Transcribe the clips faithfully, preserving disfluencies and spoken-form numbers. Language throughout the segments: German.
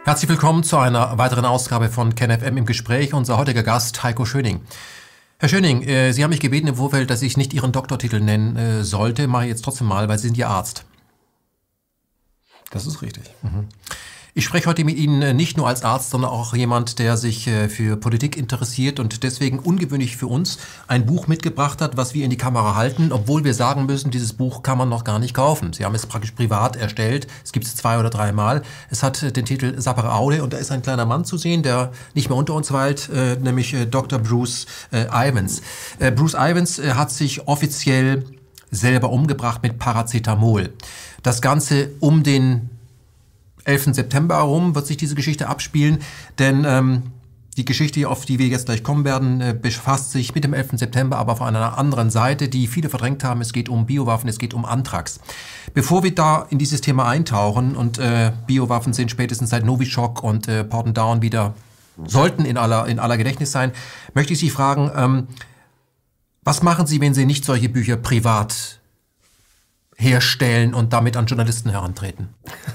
Herzlich willkommen zu einer weiteren Ausgabe von KenFM im Gespräch. Unser heutiger Gast, Heiko Schöning. Herr Schöning, äh, Sie haben mich gebeten im Vorfeld, dass ich nicht Ihren Doktortitel nennen äh, sollte. Mache ich jetzt trotzdem mal, weil Sie sind ja Arzt. Das ist richtig. Mhm. Ich spreche heute mit Ihnen nicht nur als Arzt, sondern auch jemand, der sich für Politik interessiert und deswegen ungewöhnlich für uns ein Buch mitgebracht hat, was wir in die Kamera halten, obwohl wir sagen müssen, dieses Buch kann man noch gar nicht kaufen. Sie haben es praktisch privat erstellt. Es gibt es zwei oder dreimal. Es hat den Titel Sapere Aude und da ist ein kleiner Mann zu sehen, der nicht mehr unter uns weilt, äh, nämlich äh, Doktor Bruce äh, Ivans. Äh, Bruce Ivans äh, hat sich offiziell selber umgebracht mit Paracetamol. Das Ganze um den elften September herum wird sich diese Geschichte abspielen, denn ähm, die Geschichte, auf die wir jetzt gleich kommen werden, äh, befasst sich mit dem elften September, aber von einer anderen Seite, die viele verdrängt haben. Es geht um Biowaffen, es geht um Anthrax. Bevor wir da in dieses Thema eintauchen und äh, Biowaffen sind spätestens seit Novichok und äh, Porton Down wieder, sollten in aller, in aller Gedächtnis sein, möchte ich Sie fragen, ähm, was machen Sie, wenn Sie nicht solche Bücher privat herstellen und damit an Journalisten herantreten?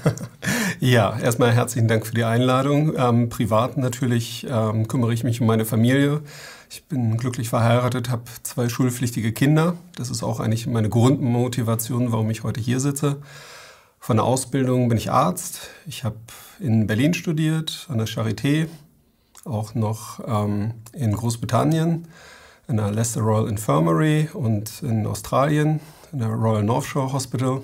Ja, erstmal herzlichen Dank für die Einladung. Ähm, privat natürlich ähm, kümmere ich mich um meine Familie. Ich bin glücklich verheiratet, habe zwei schulpflichtige Kinder. Das ist auch eigentlich meine Grundmotivation, warum ich heute hier sitze. Von der Ausbildung bin ich Arzt. Ich habe in Berlin studiert, an der Charité, auch noch ähm, in Großbritannien, in der Leicester Royal Infirmary und in Australien, in der Royal North Shore Hospital.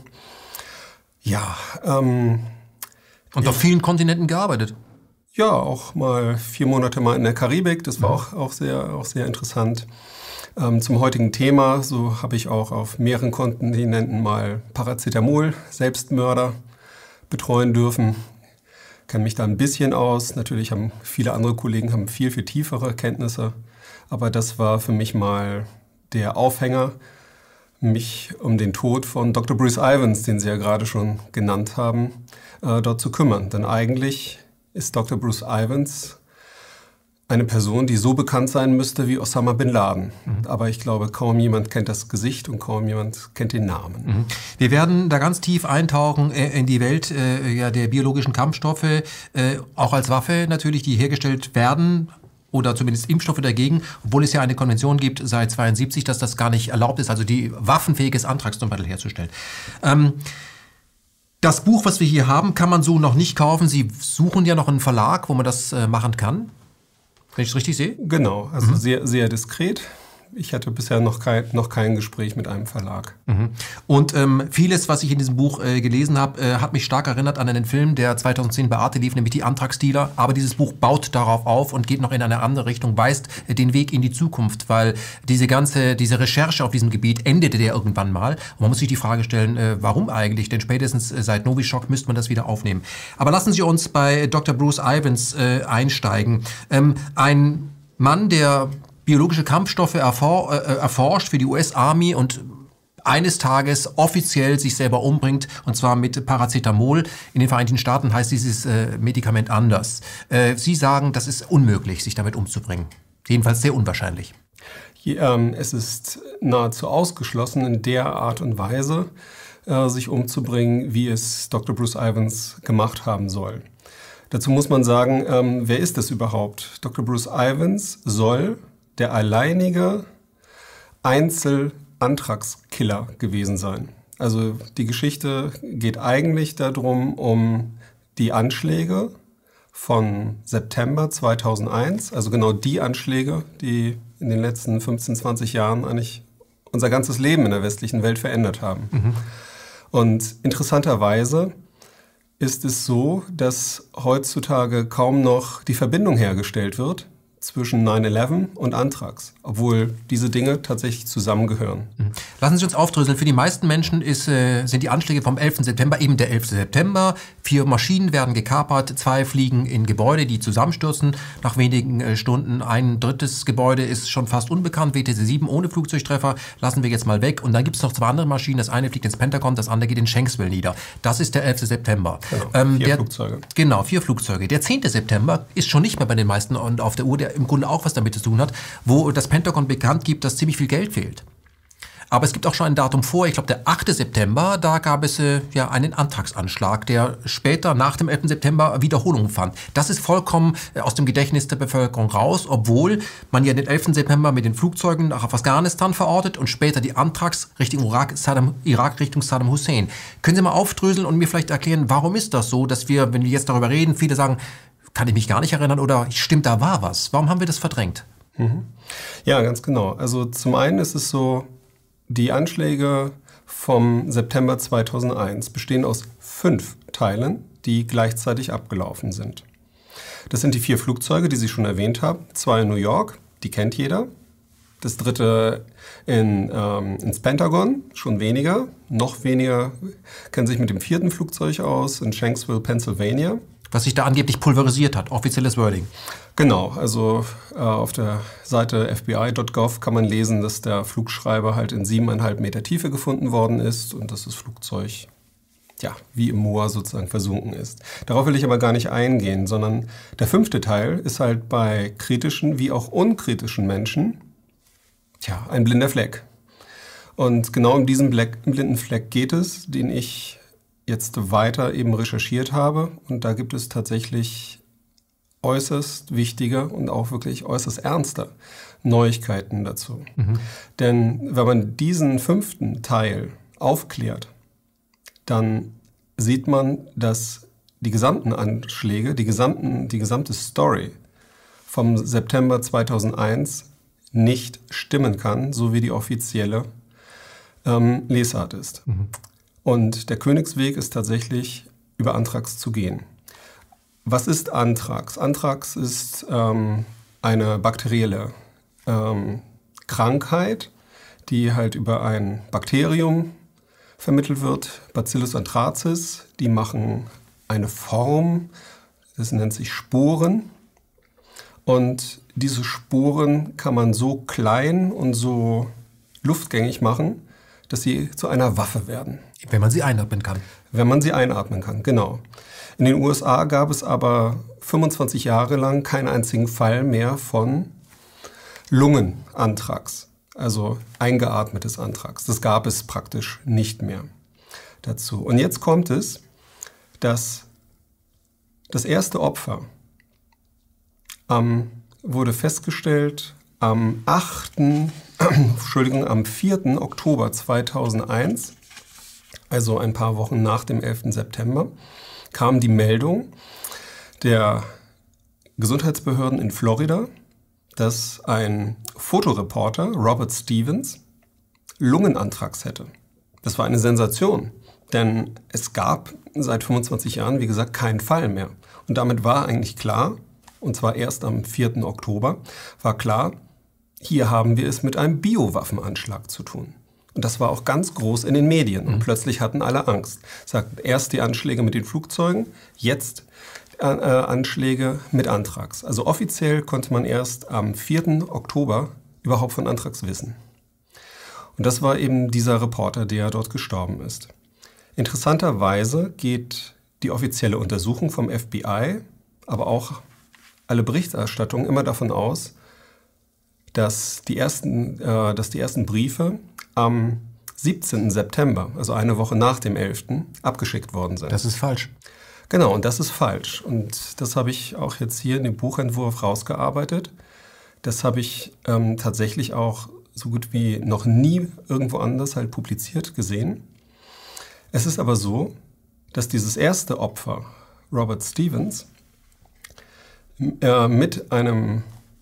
Ja, ähm... Und auf vielen Kontinenten gearbeitet? Ja, auch mal vier Monate mal in der Karibik. Das war auch, auch, sehr, auch sehr interessant. Ähm, zum heutigen Thema, so habe ich auch auf mehreren Kontinenten mal Paracetamol, Selbstmörder betreuen dürfen. Kenne mich da ein bisschen aus. Natürlich haben viele andere Kollegen haben viel, viel tiefere Kenntnisse. Aber das war für mich mal der Aufhänger, mich um den Tod von Doktor Bruce Ivans, den Sie ja gerade schon genannt haben, äh, dort zu kümmern. Denn eigentlich ist Doktor Bruce Ivans eine Person, die so bekannt sein müsste wie Osama Bin Laden. Mhm. Aber ich glaube, kaum jemand kennt das Gesicht und kaum jemand kennt den Namen. Mhm. Wir werden da ganz tief eintauchen äh, in die Welt äh, ja, der biologischen Kampfstoffe, äh, auch als Waffe natürlich, die hergestellt werden, oder zumindest Impfstoffe dagegen, obwohl es ja eine Konvention gibt seit zweiundsiebzig, dass das gar nicht erlaubt ist, also die waffenfähiges Anthrax zum Beispiel herzustellen. Ähm, das Buch, was wir hier haben, kann man so noch nicht kaufen. Sie suchen ja noch einen Verlag, wo man das äh, machen kann, wenn ich es richtig sehe? Genau, also mhm. sehr, sehr diskret. Ich hatte bisher noch kein, noch kein Gespräch mit einem Verlag. Mhm. Und ähm, vieles, was ich in diesem Buch äh, gelesen habe, äh, hat mich stark erinnert an einen Film, der zweitausendzehn bei Arte lief, nämlich die Anthrax-Dealer. Aber dieses Buch baut darauf auf und geht noch in eine andere Richtung, weist äh, den Weg in die Zukunft, weil diese ganze, diese Recherche auf diesem Gebiet endete ja irgendwann mal. Und man muss sich die Frage stellen, äh, warum eigentlich? Denn spätestens äh, seit Novichok müsste man das wieder aufnehmen. Aber lassen Sie uns bei Doktor Bruce Ivans äh, einsteigen. Ähm, ein Mann, der biologische Kampfstoffe erfor äh, erforscht für die U S Army und eines Tages offiziell sich selber umbringt, und zwar mit Paracetamol. In den Vereinigten Staaten heißt dieses äh, Medikament anders. Äh, Sie sagen, das ist unmöglich, sich damit umzubringen. Jedenfalls sehr unwahrscheinlich. Ja, ähm, es ist nahezu ausgeschlossen, in der Art und Weise äh, sich umzubringen, wie es Doktor Bruce Ivans gemacht haben soll. Dazu muss man sagen, ähm, wer ist das überhaupt? Doktor Bruce Ivans soll der alleinige Einzel-Anthrax-Killer gewesen sein. Also die Geschichte geht eigentlich darum, um die Anschläge von September zweitausendeins, also genau die Anschläge, die in den letzten fünfzehn, zwanzig Jahren eigentlich unser ganzes Leben in der westlichen Welt verändert haben. Mhm. Und interessanterweise ist es so, dass heutzutage kaum noch die Verbindung hergestellt wird zwischen neun elf und Anthrax, obwohl diese Dinge tatsächlich zusammengehören. Lassen Sie uns aufdröseln. Für die meisten Menschen ist, äh, sind die Anschläge vom elften September eben der elfte September. Vier Maschinen werden gekapert, zwei fliegen in Gebäude, die zusammenstürzen. Nach wenigen äh, Stunden ein drittes Gebäude ist schon fast unbekannt, W T C sieben ohne Flugzeugtreffer, lassen wir jetzt mal weg. Und dann gibt es noch zwei andere Maschinen. Das eine fliegt ins Pentagon, das andere geht in Shanksville nieder. Das ist der elfte September. Genau, ähm, vier der, Flugzeuge. Genau, vier Flugzeuge. Der zehnte September ist schon nicht mehr bei den meisten und auf der Uhr, der im Grunde auch was damit zu tun hat, wo das Pentagon bekannt gibt, dass ziemlich viel Geld fehlt. Aber es gibt auch schon ein Datum vor, ich glaube der achte September, da gab es äh, ja einen Antragsanschlag, der später nach dem elften September Wiederholung fand. Das ist vollkommen äh, aus dem Gedächtnis der Bevölkerung raus, obwohl man ja den elften September mit den Flugzeugen nach Afghanistan verortet und später die Antrags Richtung Irak, Saddam, Irak Richtung Saddam Hussein. Können Sie mal aufdröseln und mir vielleicht erklären, warum ist das so, dass wir, wenn wir jetzt darüber reden, viele sagen, kann ich mich gar nicht erinnern oder stimmt, da war was. Warum haben wir das verdrängt? Mhm. Ja, ganz genau. Also zum einen ist es so, die Anschläge vom September zweitausendeins bestehen aus fünf Teilen, die gleichzeitig abgelaufen sind. Das sind die vier Flugzeuge, die Sie schon erwähnt haben. Zwei in New York, die kennt jeder. Das dritte in, ähm, ins Pentagon, schon weniger. Noch weniger kennen sich mit dem vierten Flugzeug aus, in Shanksville, Pennsylvania. Was sich da angeblich pulverisiert hat, offizielles Wording. Genau, also äh, auf der Seite f b i punkt gov kann man lesen, dass der Flugschreiber halt in siebeneinhalb Meter Tiefe gefunden worden ist und dass das Flugzeug ja, wie im Moor sozusagen versunken ist. Darauf will ich aber gar nicht eingehen, sondern der fünfte Teil ist halt bei kritischen wie auch unkritischen Menschen tja, ein blinder Fleck. Und genau um diesen Black, blinden Fleck geht es, den ich jetzt weiter eben recherchiert habe. Und da gibt es tatsächlich äußerst wichtige und auch wirklich äußerst ernste Neuigkeiten dazu. Mhm. Denn wenn man diesen fünften Teil aufklärt, dann sieht man, dass die gesamten Anschläge, die, gesamten, die gesamte Story vom September zweitausendeins nicht stimmen kann, so wie die offizielle ähm, Lesart ist. Mhm. Und der Königsweg ist tatsächlich, über Anthrax zu gehen. Was ist Anthrax? Anthrax ist ähm, eine bakterielle ähm, Krankheit, die halt über ein Bakterium vermittelt wird, Bacillus anthracis. Die machen eine Form, das nennt sich Sporen. Und diese Sporen kann man so klein und so luftgängig machen, dass sie zu einer Waffe werden. Wenn man sie einatmen kann. Wenn man sie einatmen kann, genau. In den U S A gab es aber fünfundzwanzig Jahre lang keinen einzigen Fall mehr von Lungenanthrax, also eingeatmetes Anthrax. Das gab es praktisch nicht mehr dazu. Und jetzt kommt es, dass das erste Opfer ähm, wurde festgestellt am achten Entschuldigung, am vierten Oktober zweitausendeins, also ein paar Wochen nach dem elften September, kam die Meldung der Gesundheitsbehörden in Florida, dass ein Fotoreporter, Robert Stevens, Lungenanthrax hätte. Das war eine Sensation, denn es gab seit fünfundzwanzig Jahren, wie gesagt, keinen Fall mehr. Und damit war eigentlich klar, und zwar erst am vierten Oktober, war klar, hier haben wir es mit einem Biowaffenanschlag zu tun. Und das war auch ganz groß in den Medien. Und plötzlich hatten alle Angst. Sagten erst die Anschläge mit den Flugzeugen, jetzt äh, Anschläge mit Anthrax. Also offiziell konnte man erst am vierten Oktober überhaupt von Anthrax wissen. Und das war eben dieser Reporter, der dort gestorben ist. Interessanterweise geht die offizielle Untersuchung vom F B I, aber auch alle Berichterstattungen immer davon aus, dass die ersten, äh, dass die ersten Briefe am siebzehnten September, also eine Woche nach dem elften abgeschickt worden sind. Das ist falsch. Genau, und das ist falsch. Und das habe ich auch jetzt hier in dem Buchentwurf rausgearbeitet. Das habe ich ähm, tatsächlich auch so gut wie noch nie irgendwo anders halt publiziert gesehen. Es ist aber so, dass dieses erste Opfer, Robert Stevens, äh, mit einem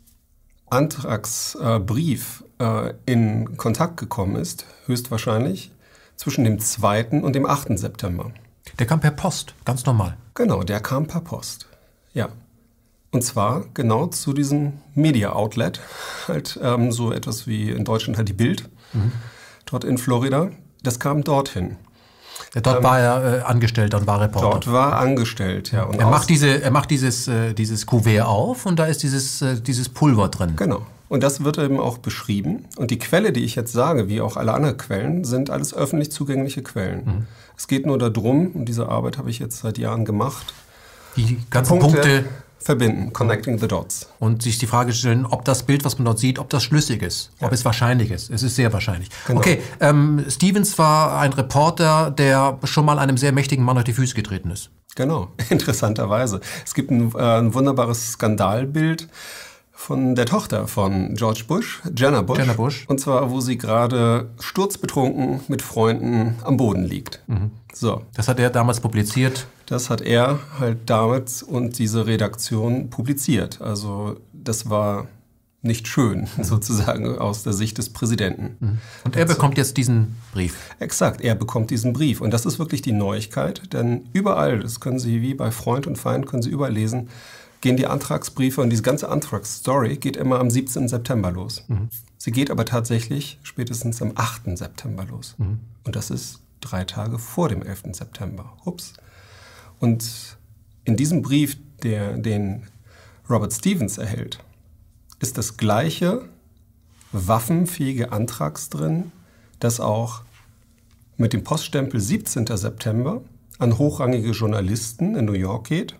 Antragsbrief äh, in Kontakt gekommen ist, höchstwahrscheinlich, zwischen dem zweiten und dem achten September. Der kam per Post, ganz normal. Genau, der kam per Post, ja. Und zwar genau zu diesem Media-Outlet, halt ähm, so etwas wie in Deutschland halt die Bild, mhm. dort in Florida. Das kam dorthin. Ja, dort ähm, war er äh, angestellt und war Reporter. Dort war angestellt, ja. Und er macht, diese, er macht dieses, äh, dieses Kuvert auf und da ist dieses, äh, dieses Pulver drin. Genau. Und das wird eben auch beschrieben. Und die Quelle, die ich jetzt sage, wie auch alle anderen Quellen, sind alles öffentlich zugängliche Quellen. Mhm. Es geht nur darum, und diese Arbeit habe ich jetzt seit Jahren gemacht, die ganzen Punkte, Punkte verbinden, connecting the dots. Und sich die Frage stellen, ob das Bild, was man dort sieht, ob das schlüssig ist, ja. ob es wahrscheinlich ist. Es ist sehr wahrscheinlich. Genau. Okay, ähm, Stevens war ein Reporter, der schon mal einem sehr mächtigen Mann auf die Füße getreten ist. Genau, interessanterweise. Es gibt ein, äh, ein wunderbares Skandalbild von der Tochter von George Bush, Jenna Bush. Jenna Bush. Und zwar, wo sie gerade sturzbetrunken mit Freunden am Boden liegt. Mhm. So. Das hat er damals publiziert. Das hat er halt damals und diese Redaktion publiziert. Also das war nicht schön, mhm. sozusagen, aus der Sicht des Präsidenten. Mhm. Und er bekommt jetzt diesen Brief. Exakt, er bekommt diesen Brief. Und das ist wirklich die Neuigkeit, denn überall, das können Sie wie bei Freund und Feind, können Sie überall lesen, gehen die Antragsbriefe und diese ganze Antragsstory geht immer am siebzehnten September los. Mhm. Sie geht aber tatsächlich spätestens am achten September los. Mhm. Und das ist drei Tage vor dem elften September. Ups. Und in diesem Brief, der, den Robert Stevens erhält, ist das gleiche waffenfähige Antrags drin, das auch mit dem Poststempel siebzehnten September an hochrangige Journalisten in New York geht.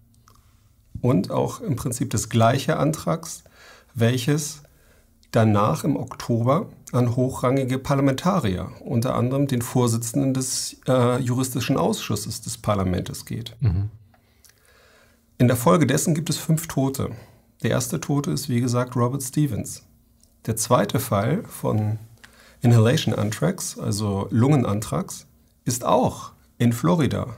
Und auch im Prinzip das gleiche Antrags, welches danach im Oktober an hochrangige Parlamentarier, unter anderem den Vorsitzenden des äh, juristischen Ausschusses des Parlaments geht. Mhm. In der Folge dessen gibt es fünf Tote. Der erste Tote ist, wie gesagt, Robert Stevens. Der zweite Fall von Inhalation Anthrax, also Lungenanthrax, ist auch in Florida.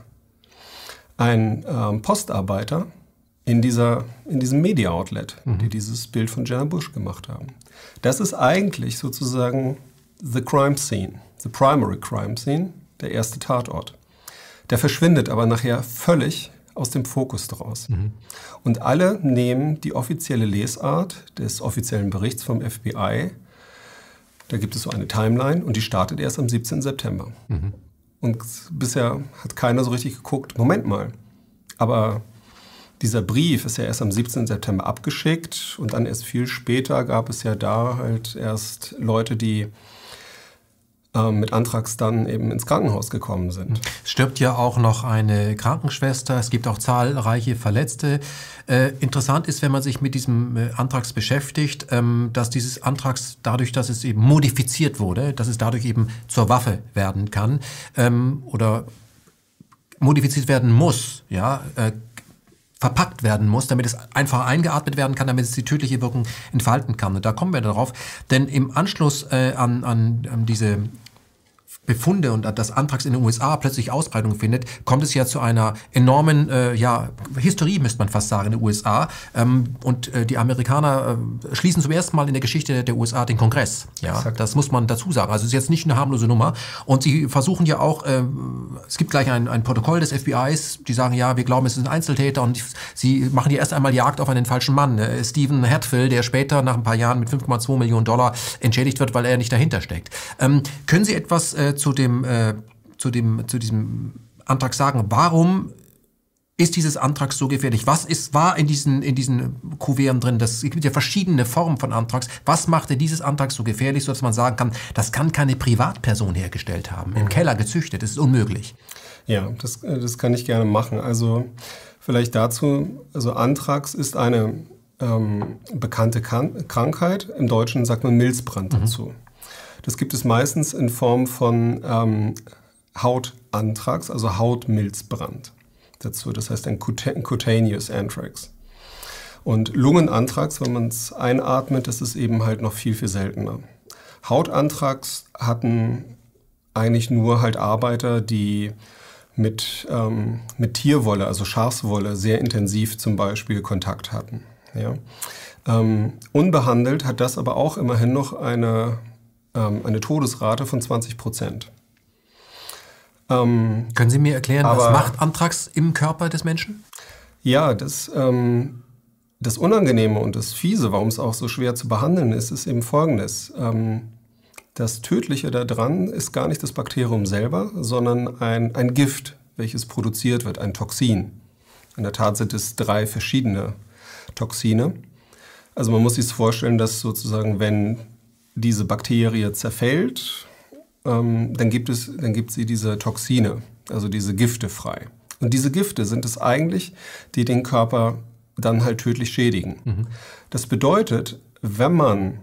Ein ähm, Postarbeiter in, dieser, in diesem Media-Outlet, mhm. die dieses Bild von Jenna Bush gemacht haben. Das ist eigentlich sozusagen the crime scene, the primary crime scene, der erste Tatort. Der verschwindet aber nachher völlig aus dem Fokus draus. Mhm. Und alle nehmen die offizielle Lesart des offiziellen Berichts vom F B I. Da gibt es so eine Timeline und die startet erst am siebzehnten September. Mhm. Und bisher hat keiner so richtig geguckt, Moment mal, aber dieser Brief ist ja erst am siebzehnten September abgeschickt und dann erst viel später gab es ja da halt erst Leute, die äh, mit Anthrax dann eben ins Krankenhaus gekommen sind. Es stirbt ja auch noch eine Krankenschwester, es gibt auch zahlreiche Verletzte. Äh, interessant ist, wenn man sich mit diesem äh, Anthrax beschäftigt, ähm, dass dieses Anthrax dadurch, dass es eben modifiziert wurde, dass es dadurch eben zur Waffe werden kann ähm, oder modifiziert werden muss, ja, äh, verpackt werden muss, damit es einfach eingeatmet werden kann, damit es die tödliche Wirkung entfalten kann. Und da kommen wir darauf, denn im Anschluss äh, an, an, an diese Befunde und das Anthrax in den U S A plötzlich Ausbreitung findet, kommt es ja zu einer enormen äh, ja, Hysterie, müsste man fast sagen, in den U S A. Ähm, und äh, die Amerikaner äh, schließen zum ersten Mal in der Geschichte der U S A den Kongress. Ja, das muss man dazu sagen. Also es ist jetzt nicht eine harmlose Nummer. Und sie versuchen ja auch, äh, es gibt gleich ein, ein Protokoll des F B Is, die sagen, ja, wir glauben, es ist ein Einzeltäter. Und sie machen ja erst einmal Jagd auf einen falschen Mann. Äh, Stephen Hatfield, der später nach ein paar Jahren mit fünf Komma zwei Millionen Dollar entschädigt wird, weil er nicht dahinter steckt. Ähm, können Sie etwas äh, zu dem, äh, zu dem, zu diesem Antrag sagen? Warum ist dieses Antrags so gefährlich? Was ist, war in diesen, in diesen Kuverten drin? Das, es gibt ja verschiedene Formen von Antrags. Was machte dieses Antrag so gefährlich, sodass man sagen kann, das kann keine Privatperson hergestellt haben, im Keller gezüchtet, das ist unmöglich. Ja, das, das kann ich gerne machen. Also vielleicht dazu, also Anthrax ist eine ähm, bekannte Kan- Krankheit. Im Deutschen sagt man Milzbrand dazu. Mhm. Das gibt es meistens in Form von ähm, Hautanthrax, also Hautmilzbrand dazu. Das heißt ein Cutaneous Anthrax. Und Lungenanthrax, wenn man es einatmet, das ist eben halt noch viel, viel seltener. Hautanthrax hatten eigentlich nur halt Arbeiter, die mit, ähm, mit Tierwolle, also Schafswolle, sehr intensiv zum Beispiel Kontakt hatten. Ja. Ähm, unbehandelt hat das aber auch immerhin noch eine eine Todesrate von zwanzig Prozent. Ähm, Können Sie mir erklären, aber, was macht Anthrax im Körper des Menschen? Ja, das, ähm, das Unangenehme und das Fiese, warum es auch so schwer zu behandeln ist, ist eben Folgendes. Ähm, das Tödliche daran ist gar nicht das Bakterium selber, sondern ein, ein Gift, welches produziert wird, ein Toxin. In der Tat sind es drei verschiedene Toxine. Also man muss sich vorstellen, dass sozusagen, wenn diese Bakterie zerfällt, ähm, dann gibt es, dann gibt sie diese Toxine, also diese Gifte frei. Und diese Gifte sind es eigentlich, die den Körper dann halt tödlich schädigen. Mhm. Das bedeutet, wenn man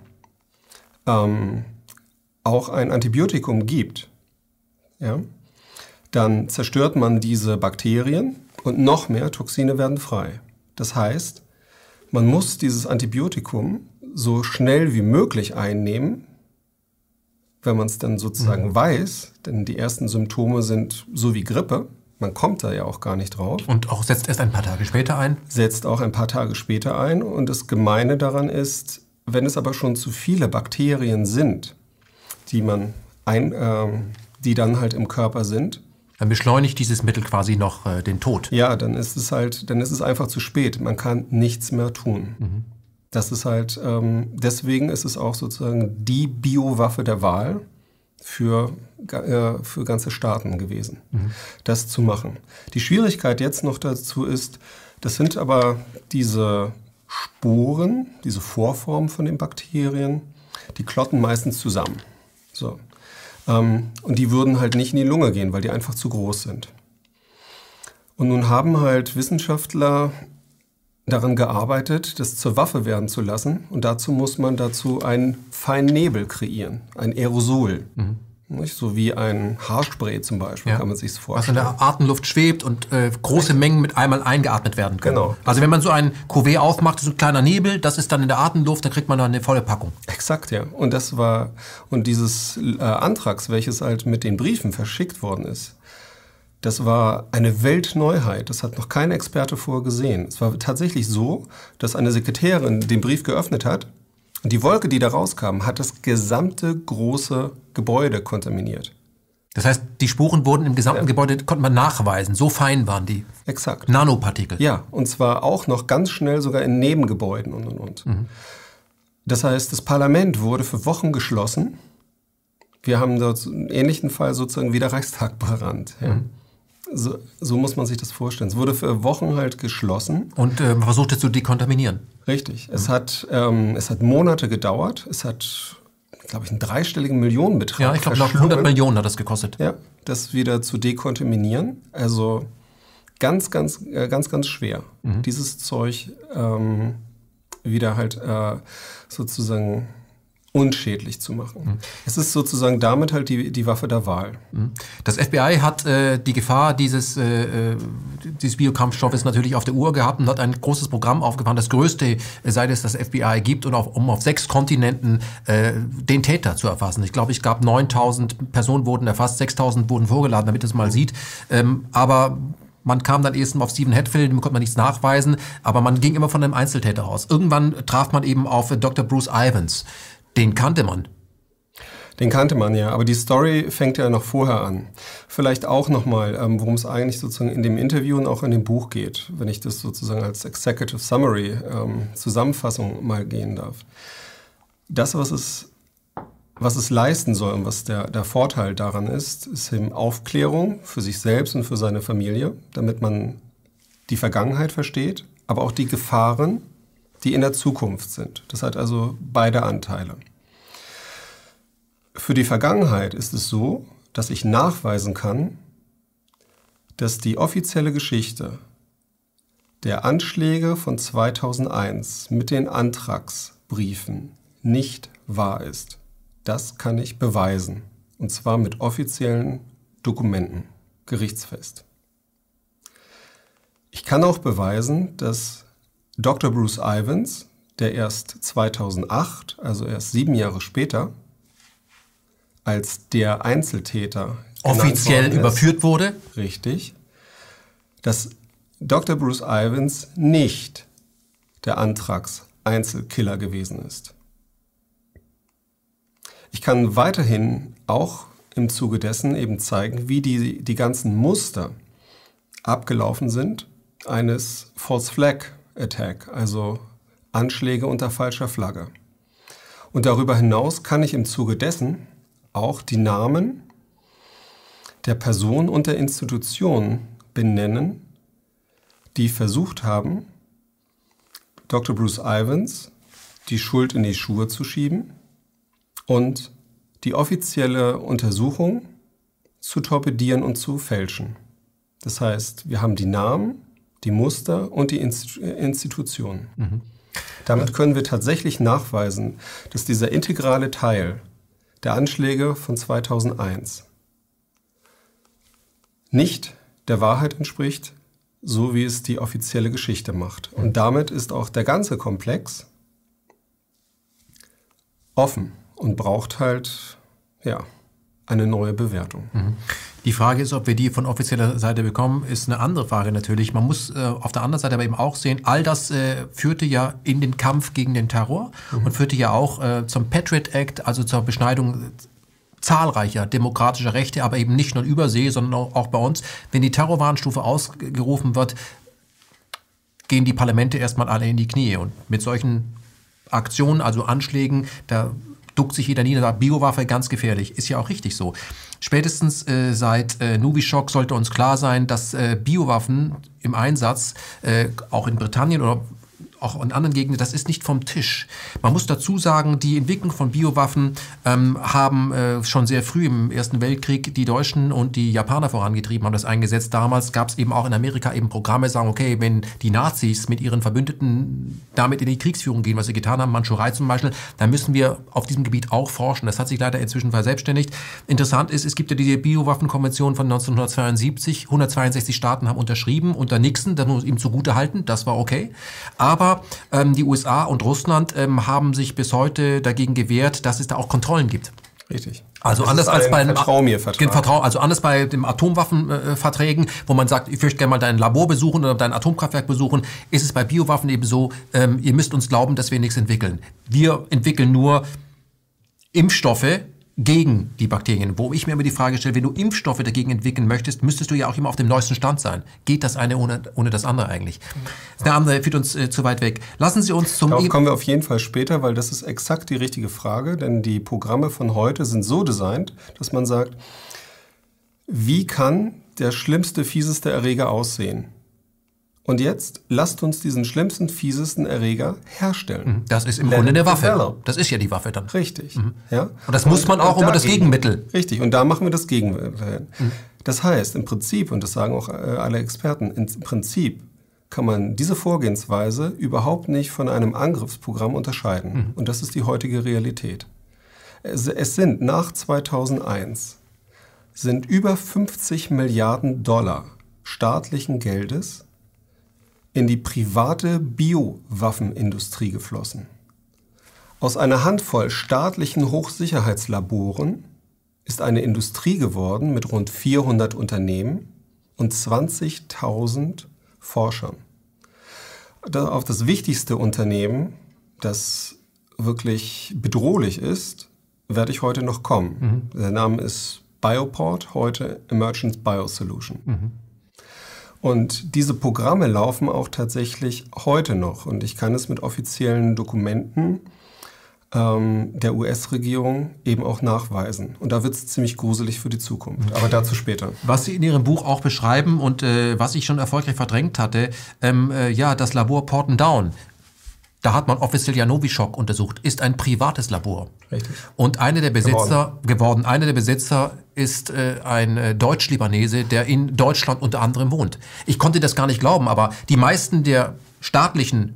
ähm, auch ein Antibiotikum gibt, ja, dann zerstört man diese Bakterien und noch mehr Toxine werden frei. Das heißt, man muss dieses Antibiotikum so schnell wie möglich einnehmen, wenn man es dann sozusagen mhm. weiß, denn die ersten Symptome sind so wie Grippe. Man kommt da ja auch gar nicht drauf. Und auch setzt erst ein paar Tage später ein? Setzt auch ein paar Tage später ein. Und das Gemeine daran ist, wenn es aber schon zu viele Bakterien sind, die, man ein, äh, die dann halt im Körper sind, dann beschleunigt dieses Mittel quasi noch äh, den Tod. Ja, dann ist es halt, dann ist es einfach zu spät. Man kann nichts mehr tun. Mhm. Das ist halt, ähm, deswegen ist es auch sozusagen die Biowaffe der Wahl für, äh, für ganze Staaten gewesen, mhm. das zu machen. Die Schwierigkeit jetzt noch dazu ist, das sind aber diese Sporen, diese Vorformen von den Bakterien, die klotten meistens zusammen. So. Ähm, und die würden halt nicht in die Lunge gehen, weil die einfach zu groß sind. Und nun haben halt Wissenschaftler daran gearbeitet, das zur Waffe werden zu lassen. Und dazu muss man dazu einen feinen Nebel kreieren, ein Aerosol. Mhm. Nicht? So wie ein Haarspray zum Beispiel, ja. kann man sich vorstellen. Was in der Atemluft schwebt und äh, große Mengen mit einmal eingeatmet werden können. Genau. Also wenn man so ein Kuvert aufmacht, so ein kleiner Nebel, das ist dann in der Atemluft, da kriegt man dann eine volle Packung. Exakt, ja. Und das war, und dieses äh, Anthrax, welches halt mit den Briefen verschickt worden ist, das war eine Weltneuheit. Das hat noch kein Experte vorher gesehen. Es war tatsächlich so, dass eine Sekretärin den Brief geöffnet hat und die Wolke, die da rauskam, hat das gesamte große Gebäude kontaminiert. Das heißt, die Spuren wurden im gesamten ja. Gebäude, konnte man nachweisen. So fein waren die. Exakt. Nanopartikel. Ja, und zwar auch noch ganz schnell sogar in Nebengebäuden und, und, und. Mhm. Das heißt, das Parlament wurde für Wochen geschlossen. Wir haben dort einen ähnlichen Fall sozusagen wie der Reichstag berannt. Ja. Mhm. So, so muss man sich das vorstellen. Es wurde für Wochen halt geschlossen. Und äh, versuchte zu dekontaminieren. Richtig. Mhm. Es hat, ähm, es hat Monate gedauert. Es hat, glaube ich, einen dreistelligen Millionenbetrag. Ja, ich glaube, hundert Millionen hat das gekostet. Ja, das wieder zu dekontaminieren. Also ganz, ganz, äh, ganz, ganz schwer, mhm. dieses Zeug ähm, wieder halt äh, sozusagen unschädlich zu machen. Mhm. Es ist sozusagen damit halt die, die Waffe der Wahl. Das F B I hat äh, die Gefahr dieses, äh, dieses Biokampfstoffes natürlich auf der Uhr gehabt und hat ein großes Programm aufgefahren, das größte, äh, seit es das F B I gibt, und auf, um auf sechs Kontinenten äh, den Täter zu erfassen. Ich glaube, ich gab neuntausend Personen wurden erfasst, sechstausend wurden vorgeladen, damit es mal mhm. sieht. Ähm, aber man kam dann erst mal auf Stephen Hatfield, dem konnte man nichts nachweisen, aber man ging immer von einem Einzeltäter aus. Irgendwann traf man eben auf Doktor Bruce Ivans. Den kannte man. Den kannte man, ja. Aber die Story fängt ja noch vorher an. Vielleicht auch nochmal, ähm, worum es eigentlich sozusagen in dem Interview und auch in dem Buch geht, wenn ich das sozusagen als Executive Summary, ähm, Zusammenfassung mal gehen darf. Das, was es, was es leisten soll und was der, der Vorteil daran ist, ist eben Aufklärung für sich selbst und für seine Familie, damit man die Vergangenheit versteht, aber auch die Gefahren, die in der Zukunft sind. Das hat also beide Anteile. Für die Vergangenheit ist es so, dass ich nachweisen kann, dass die offizielle Geschichte der Anschläge von zweitausendeins mit den Antragsbriefen nicht wahr ist. Das kann ich beweisen. Und zwar mit offiziellen Dokumenten, gerichtsfest. Ich kann auch beweisen, dass Doktor Bruce Ivans, der erst zweitausendacht, also erst sieben Jahre später, als der Einzeltäter offiziell überführt wurde. Richtig. Dass Doktor Bruce Ivans nicht der Anthrax-Einzelkiller gewesen ist. Ich kann weiterhin auch im Zuge dessen eben zeigen, wie die, die ganzen Muster abgelaufen sind eines False Flag Attack, also Anschläge unter falscher Flagge. Und darüber hinaus kann ich im Zuge dessen auch die Namen der Person und der Institution benennen, die versucht haben, Doktor Bruce Ivans die Schuld in die Schuhe zu schieben und die offizielle Untersuchung zu torpedieren und zu fälschen. Das heißt, wir haben die Namen die Muster und die Institutionen. Mhm. Damit können wir tatsächlich nachweisen, dass dieser integrale Teil der Anschläge von zweitausendeins nicht der Wahrheit entspricht, so wie es die offizielle Geschichte macht. Und damit ist auch der ganze Komplex offen und braucht halt, ja, eine neue Bewertung. Mhm. Die Frage ist, ob wir die von offizieller Seite bekommen, ist eine andere Frage natürlich. Man muss äh, auf der anderen Seite aber eben auch sehen, all das äh, führte ja in den Kampf gegen den Terror mhm. und führte ja auch äh, zum Patriot Act, also zur Beschneidung zahlreicher demokratischer Rechte, aber eben nicht nur in Übersee, sondern auch, auch bei uns. Wenn die Terrorwarnstufe ausgerufen wird, gehen die Parlamente erstmal alle in die Knie. Und mit solchen Aktionen, also Anschlägen, da duckt sich jeder nieder, sagt, Biowaffe ganz gefährlich. Ist ja auch richtig so. Spätestens äh, seit äh, Novichok sollte uns klar sein, dass äh, Biowaffen im Einsatz, äh, auch in Britannien oder auch in anderen Gegenden, das ist nicht vom Tisch. Man muss dazu sagen, die Entwicklung von Biowaffen ähm, haben äh, schon sehr früh im Ersten Weltkrieg die Deutschen und die Japaner vorangetrieben, haben das eingesetzt. Damals gab es eben auch in Amerika eben Programme, sagen, okay, wenn die Nazis mit ihren Verbündeten damit in die Kriegsführung gehen, was sie getan haben, Mandschurei zum Beispiel, dann müssen wir auf diesem Gebiet auch forschen. Das hat sich leider inzwischen verselbstständigt. Interessant ist, es gibt ja diese Biowaffenkonvention von neunzehnhundertzweiundsiebzig. hundertzweiundsechzig Staaten haben unterschrieben unter Nixon, das muss ihm zugutehalten, das war okay. Aber ähm, die U S A und Russland ähm, haben sich bis heute dagegen gewehrt, dass es da auch Kontrollen gibt. Richtig. Also das anders als bei Vertrau mir Vertrag. Vertrau, also anders bei den Atomwaffenverträgen, äh, wo man sagt, ich möchte gerne mal dein Labor besuchen oder dein Atomkraftwerk besuchen, ist es bei Biowaffen eben so, ähm, ihr müsst uns glauben, dass wir nichts entwickeln. Wir entwickeln nur Impfstoffe gegen die Bakterien. Wo ich mir immer die Frage stelle, wenn du Impfstoffe dagegen entwickeln möchtest, müsstest du ja auch immer auf dem neuesten Stand sein. Geht das eine ohne, ohne das andere eigentlich? Das andere führt uns äh, zu weit weg. Lassen Sie uns zum... Darauf kommen wir auf jeden Fall später, weil das ist exakt die richtige Frage, denn die Programme von heute sind so designt, dass man sagt, wie kann der schlimmste, fieseste Erreger aussehen? Und jetzt lasst uns diesen schlimmsten, fiesesten Erreger herstellen. Das ist im Grunde eine Waffe. Das ist ja die Waffe dann. Richtig. Mhm. Ja? Und das muss man auch über das Gegenmittel. Richtig. Und da machen wir das Gegenmittel. Mhm. Das heißt, im Prinzip, und das sagen auch alle Experten, im Prinzip kann man diese Vorgehensweise überhaupt nicht von einem Angriffsprogramm unterscheiden. Mhm. Und das ist die heutige Realität. Es, es sind nach zweitausendeins sind über fünfzig Milliarden Dollar staatlichen Geldes in die private Biowaffenindustrie geflossen. Aus einer Handvoll staatlichen Hochsicherheitslaboren ist eine Industrie geworden mit rund vierhundert Unternehmen und zwanzigtausend Forschern. Auf das wichtigste Unternehmen, das wirklich bedrohlich ist, werde ich heute noch kommen. Mhm. Der Name ist Bioport, heute Emergent Biosolution. Mhm. Und diese Programme laufen auch tatsächlich heute noch. Und ich kann es mit offiziellen Dokumenten ähm, der U S-Regierung eben auch nachweisen. Und da wird es ziemlich gruselig für die Zukunft. Aber dazu später. Was Sie in Ihrem Buch auch beschreiben und äh, was ich schon erfolgreich verdrängt hatte, ähm, äh, ja, das Labor Portendown. Da hat man offiziell ja Novichok untersucht, ist ein privates Labor. Richtig. Und einer der Besitzer, geworden, geworden einer der Besitzer ist äh, ein äh, Deutsch-Libanese, der in Deutschland unter anderem wohnt. Ich konnte das gar nicht glauben, aber die meisten der staatlichen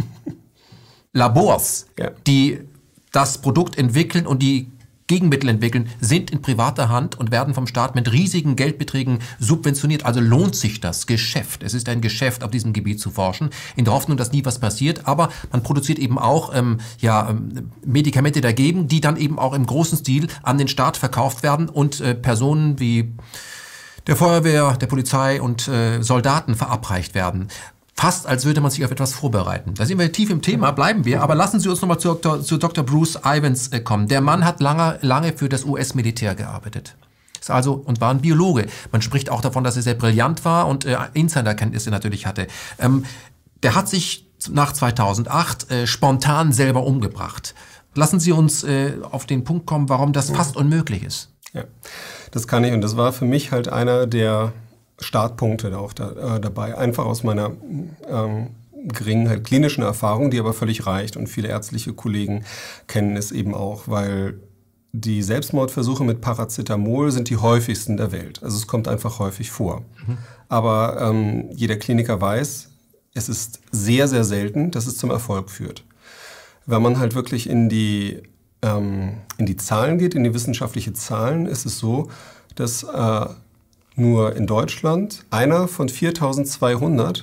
Labors, ja. die das Produkt entwickeln und die Gegenmittel entwickeln, sind in privater Hand und werden vom Staat mit riesigen Geldbeträgen subventioniert. Also lohnt sich das Geschäft. Es ist ein Geschäft, auf diesem Gebiet zu forschen, in der Hoffnung, dass nie was passiert. Aber man produziert eben auch ähm, ja, ähm, Medikamente dagegen, die dann eben auch im großen Stil an den Staat verkauft werden und äh, Personen wie der Feuerwehr, der Polizei und äh, Soldaten verabreicht werden. Fast als würde man sich auf etwas vorbereiten. Da sind wir tief im Thema, bleiben wir. Aber lassen Sie uns nochmal zu, zu Doktor Bruce Ivins kommen. Der Mann hat lange, lange für das U S-Militär gearbeitet. Ist also und war ein Biologe. Man spricht auch davon, dass er sehr brillant war und äh, Insiderkenntnisse natürlich hatte. Ähm, der hat sich nach zweitausendacht äh, spontan selber umgebracht. Lassen Sie uns äh, auf den Punkt kommen, warum das fast unmöglich ist. Ja, das kann ich. Und das war für mich halt einer der Startpunkte auch da, äh, dabei, einfach aus meiner ähm, geringen halt klinischen Erfahrung, die aber völlig reicht und viele ärztliche Kollegen kennen es eben auch, weil die Selbstmordversuche mit Paracetamol sind die häufigsten der Welt. Also es kommt einfach häufig vor. Mhm. Aber ähm, jeder Kliniker weiß, es ist sehr, sehr selten, dass es zum Erfolg führt. Wenn man halt wirklich in die, ähm, in die Zahlen geht, in die wissenschaftlichen Zahlen, ist es so, dass äh, nur in Deutschland einer von viertausendzweihundert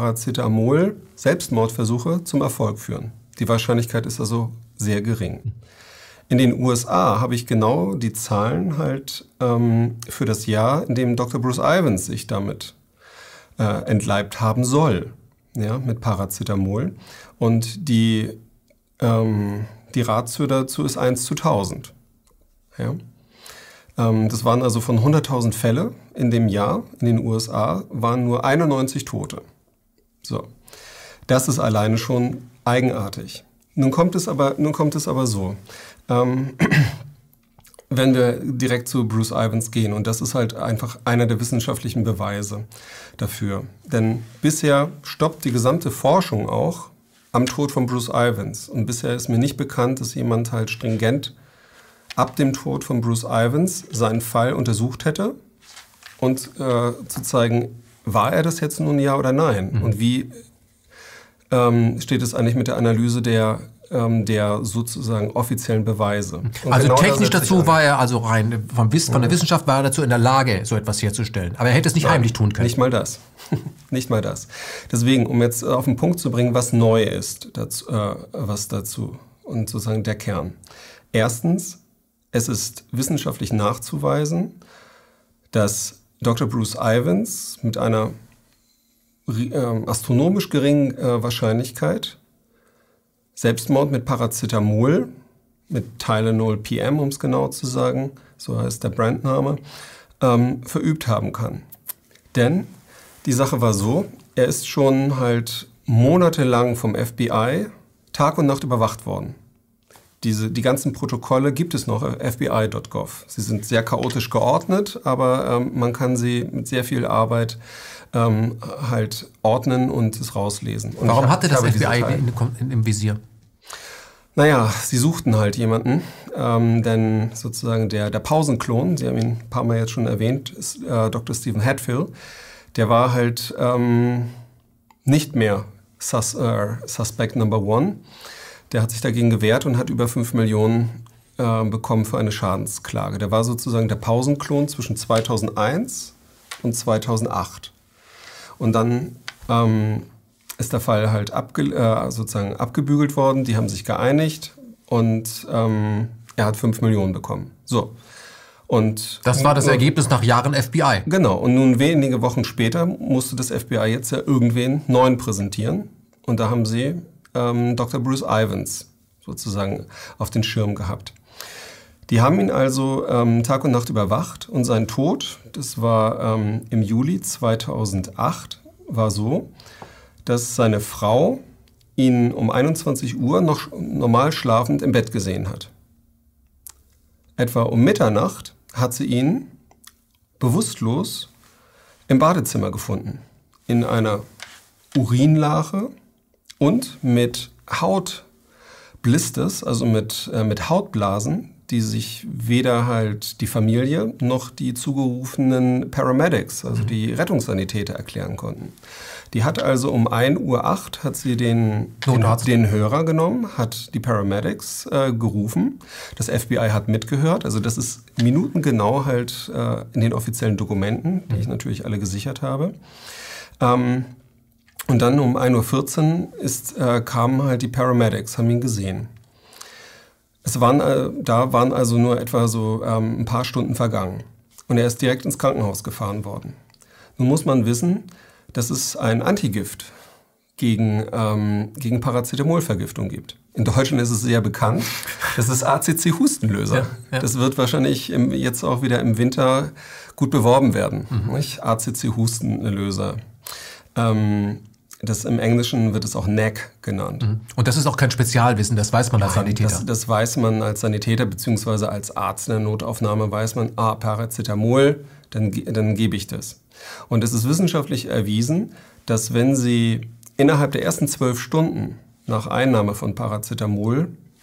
Paracetamol-Selbstmordversuche zum Erfolg führen. Die Wahrscheinlichkeit ist also sehr gering. In den U S A habe ich genau die Zahlen halt ähm, für das Jahr, in dem Doktor Bruce Ivans sich damit äh, entleibt haben soll, ja, mit Paracetamol. Und die, ähm, die Ratio dazu ist eins zu tausend. Ja. Ähm, das waren also von hunderttausend Fälle in dem Jahr in den U S A, waren nur einundneunzig Tote. So. Das ist alleine schon eigenartig. Nun kommt es aber, nun kommt es aber so. Ähm, wenn wir direkt zu Bruce Ivans gehen, und das ist halt einfach einer der wissenschaftlichen Beweise dafür. Denn bisher stoppt die gesamte Forschung auch am Tod von Bruce Ivans. Und bisher ist mir nicht bekannt, dass jemand halt stringent ab dem Tod von Bruce Ivans seinen Fall untersucht hätte und äh, zu zeigen, war er das jetzt nun ja oder nein? Mhm. Und wie ähm, steht es eigentlich mit der Analyse der der sozusagen offiziellen Beweise. Und also genau technisch dazu war er, also rein vom Wiss, von der Wissenschaft war er dazu in der Lage, so etwas herzustellen. Aber er hätte es nicht Nein, heimlich tun können. Nicht mal das. Nicht mal das. Deswegen, um jetzt auf den Punkt zu bringen, was neu ist, dazu, äh, was dazu und sozusagen der Kern. Erstens, es ist wissenschaftlich nachzuweisen, dass Doktor Bruce Ivans mit einer äh, astronomisch geringen äh, Wahrscheinlichkeit Selbstmord mit Paracetamol, mit Tylenol P M, um es genau zu sagen, so heißt der Brandname, ähm, verübt haben kann. Denn die Sache war so, er ist schon halt monatelang vom F B I Tag und Nacht überwacht worden. Diese, die ganzen Protokolle gibt es noch auf F B I Punkt gov. Sie sind sehr chaotisch geordnet, aber ähm, man kann sie mit sehr viel Arbeit ähm, halt ordnen und es rauslesen. Und Warum hatte das F B I in, in, im Visier? Naja, sie suchten halt jemanden, ähm, denn sozusagen der, der Pausenklon, Sie haben ihn ein paar Mal jetzt schon erwähnt, ist äh, Doktor Stephen Hatfill, der war halt ähm, nicht mehr Sus, äh, Suspect Number One. Der hat sich dagegen gewehrt und hat über fünf Millionen äh, bekommen für eine Schadensklage. Der war sozusagen der Pausenklon zwischen zweitausendeins und zweitausendacht. Und dann ähm, ist der Fall halt abge, äh, sozusagen abgebügelt worden. Die haben sich geeinigt und ähm, er hat fünf Millionen bekommen. So. Und das war das Ergebnis nach Jahren F B I. Genau. Und nun wenige Wochen später musste das F B I jetzt ja irgendwen neuen präsentieren. Und da haben sie ähm, Doktor Bruce Ivans sozusagen auf den Schirm gehabt. Die haben ihn also ähm, Tag und Nacht überwacht und sein Tod, das war ähm, im Juli zweitausendacht, war so, dass seine Frau ihn um einundzwanzig Uhr noch normal schlafend im Bett gesehen hat. Etwa um Mitternacht hat sie ihn bewusstlos im Badezimmer gefunden, in einer Urinlache und mit Hautblisters, also mit, äh, mit Hautblasen, die sich weder halt die Familie noch die zugerufenen Paramedics, also die Rettungssanitäter, erklären konnten. Die hat also um ein Uhr acht hat sie den, den, den Hörer genommen, hat die Paramedics äh, gerufen. Das F B I hat mitgehört. Also das ist minutengenau halt äh, in den offiziellen Dokumenten, die ich natürlich alle gesichert habe. Ähm, und dann um ein Uhr vierzehn ist, äh, kamen halt die Paramedics, haben ihn gesehen. Es waren, äh, da waren also nur etwa so ähm, ein paar Stunden vergangen. Und er ist direkt ins Krankenhaus gefahren worden. Nun muss man wissen, dass es ein Antigift gegen, ähm, gegen Paracetamolvergiftung gibt. In Deutschland ist es sehr bekannt. Das ist A C C-Hustenlöser. Ja, ja. Das wird wahrscheinlich im, jetzt auch wieder im Winter gut beworben werden. Mhm. Nicht? A C C-Hustenlöser. Ähm, das im Englischen wird es auch N A C genannt. Mhm. Und das ist auch kein Spezialwissen, das weiß man als Nein, Sanitäter? Das, das weiß man als Sanitäter, beziehungsweise als Arzt in der Notaufnahme weiß man, ah, Paracetamol, dann, dann gebe ich das. Und es ist wissenschaftlich erwiesen, dass wenn Sie innerhalb der ersten zwölf Stunden nach Einnahme von Paracetamol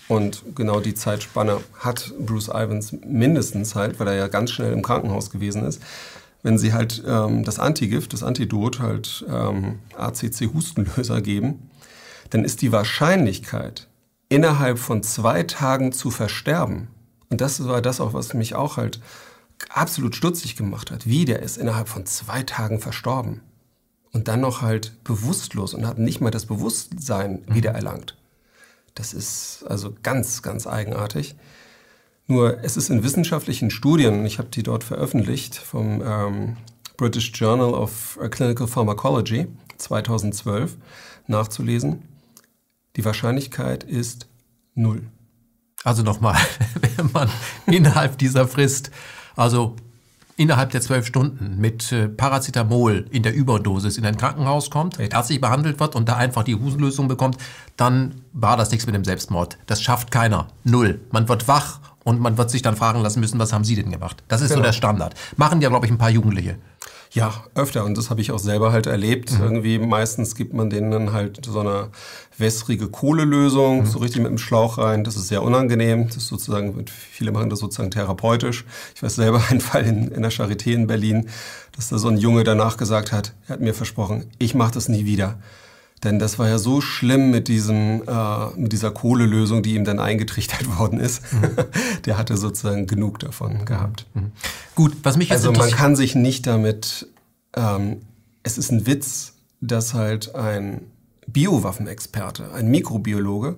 Und genau die Zeitspanne hat Bruce Ivins mindestens halt, weil er ja ganz schnell im Krankenhaus gewesen ist. Wenn sie halt ähm, das Antigift, das Antidot, halt ähm, A C C-Hustenlöser geben, dann ist die Wahrscheinlichkeit, innerhalb von zwei Tagen zu versterben, und das war das auch, was mich auch halt absolut stutzig gemacht hat, wie der ist innerhalb von zwei Tagen verstorben. Und dann noch halt bewusstlos und hat nicht mal das Bewusstsein mhm. wiedererlangt. Das ist also ganz, ganz eigenartig. Nur es ist in wissenschaftlichen Studien, ich habe die dort veröffentlicht, vom ähm, British Journal of Clinical Pharmacology zweitausendzwölf nachzulesen, die Wahrscheinlichkeit ist null. Also nochmal, wenn man innerhalb dieser Frist, also innerhalb der zwölf Stunden mit äh, Paracetamol in der Überdosis in ein Krankenhaus kommt, ärztlich behandelt wird und da einfach die Hustenlösung bekommt, dann war das nichts mit dem Selbstmord. Das schafft keiner. Null. Man wird wach und man wird sich dann fragen lassen müssen, was haben Sie denn gemacht? Das ist genau so der Standard. Machen ja, glaube ich, ein paar Jugendliche. Ja, öfter. Und das habe ich auch selber halt erlebt. Mhm. Irgendwie meistens gibt man denen dann halt so eine wässrige Kohlelösung, mhm. so richtig mit dem Schlauch rein. Das ist sehr unangenehm. Das ist sozusagen, viele machen das sozusagen therapeutisch. Ich weiß selber einen Fall in, in der Charité in Berlin, dass da so ein Junge danach gesagt hat, er hat mir versprochen, ich mache das nie wieder. Denn das war ja so schlimm mit diesem, äh, mit dieser Kohlelösung, die ihm dann eingetrichtert worden ist. Mhm. Der hatte sozusagen genug davon gehabt. Mhm. Gut, was mich jetzt Also man kann sich nicht damit, ähm, es ist ein Witz, dass halt ein Biowaffenexperte, ein Mikrobiologe,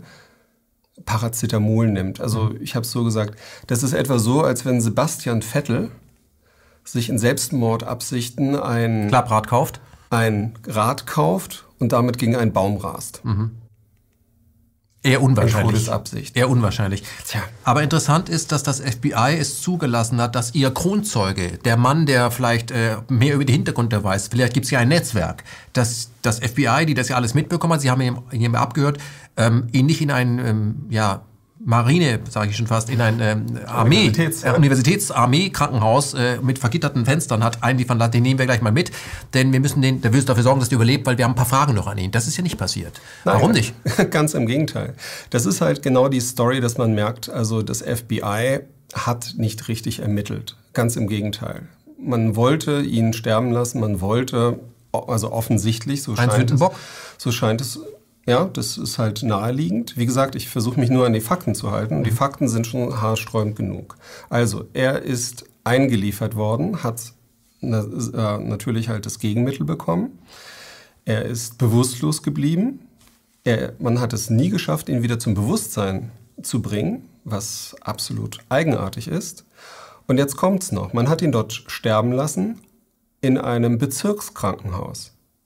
Paracetamol nimmt. Also mhm. ich habe es so gesagt, das ist etwa so, als wenn Sebastian Vettel sich in Selbstmordabsichten ein Klapprad kauft, ein Rad kauft und damit gegen einen Baum rast. Mhm. Eher unwahrscheinlich. Todesabsicht. Eher unwahrscheinlich. Tja. Aber interessant ist, dass das F B I es zugelassen hat, dass ihr Kronzeuge, der Mann, der vielleicht äh, mehr über die Hintergründe weiß, vielleicht gibt es ja ein Netzwerk, dass das F B I, die das ja alles mitbekommen hat, Sie haben ihn hier abgehört, ähm, ihn nicht in ein, ähm, ja, Marine, sage ich schon fast, in ein ähm, Armee, Universitäts, äh, Universitätsarmee-Krankenhaus äh, mit vergitterten Fenstern hat einliefern lassen. Den nehmen wir gleich mal mit, denn wir müssen den, der will dafür sorgen, dass der überlebt, weil wir haben ein paar Fragen noch an ihn. Das ist ja nicht passiert. Nein, warum nicht? Ganz im Gegenteil. Das ist halt genau die Story, dass man merkt, also das F B I hat nicht richtig ermittelt. Ganz im Gegenteil. Man wollte ihn sterben lassen, man wollte, also offensichtlich, so scheint es, so scheint es, ja, das ist halt naheliegend. Wie gesagt, ich versuche mich nur an die Fakten zu halten. Und die Fakten sind schon haarsträubend genug. Also, er ist eingeliefert worden, hat na, äh, natürlich halt das Gegenmittel bekommen. Er ist bewusstlos geblieben. Er, man hat es nie geschafft, ihn wieder zum Bewusstsein zu bringen, was absolut eigenartig ist. Und jetzt kommt's noch. Man hat ihn dort sterben lassen in einem Bezirkskrankenhaus,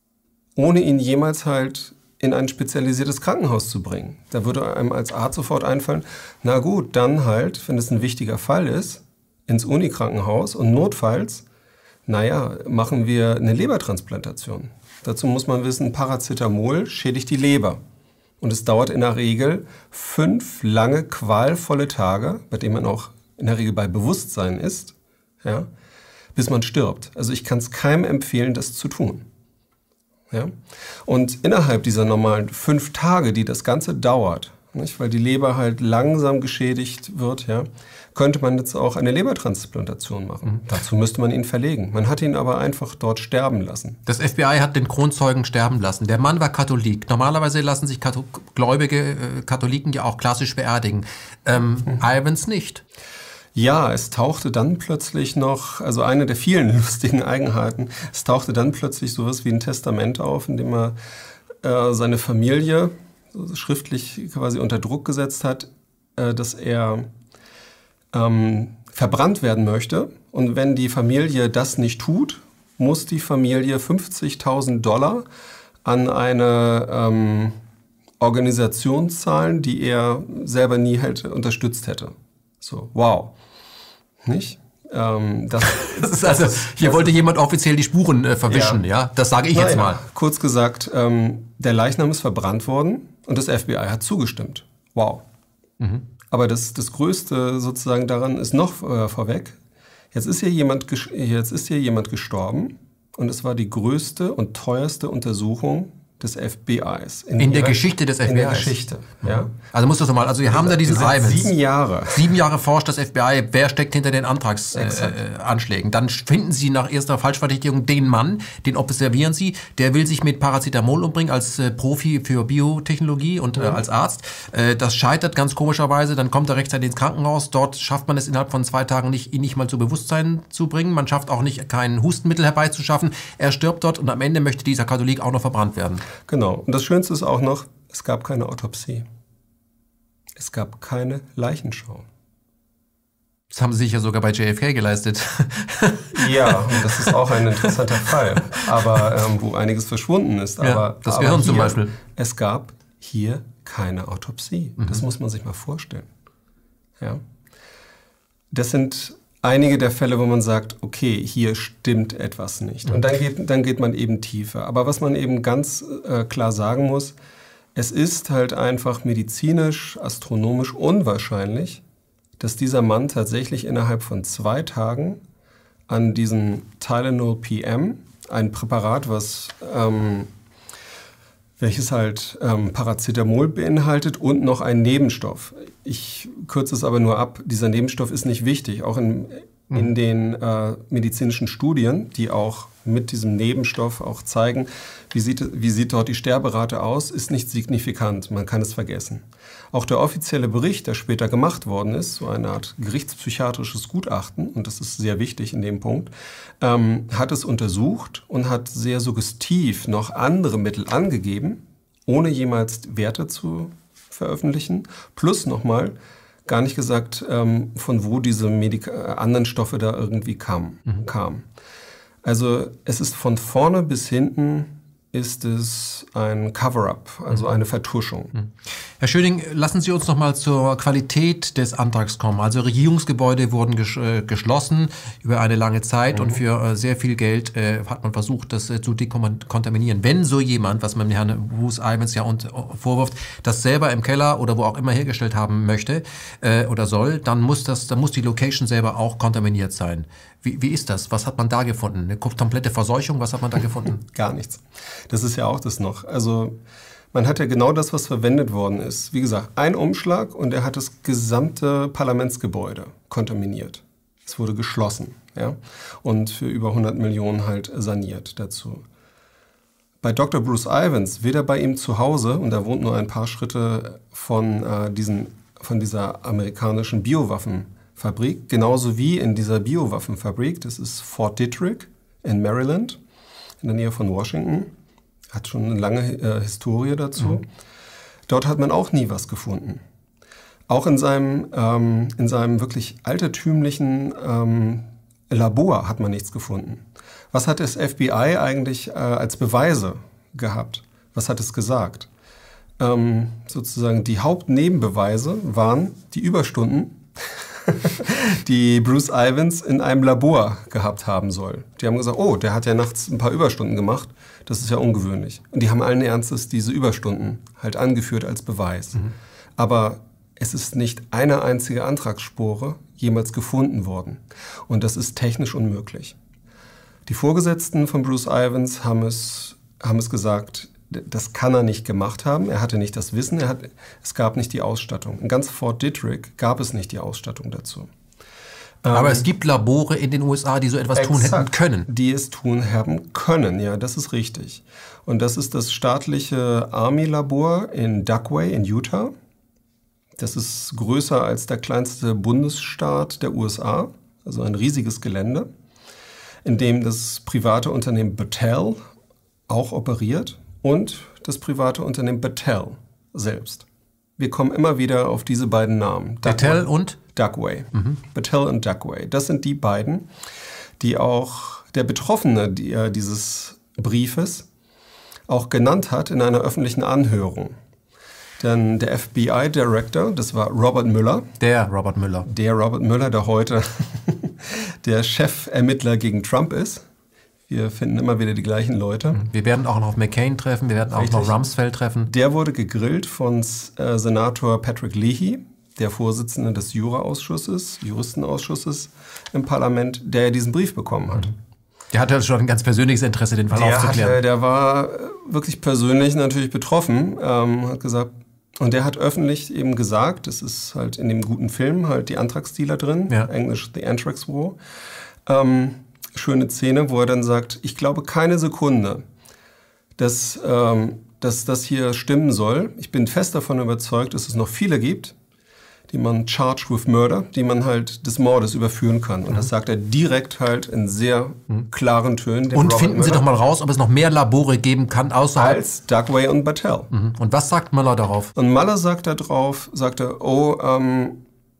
ohne ihn jemals halt in ein spezialisiertes Krankenhaus zu bringen. Da würde einem als Arzt sofort einfallen, na gut, dann halt, wenn es ein wichtiger Fall ist, ins Unikrankenhaus und notfalls, naja, machen wir eine Lebertransplantation. Dazu muss man wissen, Paracetamol schädigt die Leber. Und es dauert in der Regel fünf lange, qualvolle Tage, bei denen man auch in der Regel bei Bewusstsein ist, ja, bis man stirbt. Also ich kann es keinem empfehlen, das zu tun. Ja? Und innerhalb dieser normalen fünf Tage, die das Ganze dauert, nicht, weil die Leber halt langsam geschädigt wird, ja, könnte man jetzt auch eine Lebertransplantation machen. Mhm. Dazu müsste man ihn verlegen. Man hat ihn aber einfach dort sterben lassen. Das F B I hat den Kronzeugen sterben lassen. Der Mann war Katholik. Normalerweise lassen sich Kathol- gläubige äh, Katholiken ja auch klassisch beerdigen. Ähm, mhm. Ivins nicht. Ja, es tauchte dann plötzlich noch, also eine der vielen lustigen Eigenheiten, es tauchte dann plötzlich sowas wie ein Testament auf, in dem er äh, seine Familie schriftlich quasi unter Druck gesetzt hat, äh, dass er ähm, verbrannt werden möchte. Und wenn die Familie das nicht tut, muss die Familie fünfzigtausend Dollar an eine ähm, Organisation zahlen, die er selber nie halt unterstützt hätte. So, wow. Nicht? Ähm, das, das ist also, das ist, hier wollte ist, jemand offiziell die Spuren äh, verwischen, ja. ja? Das sage ich naja, jetzt mal. Kurz gesagt, ähm, der Leichnam ist verbrannt worden und das F B I hat zugestimmt. Wow. Mhm. Aber das, das Größte sozusagen daran ist noch äh, vorweg. Jetzt ist, hier jemand, jetzt ist hier jemand gestorben und es war die größte und teuerste Untersuchung des F B Is. In, in der Geschichte des F B Is? In der Geschichte, mhm. ja. Also musst du es nochmal, also wir haben da diesen Ivans. Sieben Jahre. Sieben Jahre forscht das F B I, wer steckt hinter den Antragsanschlägen. Äh, Dann finden sie nach erster Falschverdächtigung den Mann, den observieren sie, der will sich mit Paracetamol umbringen als äh, Profi für Biotechnologie und äh, mhm. als Arzt. Äh, das scheitert ganz komischerweise, dann kommt er rechtzeitig ins Krankenhaus, dort schafft man es innerhalb von zwei Tagen nicht, ihn nicht mal zu Bewusstsein zu bringen, man schafft auch nicht, kein Hustenmittel herbeizuschaffen, er stirbt dort und am Ende möchte dieser Katholik auch noch verbrannt werden. Genau. Und das Schönste ist auch noch, es gab keine Autopsie. Es gab keine Leichenschau. Das haben sie sich ja sogar bei J F K geleistet. Ja, und das ist auch ein interessanter Fall, aber ähm, wo einiges verschwunden ist. Aber, ja, das aber Gehirn hier, zum Beispiel. Es gab hier keine Autopsie. Mhm. Das muss man sich mal vorstellen. Ja. Das sind einige der Fälle, wo man sagt, okay, hier stimmt etwas nicht. Und dann geht, dann geht man eben tiefer. Aber was man eben ganz äh, klar sagen muss, es ist halt einfach medizinisch, astronomisch unwahrscheinlich, dass dieser Mann tatsächlich innerhalb von zwei Tagen an diesem Tylenol P M, ein Präparat, was, ähm, welches halt ähm, Paracetamol beinhaltet und noch einen Nebenstoff. Ich kürze es aber nur ab, dieser Nebenstoff ist nicht wichtig. Auch in, in den äh, medizinischen Studien, die auch mit diesem Nebenstoff auch zeigen, wie sieht, wie sieht dort die Sterberate aus, ist nicht signifikant, man kann es vergessen. Auch der offizielle Bericht, der später gemacht worden ist, so eine Art gerichtspsychiatrisches Gutachten, und das ist sehr wichtig in dem Punkt, ähm, hat es untersucht und hat sehr suggestiv noch andere Mittel angegeben, ohne jemals Werte zu veröffentlichen, plus nochmal gar nicht gesagt, ähm, von wo diese Medik- äh, anderen Stoffe da irgendwie kamen, mhm. kamen. Also es ist von vorne bis hinten ist es ein Cover-up, also eine Vertuschung. Herr Schöning, lassen Sie uns noch mal zur Qualität des Antrags kommen. Also Regierungsgebäude wurden ges- äh, geschlossen über eine lange Zeit mhm. und für äh, sehr viel Geld äh, hat man versucht, das äh, zu dekontaminieren. Wenn so jemand, was man Herrn Bruce Ivans ja und, äh, vorwirft, das selber im Keller oder wo auch immer hergestellt haben möchte äh, oder soll, dann muss das, dann muss die Location selber auch kontaminiert sein. Wie, wie ist das? Was hat man da gefunden? Eine komplette Verseuchung? Was hat man da gefunden? Gar nichts. Das ist ja auch das noch. Also man hat ja genau das, was verwendet worden ist. Wie gesagt, ein Umschlag und er hat das gesamte Parlamentsgebäude kontaminiert. Es wurde geschlossen, ja, und für über hundert Millionen halt saniert dazu. Bei Doktor Bruce Ivans, weder bei ihm zu Hause, und er wohnt nur ein paar Schritte von, äh, diesen, von dieser amerikanischen Biowaffenfabrik, genauso wie in dieser Biowaffenfabrik, das ist Fort Detrick in Maryland, in der Nähe von Washington, hat schon eine lange äh, Historie dazu. Mhm. Dort hat man auch nie was gefunden. Auch in seinem, ähm, in seinem wirklich altertümlichen ähm, Labor hat man nichts gefunden. Was hat das F B I eigentlich äh, als Beweise gehabt? Was hat es gesagt? Ähm, sozusagen die Hauptnebenbeweise waren die Überstunden, die Bruce Ivans in einem Labor gehabt haben soll. Die haben gesagt, oh, der hat ja nachts ein paar Überstunden gemacht. Das ist ja ungewöhnlich. Und die haben allen Ernstes diese Überstunden halt angeführt als Beweis. Mhm. Aber es ist nicht eine einzige Antragsspore jemals gefunden worden. Und das ist technisch unmöglich. Die Vorgesetzten von Bruce Ivans haben es, haben es gesagt, das kann er nicht gemacht haben. Er hatte nicht das Wissen, er hat, es gab nicht die Ausstattung. In ganz Fort Detrick gab es nicht die Ausstattung dazu. Aber ähm, es gibt Labore in den U S A, die so etwas exakt, tun hätten können. Die es tun haben können, ja, das ist richtig. Und das ist das staatliche Army-Labor in Dugway in Utah. Das ist größer als der kleinste Bundesstaat der U S A, also ein riesiges Gelände, in dem das private Unternehmen Battelle auch operiert und das private Unternehmen Battelle selbst. Wir kommen immer wieder auf diese beiden Namen. Battelle und? Dugway. Mhm. Battelle und Dugway. Das sind die beiden, die auch der Betroffene dieses Briefes auch genannt hat in einer öffentlichen Anhörung. Denn der F B I-Director, das war Robert Mueller. Der Robert Mueller. Der Robert Mueller, der heute der Chefermittler gegen Trump ist. Wir finden immer wieder die gleichen Leute. Wir werden auch noch auf McCain treffen, wir werden auch Richtig. noch Rumsfeld treffen. Der wurde gegrillt von äh, Senator Patrick Leahy, der Vorsitzende des Jura-Ausschusses, Juristenausschusses im Parlament, der ja diesen Brief bekommen hat. Mhm. Der hatte schon ein ganz persönliches Interesse, den Fall der aufzuklären. Hatte, der war wirklich persönlich natürlich betroffen, ähm, hat gesagt, und der hat öffentlich eben gesagt, das ist halt in dem guten Film halt die Antrax-Dealer drin, ja. Englisch The Anthrax War. Ähm, schöne Szene, wo er dann sagt, ich glaube keine Sekunde, dass, ähm, dass das hier stimmen soll. Ich bin fest davon überzeugt, dass es noch viele gibt, die man charged with murder, die man halt des Mordes überführen kann. Und mhm. das sagt er direkt halt in sehr mhm. klaren Tönen. Und Robert finden Müller. Sie doch mal raus, ob es noch mehr Labore geben kann, außerhalb... Als Dugway und Battelle. Mhm. Und was sagt Mueller darauf? Und Mueller sagt da drauf, sagt er, oh, ähm,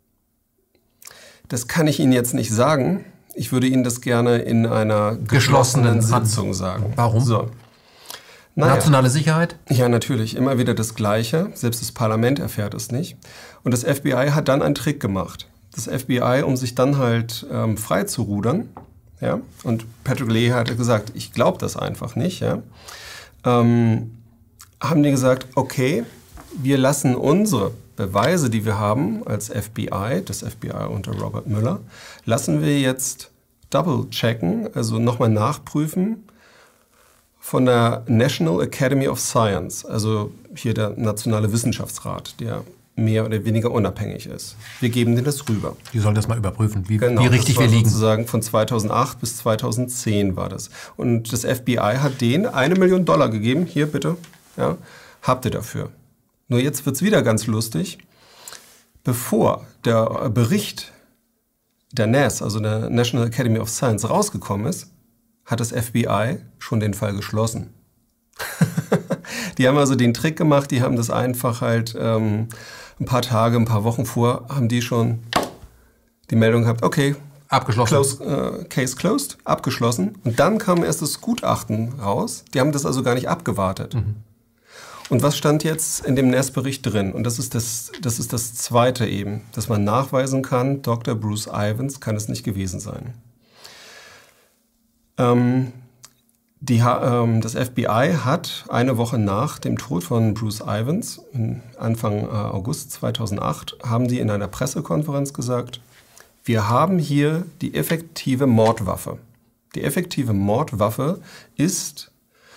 das kann ich Ihnen jetzt nicht sagen. Ich würde Ihnen das gerne in einer geschlossenen, geschlossenen Sitzung sagen. Warum? So. Naja. Nationale Sicherheit? Ja, natürlich. Immer wieder das Gleiche. Selbst das Parlament erfährt es nicht. Und das F B I hat dann einen Trick gemacht. Das F B I, um sich dann halt ähm, frei zu rudern. Ja? Und Patrick Leahy hatte gesagt, ich glaube das einfach nicht. Ja? Ähm, haben die gesagt, okay, wir lassen unsere Beweise, die wir haben als F B I, das F B I unter Robert Mueller, lassen wir jetzt double checken, also nochmal nachprüfen, von der National Academy of Science, also hier der Nationale Wissenschaftsrat, der mehr oder weniger unabhängig ist. Wir geben denen das rüber. Die sollen das mal überprüfen, wie, genau, wie richtig das war wir liegen. Sozusagen von zweitausendacht bis zweitausendzehn war das. Und das F B I hat denen eine Million Dollar gegeben. Hier bitte, ja, habt ihr dafür. Nur jetzt wird's wieder ganz lustig. Bevor der Bericht der N A S, also der National Academy of Science, rausgekommen ist, hat das F B I schon den Fall geschlossen. Die haben also den Trick gemacht, die haben das einfach halt ähm, ein paar Tage, ein paar Wochen vor, haben die schon die Meldung gehabt, okay, abgeschlossen. Close, äh, Case closed, abgeschlossen. Und dann kam erst das Gutachten raus. Die haben das also gar nicht abgewartet. Mhm. Und was stand jetzt in dem N A S-Bericht drin? Und das ist das, das ist das Zweite eben, dass man nachweisen kann, Doktor Bruce Ivins kann es nicht gewesen sein. Ähm, die, ähm, das F B I hat eine Woche nach dem Tod von Bruce Ivins, Anfang äh, August zweitausendacht, haben die in einer Pressekonferenz gesagt, wir haben hier die effektive Mordwaffe. Die effektive Mordwaffe ist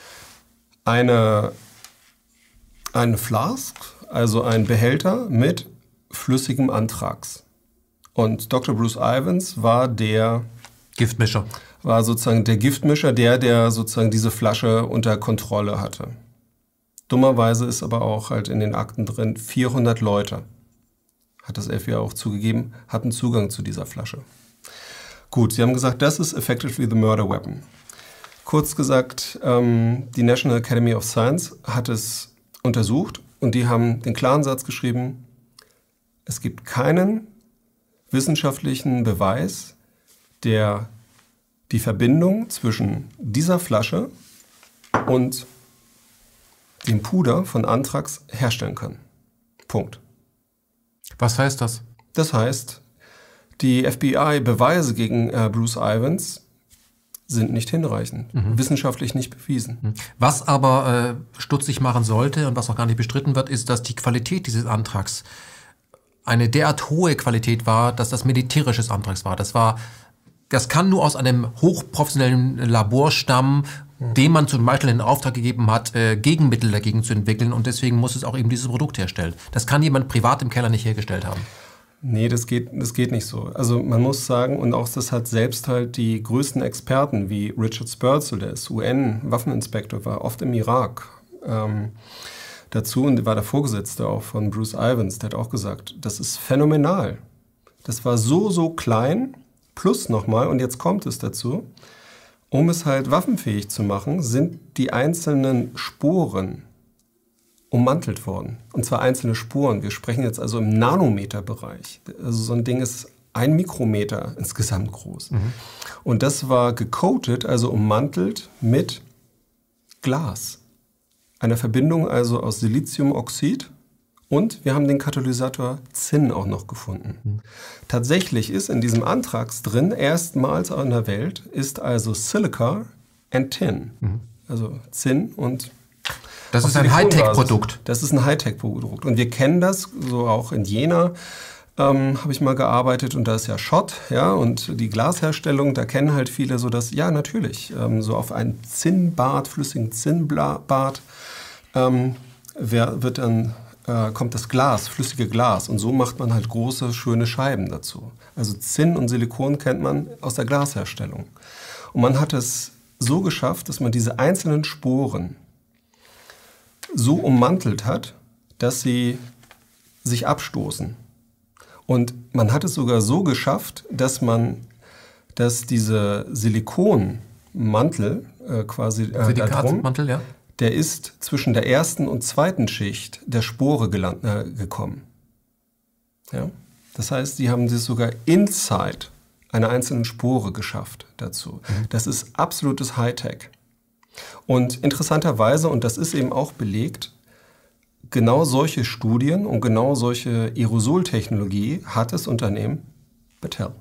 eine, eine Flask, also ein Behälter mit flüssigem Anthrax. Und Doktor Bruce Ivins war der Giftmischer. War sozusagen der Giftmischer, der, der sozusagen diese Flasche unter Kontrolle hatte. Dummerweise ist aber auch halt in den Akten drin, vierhundert Leute, hat das F B I auch zugegeben, hatten Zugang zu dieser Flasche. Gut, sie haben gesagt, das ist effectively the murder weapon. Kurz gesagt, ähm, die National Academy of Science hat es untersucht und die haben den klaren Satz geschrieben, es gibt keinen wissenschaftlichen Beweis, der die Verbindung zwischen dieser Flasche und dem Puder von Anthrax herstellen kann. Punkt. Was heißt das? Das heißt, die F B I-Beweise gegen äh, Bruce Ivins sind nicht hinreichend, mhm. wissenschaftlich nicht bewiesen. Was aber äh, stutzig machen sollte und was auch gar nicht bestritten wird, ist, dass die Qualität dieses Anthrax eine derart hohe Qualität war, dass das militärisches Anthrax war. Das war Das kann nur aus einem hochprofessionellen Labor stammen, mhm. dem man zum Beispiel in Auftrag gegeben hat, äh, Gegenmittel dagegen zu entwickeln. Und deswegen muss es auch eben dieses Produkt herstellen. Das kann jemand privat im Keller nicht hergestellt haben. Nee, das geht, das geht nicht so. Also man muss sagen, und auch das hat selbst halt die größten Experten wie Richard Spurzel, der ist U N-Waffeninspektor, war oft im Irak, ähm, dazu und war der Vorgesetzte auch von Bruce Ivins, der hat auch gesagt, das ist phänomenal. Das war so, so klein. Plus nochmal, und jetzt kommt es dazu, um es halt waffenfähig zu machen, sind die einzelnen Sporen ummantelt worden. Und zwar einzelne Spuren. Wir sprechen jetzt also im Nanometerbereich. Also so ein Ding ist ein Mikrometer insgesamt groß. Mhm. Und das war gecoatet, also ummantelt mit Glas. Einer Verbindung also aus Siliziumoxid. Und wir haben den Katalysator Zinn auch noch gefunden. Mhm. Tatsächlich ist in diesem Anthrax drin, erstmals in der Welt, ist also Silica and Tin. Mhm. Also Zinn und Das ist ein Hightech-Produkt. Das ist ein Hightech-Produkt. Und wir kennen das so auch in Jena. ähm, habe ich mal gearbeitet und da ist ja Schott, ja, und die Glasherstellung, da kennen halt viele so das, ja natürlich, ähm, so auf einen Zinnbad, flüssigen Zinnbad ähm, wer, wird dann, äh, kommt das Glas, flüssige Glas und so macht man halt große, schöne Scheiben dazu. Also Zinn und Silikon kennt man aus der Glasherstellung. Und man hat es so geschafft, dass man diese einzelnen Sporen so ummantelt hat, dass sie sich abstoßen. Und man hat es sogar so geschafft, dass man, dass diese Silikonmantel äh, quasi äh, da drum, ja. der ist zwischen der ersten und zweiten Schicht der Spore geland, äh, gekommen. Ja? Das heißt, die haben das sogar inside einer einzelnen Spore geschafft dazu. Mhm. Das ist absolutes Hightech. Und interessanterweise, und das ist eben auch belegt, genau solche Studien und genau solche Aerosoltechnologie hat das Unternehmen Battelle.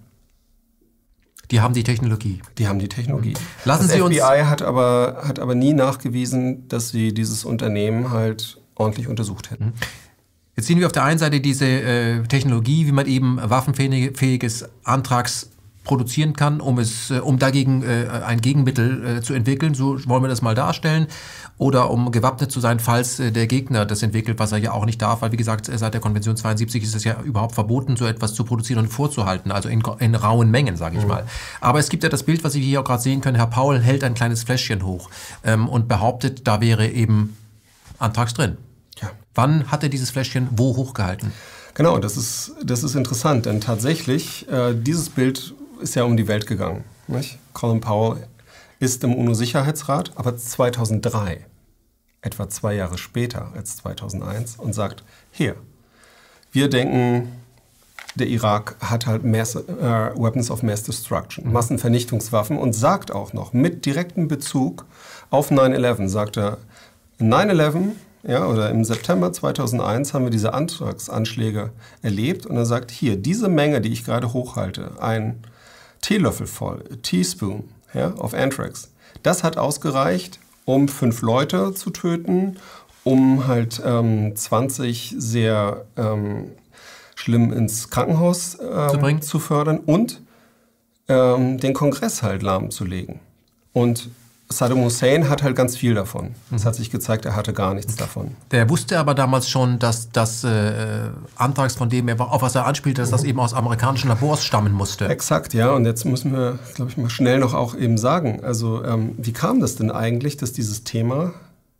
Die haben die Technologie. Die haben die Technologie. Lassen das Sie F B I uns hat aber, hat aber nie nachgewiesen, dass sie dieses Unternehmen halt ordentlich untersucht hätten. Jetzt sehen wir auf der einen Seite diese äh, Technologie, wie man eben waffenfähiges Anthrax produzieren kann, um es, äh, um dagegen äh, ein Gegenmittel äh, zu entwickeln, so wollen wir das mal darstellen, oder um gewappnet zu sein, falls äh, der Gegner das entwickelt, was er ja auch nicht darf, weil wie gesagt, seit der Konvention zweiundsiebzig ist es ja überhaupt verboten, so etwas zu produzieren und vorzuhalten, also in, in rauen Mengen, sage ich mhm. mal. Aber es gibt ja das Bild, was Sie hier auch gerade sehen können, Herr Paul hält ein kleines Fläschchen hoch ähm, und behauptet, da wäre eben Anthrax drin. Ja. Wann hat er dieses Fläschchen wo hochgehalten? Genau, das ist, das ist interessant, denn tatsächlich, äh, dieses Bild ist ja um die Welt gegangen. Nicht? Colin Powell ist im UNO-Sicherheitsrat, aber zweitausenddrei, etwa zwei Jahre später als zweitausendeins, und sagt, hier, wir denken, der Irak hat halt Mass, äh, Weapons of Mass Destruction, mhm. Massenvernichtungswaffen, und sagt auch noch, mit direktem Bezug auf nine eleven, sagt er, nine eleven, ja, oder im September zweitausendeins haben wir diese Anthrax-Anschläge erlebt, und er sagt, hier, diese Menge, die ich gerade hochhalte, ein Teelöffel voll, Teaspoon, ja, auf Anthrax. Das hat ausgereicht, um fünf Leute zu töten, um halt ähm, zwanzig sehr ähm, schlimm ins Krankenhaus ähm, zu, bringen. zu fördern und ähm, den Kongress halt lahmzulegen. Und Saddam Hussein hat halt ganz viel davon. Es hat sich gezeigt, er hatte gar nichts davon. Der wusste aber damals schon, dass das äh, Anthrax, von dem er, auf was er anspielte, dass das eben aus amerikanischen Labors stammen musste. Exakt, ja. Und jetzt müssen wir, glaube ich, mal schnell noch auch eben sagen, also ähm, wie kam das denn eigentlich, dass dieses Thema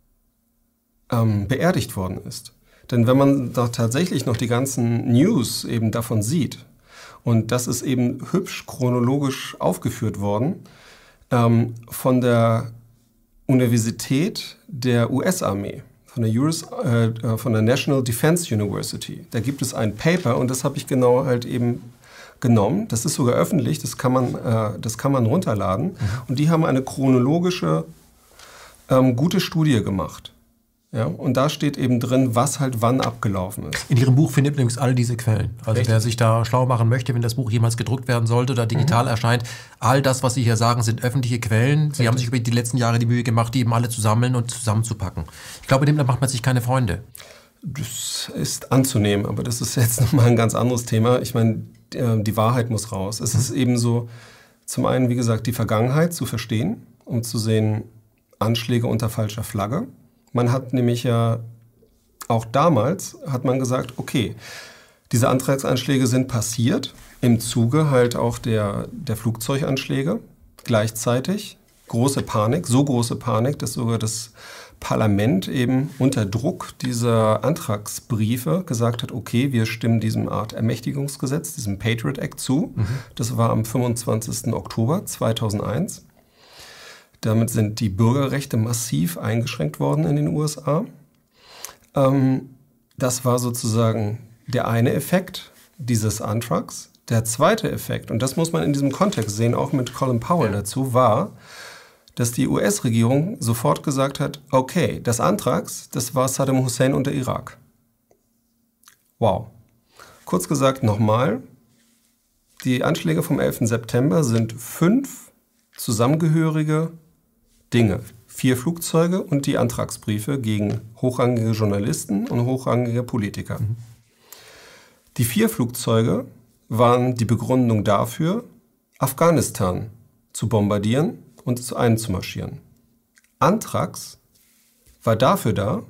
ähm, beerdigt worden ist? Denn wenn man da tatsächlich noch die ganzen News eben davon sieht, und das ist eben hübsch chronologisch aufgeführt worden, Ähm, von der Universität der U S-Armee, von der, US, äh, von der National Defense University. Da gibt es ein Paper, und das habe ich genau halt eben genommen. Das ist sogar öffentlich, das kann man, äh, das kann man runterladen. Mhm. Und die haben eine chronologische, ähm, gute Studie gemacht. Ja, und da steht eben drin, was halt wann abgelaufen ist. In Ihrem Buch findet übrigens all diese Quellen. Also Richtig. Wer sich da schlau machen möchte, wenn das Buch jemals gedruckt werden sollte oder digital mhm. erscheint, all das, was Sie hier sagen, sind öffentliche Quellen. Sie Richtig. haben sich über die letzten Jahre die Mühe gemacht, die eben alle zu sammeln und zusammenzupacken. Ich glaube, dem macht man sich keine Freunde. Das ist anzunehmen, aber das ist jetzt nochmal ein ganz anderes Thema. Ich meine, die Wahrheit muss raus. Es mhm. ist eben so, zum einen, wie gesagt, die Vergangenheit zu verstehen, um zu sehen, Anschläge unter falscher Flagge. Man hat nämlich ja, auch damals hat man gesagt, okay, diese Anthrax-Anschläge sind passiert, im Zuge halt auch der, der Flugzeuganschläge, gleichzeitig große Panik, so große Panik, dass sogar das Parlament eben unter Druck dieser Antragsbriefe gesagt hat, okay, wir stimmen diesem Art Ermächtigungsgesetz, diesem Patriot Act zu. Mhm. Das war am fünfundzwanzigsten Oktober zweitausendeins. Damit sind die Bürgerrechte massiv eingeschränkt worden in den U S A. Ähm, das war sozusagen der eine Effekt dieses Antrags. Der zweite Effekt, und das muss man in diesem Kontext sehen, auch mit Colin Powell ja. dazu, war, dass die U S-Regierung sofort gesagt hat, okay, das Anthrax, das war Saddam Hussein und der Irak. Wow. Kurz gesagt nochmal, die Anschläge vom elften September sind fünf zusammengehörige Dinge. Vier Flugzeuge und die Antragsbriefe gegen hochrangige Journalisten und hochrangige Politiker. Mhm. Die vier Flugzeuge waren die Begründung dafür, Afghanistan zu bombardieren und einzumarschieren. Anthrax war dafür da,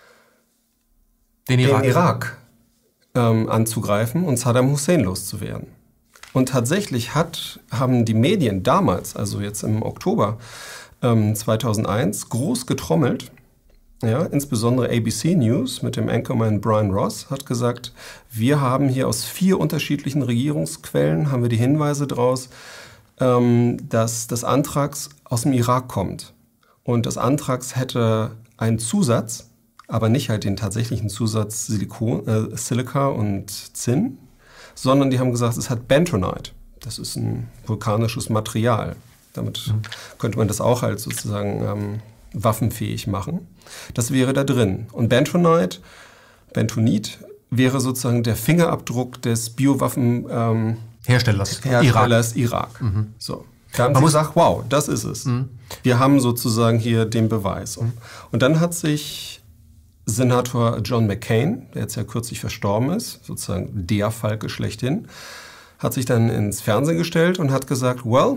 den Irak, den Irak ähm, anzugreifen und Saddam Hussein loszuwerden. Und tatsächlich hat, haben die Medien damals, also jetzt im Oktober ähm, zweitausendeins, groß getrommelt. Ja, insbesondere A B C News mit dem Anchorman Brian Ross hat gesagt, wir haben hier aus vier unterschiedlichen Regierungsquellen, haben wir die Hinweise draus, ähm, dass das Anthrax aus dem Irak kommt. Und das Anthrax hätte einen Zusatz, aber nicht halt den tatsächlichen Zusatz Silikon, äh, Silica und Zinn, sondern die haben gesagt, es hat Bentonite. Das ist ein vulkanisches Material. Damit mhm. könnte man das auch halt sozusagen ähm, waffenfähig machen. Das wäre da drin. Und Bentonite, Bentonit wäre sozusagen der Fingerabdruck des Biowaffen ähm, Herstellers, Herstellers Irak. Irak. Mhm. So. Da haben Man sie gesagt, wow, das ist es. Mhm. Wir haben sozusagen hier den Beweis. Mhm. Und dann hat sich Senator John McCain, der jetzt ja kürzlich verstorben ist, sozusagen der Falke schlechthin, hat sich dann ins Fernsehen gestellt und hat gesagt, well,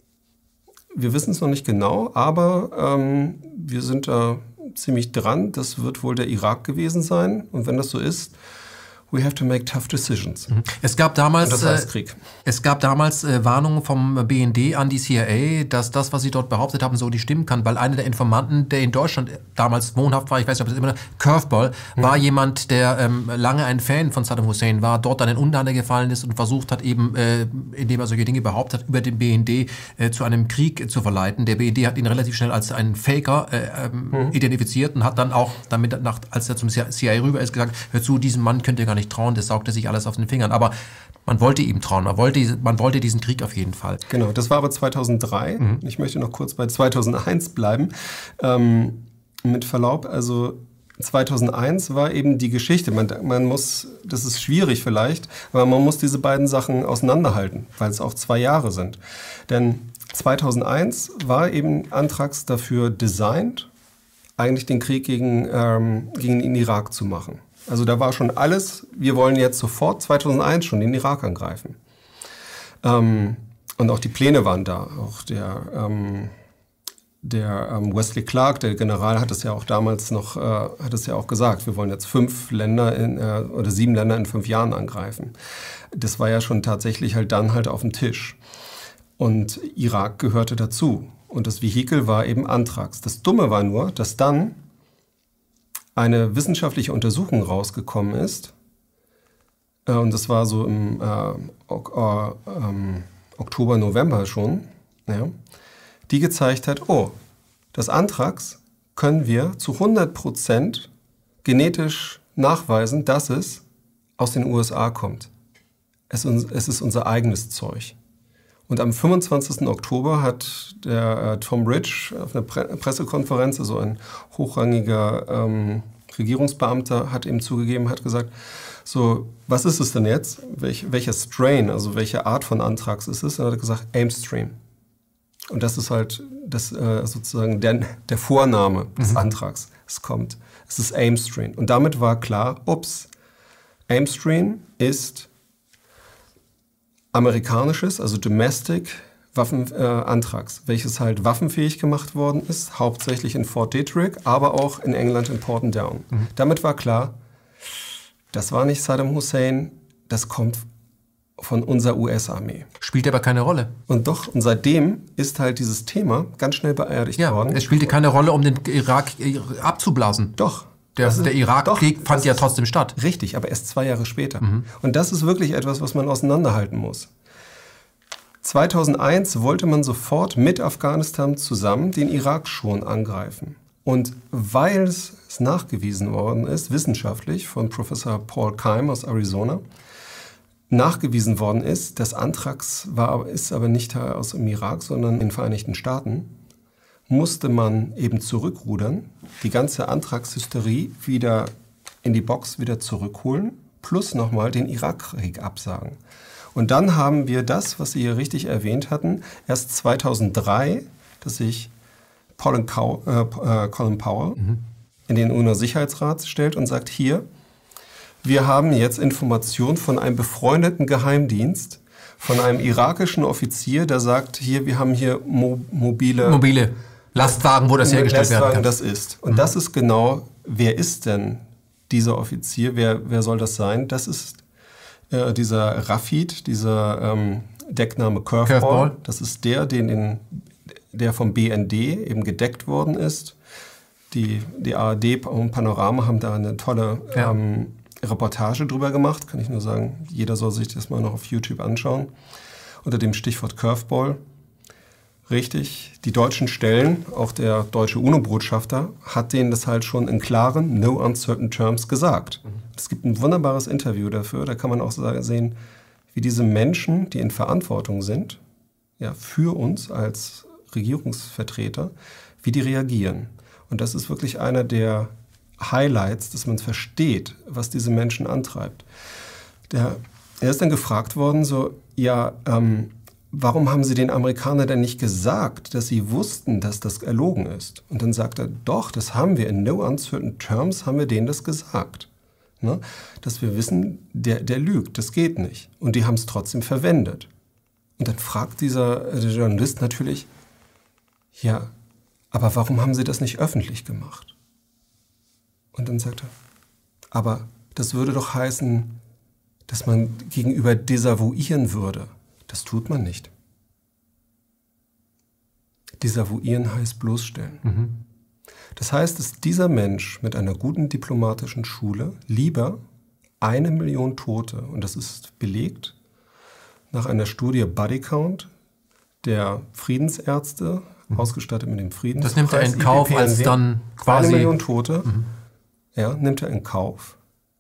wir wissen es noch nicht genau, aber ähm, wir sind da ziemlich dran. Das wird wohl der Irak gewesen sein. Und wenn das so ist, we have to make tough decisions. Es gab damals, und das heißt Krieg. Äh, es gab damals äh, Warnungen vom B N D an die C I A, dass das, was sie dort behauptet haben, so nicht stimmen kann, weil einer der Informanten, der in Deutschland damals wohnhaft war, ich weiß nicht, ob das immer noch, Curveball, mhm. war jemand, der ähm, lange ein Fan von Saddam Hussein war, dort dann in Ungnade gefallen ist und versucht hat, eben, äh, indem er solche Dinge behauptet hat, über den B N D äh, zu einem Krieg äh, zu verleiten. Der B N D hat ihn relativ schnell als einen Faker äh, ähm, mhm. identifiziert und hat dann auch, damit, nach, als er zum C I A rüber ist, gesagt, hör zu, diesem Mann könnt ihr gar nicht trauen, das saugte sich alles auf den Fingern. Aber man wollte ihm trauen, man wollte, man wollte diesen Krieg auf jeden Fall. Genau, das war aber zweitausenddrei. Mhm. Ich möchte noch kurz bei zweitausendeins bleiben. Ähm, mit Verlaub, also zweitausendeins war eben die Geschichte. Man, man muss, das ist schwierig vielleicht, aber man muss diese beiden Sachen auseinanderhalten, weil es auch zwei Jahre sind. Denn zweitausendeins war eben Anthrax dafür designt, eigentlich den Krieg gegen, ähm, gegen den Irak zu machen. Also da war schon alles, wir wollen jetzt sofort zweitausendeins schon den Irak angreifen. Ähm, und auch die Pläne waren da. Auch der, ähm, der ähm, Wesley Clark, der General, hat es ja auch damals noch, äh, hat es ja auch gesagt, wir wollen jetzt fünf Länder in, äh, oder sieben Länder in fünf Jahren angreifen. Das war ja schon tatsächlich halt dann halt auf dem Tisch. Und Irak gehörte dazu. Und das Vehikel war eben Anthrax. Das Dumme war nur, dass dann eine wissenschaftliche Untersuchung rausgekommen ist, äh, und das war so im äh, ok- äh, ähm, Oktober, November schon, ja, die gezeigt hat, oh, das Anthrax können wir zu hundert Prozent genetisch nachweisen, dass es aus den U S A kommt. Es, es ist unser eigenes Zeug. Und am fünfundzwanzigsten Oktober hat der äh, Tom Ridge auf einer Pre- Pressekonferenz, also ein hochrangiger ähm, Regierungsbeamter, hat ihm zugegeben, hat gesagt, so, was ist es denn jetzt? Welch, welcher Strain, also welche Art von Anthrax ist es? Und er hat gesagt, Aimstream. Und das ist halt das, äh, sozusagen der, der Vorname des mhm. Anthrax. Es kommt, es ist Aimstream. Und damit war klar, ups, Aimstream ist amerikanisches, also Domestic Waffen, äh, Anthrax, welches halt waffenfähig gemacht worden ist, hauptsächlich in Fort Detrick, aber auch in England in Porton Down. Mhm. Damit war klar, das war nicht Saddam Hussein, das kommt von unserer U S-Armee. Spielt aber keine Rolle. Und doch, und seitdem ist halt dieses Thema ganz schnell beerdigt ja, worden. Es spielte keine Rolle, um den Irak abzublasen. Doch. Der, ist, der Irakkrieg fand ja trotzdem statt. Richtig, aber erst zwei Jahre später. Mhm. Und das ist wirklich etwas, was man auseinanderhalten muss. zweitausendeins wollte man sofort mit Afghanistan zusammen den Irak schon angreifen. Und weil es nachgewiesen worden ist, wissenschaftlich von Professor Paul Keim aus Arizona, nachgewiesen worden ist, dass Anthrax war, ist aber nicht aus dem Irak, sondern in den Vereinigten Staaten, musste man eben zurückrudern, die ganze Anthrax-Hysterie wieder in die Box wieder zurückholen, plus nochmal den Irakkrieg absagen. Und dann haben wir das, was Sie hier richtig erwähnt hatten, erst zweitausenddrei, dass sich Colin, Cow, äh, Colin Powell mhm. in den U N O-Sicherheitsrat stellt und sagt, hier, wir haben jetzt Informationen von einem befreundeten Geheimdienst, von einem irakischen Offizier, der sagt, hier, wir haben hier mo- mobile... Mobile Lastwagen, wo das hergestellt werden kann. Das ist. Und mhm. das ist genau, wer ist denn dieser Offizier? Wer, wer soll das sein? Das ist äh, dieser Rafid, dieser ähm, Deckname Curveball. Curveball. Das ist der, den in, der vom B N D eben gedeckt worden ist. Die, die A R D und Panorama haben da eine tolle ja. ähm, Reportage drüber gemacht. Kann ich nur sagen, jeder soll sich das mal noch auf YouTube anschauen. Unter dem Stichwort Curveball. Richtig, die deutschen Stellen, auch der deutsche UNO-Botschafter, hat denen das halt schon in klaren, no uncertain terms gesagt. Mhm. Es gibt ein wunderbares Interview dafür, da kann man auch sehen, wie diese Menschen, die in Verantwortung sind, ja, für uns als Regierungsvertreter, wie die reagieren. Und das ist wirklich einer der Highlights, dass man versteht, was diese Menschen antreibt. Der, er ist dann gefragt worden, so, ja, ähm, warum haben Sie den Amerikanern denn nicht gesagt, dass Sie wussten, dass das erlogen ist? Und dann sagt er, doch, das haben wir in no uncertain terms, haben wir denen das gesagt. Ne? Dass wir wissen, der, der lügt, das geht nicht. Und die haben es trotzdem verwendet. Und dann fragt dieser der Journalist natürlich, ja, aber warum haben Sie das nicht öffentlich gemacht? Und dann sagt er, aber das würde doch heißen, dass man gegenüber desavouieren würde. Das tut man nicht. Desavouieren heißt bloßstellen. Mhm. Das heißt, dass dieser Mensch mit einer guten diplomatischen Schule lieber eine Million Tote, und das ist belegt nach einer Studie Body Count der Friedensärzte, mhm. ausgestattet mit dem Friedenspreis. Das nimmt er in Kauf, als dann quasi... Eine Million Tote, mhm. ja, nimmt er in Kauf.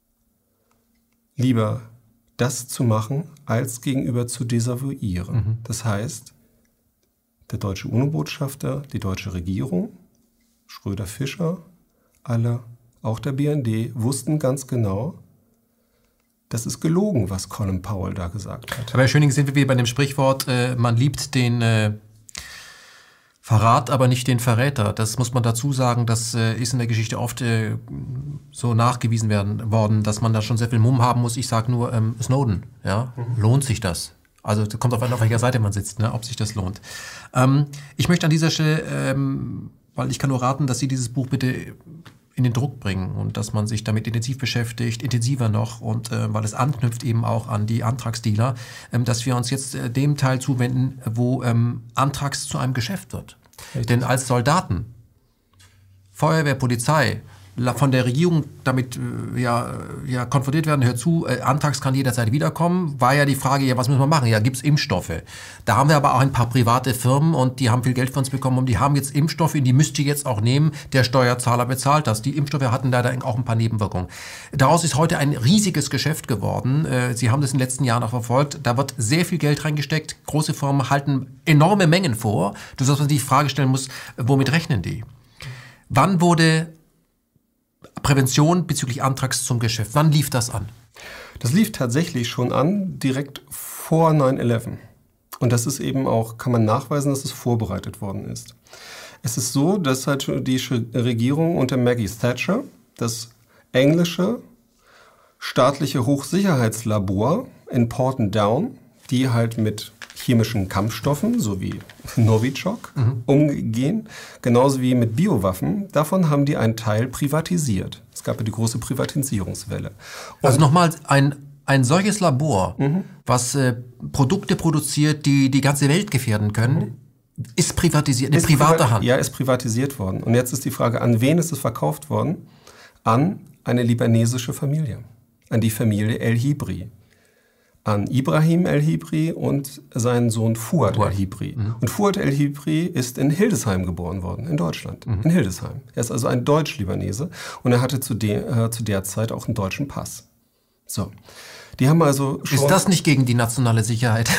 Lieber das zu machen, als gegenüber zu desavouieren. Mhm. Das heißt, der deutsche UNO-Botschafter, die deutsche Regierung, Schröder-Fischer, alle, auch der B N D, wussten ganz genau, das ist gelogen, was Colin Powell da gesagt hat. Aber Herr Schöning, sind wir wieder bei dem Sprichwort, äh, man liebt den äh, Verrat, aber nicht den Verräter. Das muss man dazu sagen, das äh, ist in der Geschichte oft äh, so nachgewiesen werden worden, dass man da schon sehr viel Mumm haben muss. Ich sage nur ähm, Snowden, ja, mhm. lohnt sich das? Also kommt auf an, auf welcher Seite man sitzt, ne, ob sich das lohnt. Ähm, ich möchte an dieser Stelle, ähm, weil ich kann nur raten, dass Sie dieses Buch bitte in den Druck bringen und dass man sich damit intensiv beschäftigt, intensiver noch, und äh, weil es anknüpft eben auch an die Antragsdealer, ähm, dass wir uns jetzt äh, dem Teil zuwenden, wo ähm, Antrags zu einem Geschäft wird. Richtig. Denn als Soldaten, Feuerwehr, Polizei, von der Regierung damit äh, ja, ja, konfrontiert werden, hört zu, äh, Antrags kann jederzeit wiederkommen, war ja die Frage, ja, was müssen wir machen? Ja, gibt's Impfstoffe? Da haben wir aber auch ein paar private Firmen, und die haben viel Geld von uns bekommen, und die haben jetzt Impfstoffe, und die müsst ihr jetzt auch nehmen, der Steuerzahler bezahlt das. Die Impfstoffe hatten leider auch ein paar Nebenwirkungen. Daraus ist heute ein riesiges Geschäft geworden. Äh, Sie haben das in den letzten Jahren auch verfolgt. Da wird sehr viel Geld reingesteckt. Große Firmen halten enorme Mengen vor, dass man sich die Frage stellen muss, womit rechnen die? Wann wurde Prävention bezüglich Antrags zum Geschäft, wann lief das an? Das lief tatsächlich schon an, direkt vor neun elf. Und das ist eben auch, kann man nachweisen, dass es vorbereitet worden ist. Es ist so, dass halt die Regierung unter Maggie Thatcher das englische staatliche Hochsicherheitslabor in Porton Down, die halt mit chemischen Kampfstoffen, so wie Novichok, mhm. umgehen, genauso wie mit Biowaffen. Davon haben die einen Teil privatisiert. Es gab ja die große Privatisierungswelle. Und also nochmal, ein, ein solches Labor, mhm. was äh, Produkte produziert, die die ganze Welt gefährden können, mhm. ist privatisiert, eine ist private privat- Hand. Ja, ist privatisiert worden. Und jetzt ist die Frage, an wen ist es verkauft worden? An eine libanesische Familie, an die Familie El-Hibri. An Ibrahim El-Hibri und seinen Sohn Fuad El-Hibri. Mhm. Und Fuad El-Hibri ist in Hildesheim geboren worden, in Deutschland, mhm. in Hildesheim. Er ist also ein Deutsch-Libanese, und er hatte zu, de- äh, zu der Zeit auch einen deutschen Pass. So, die haben also schon... Ist das nicht gegen die nationale Sicherheit?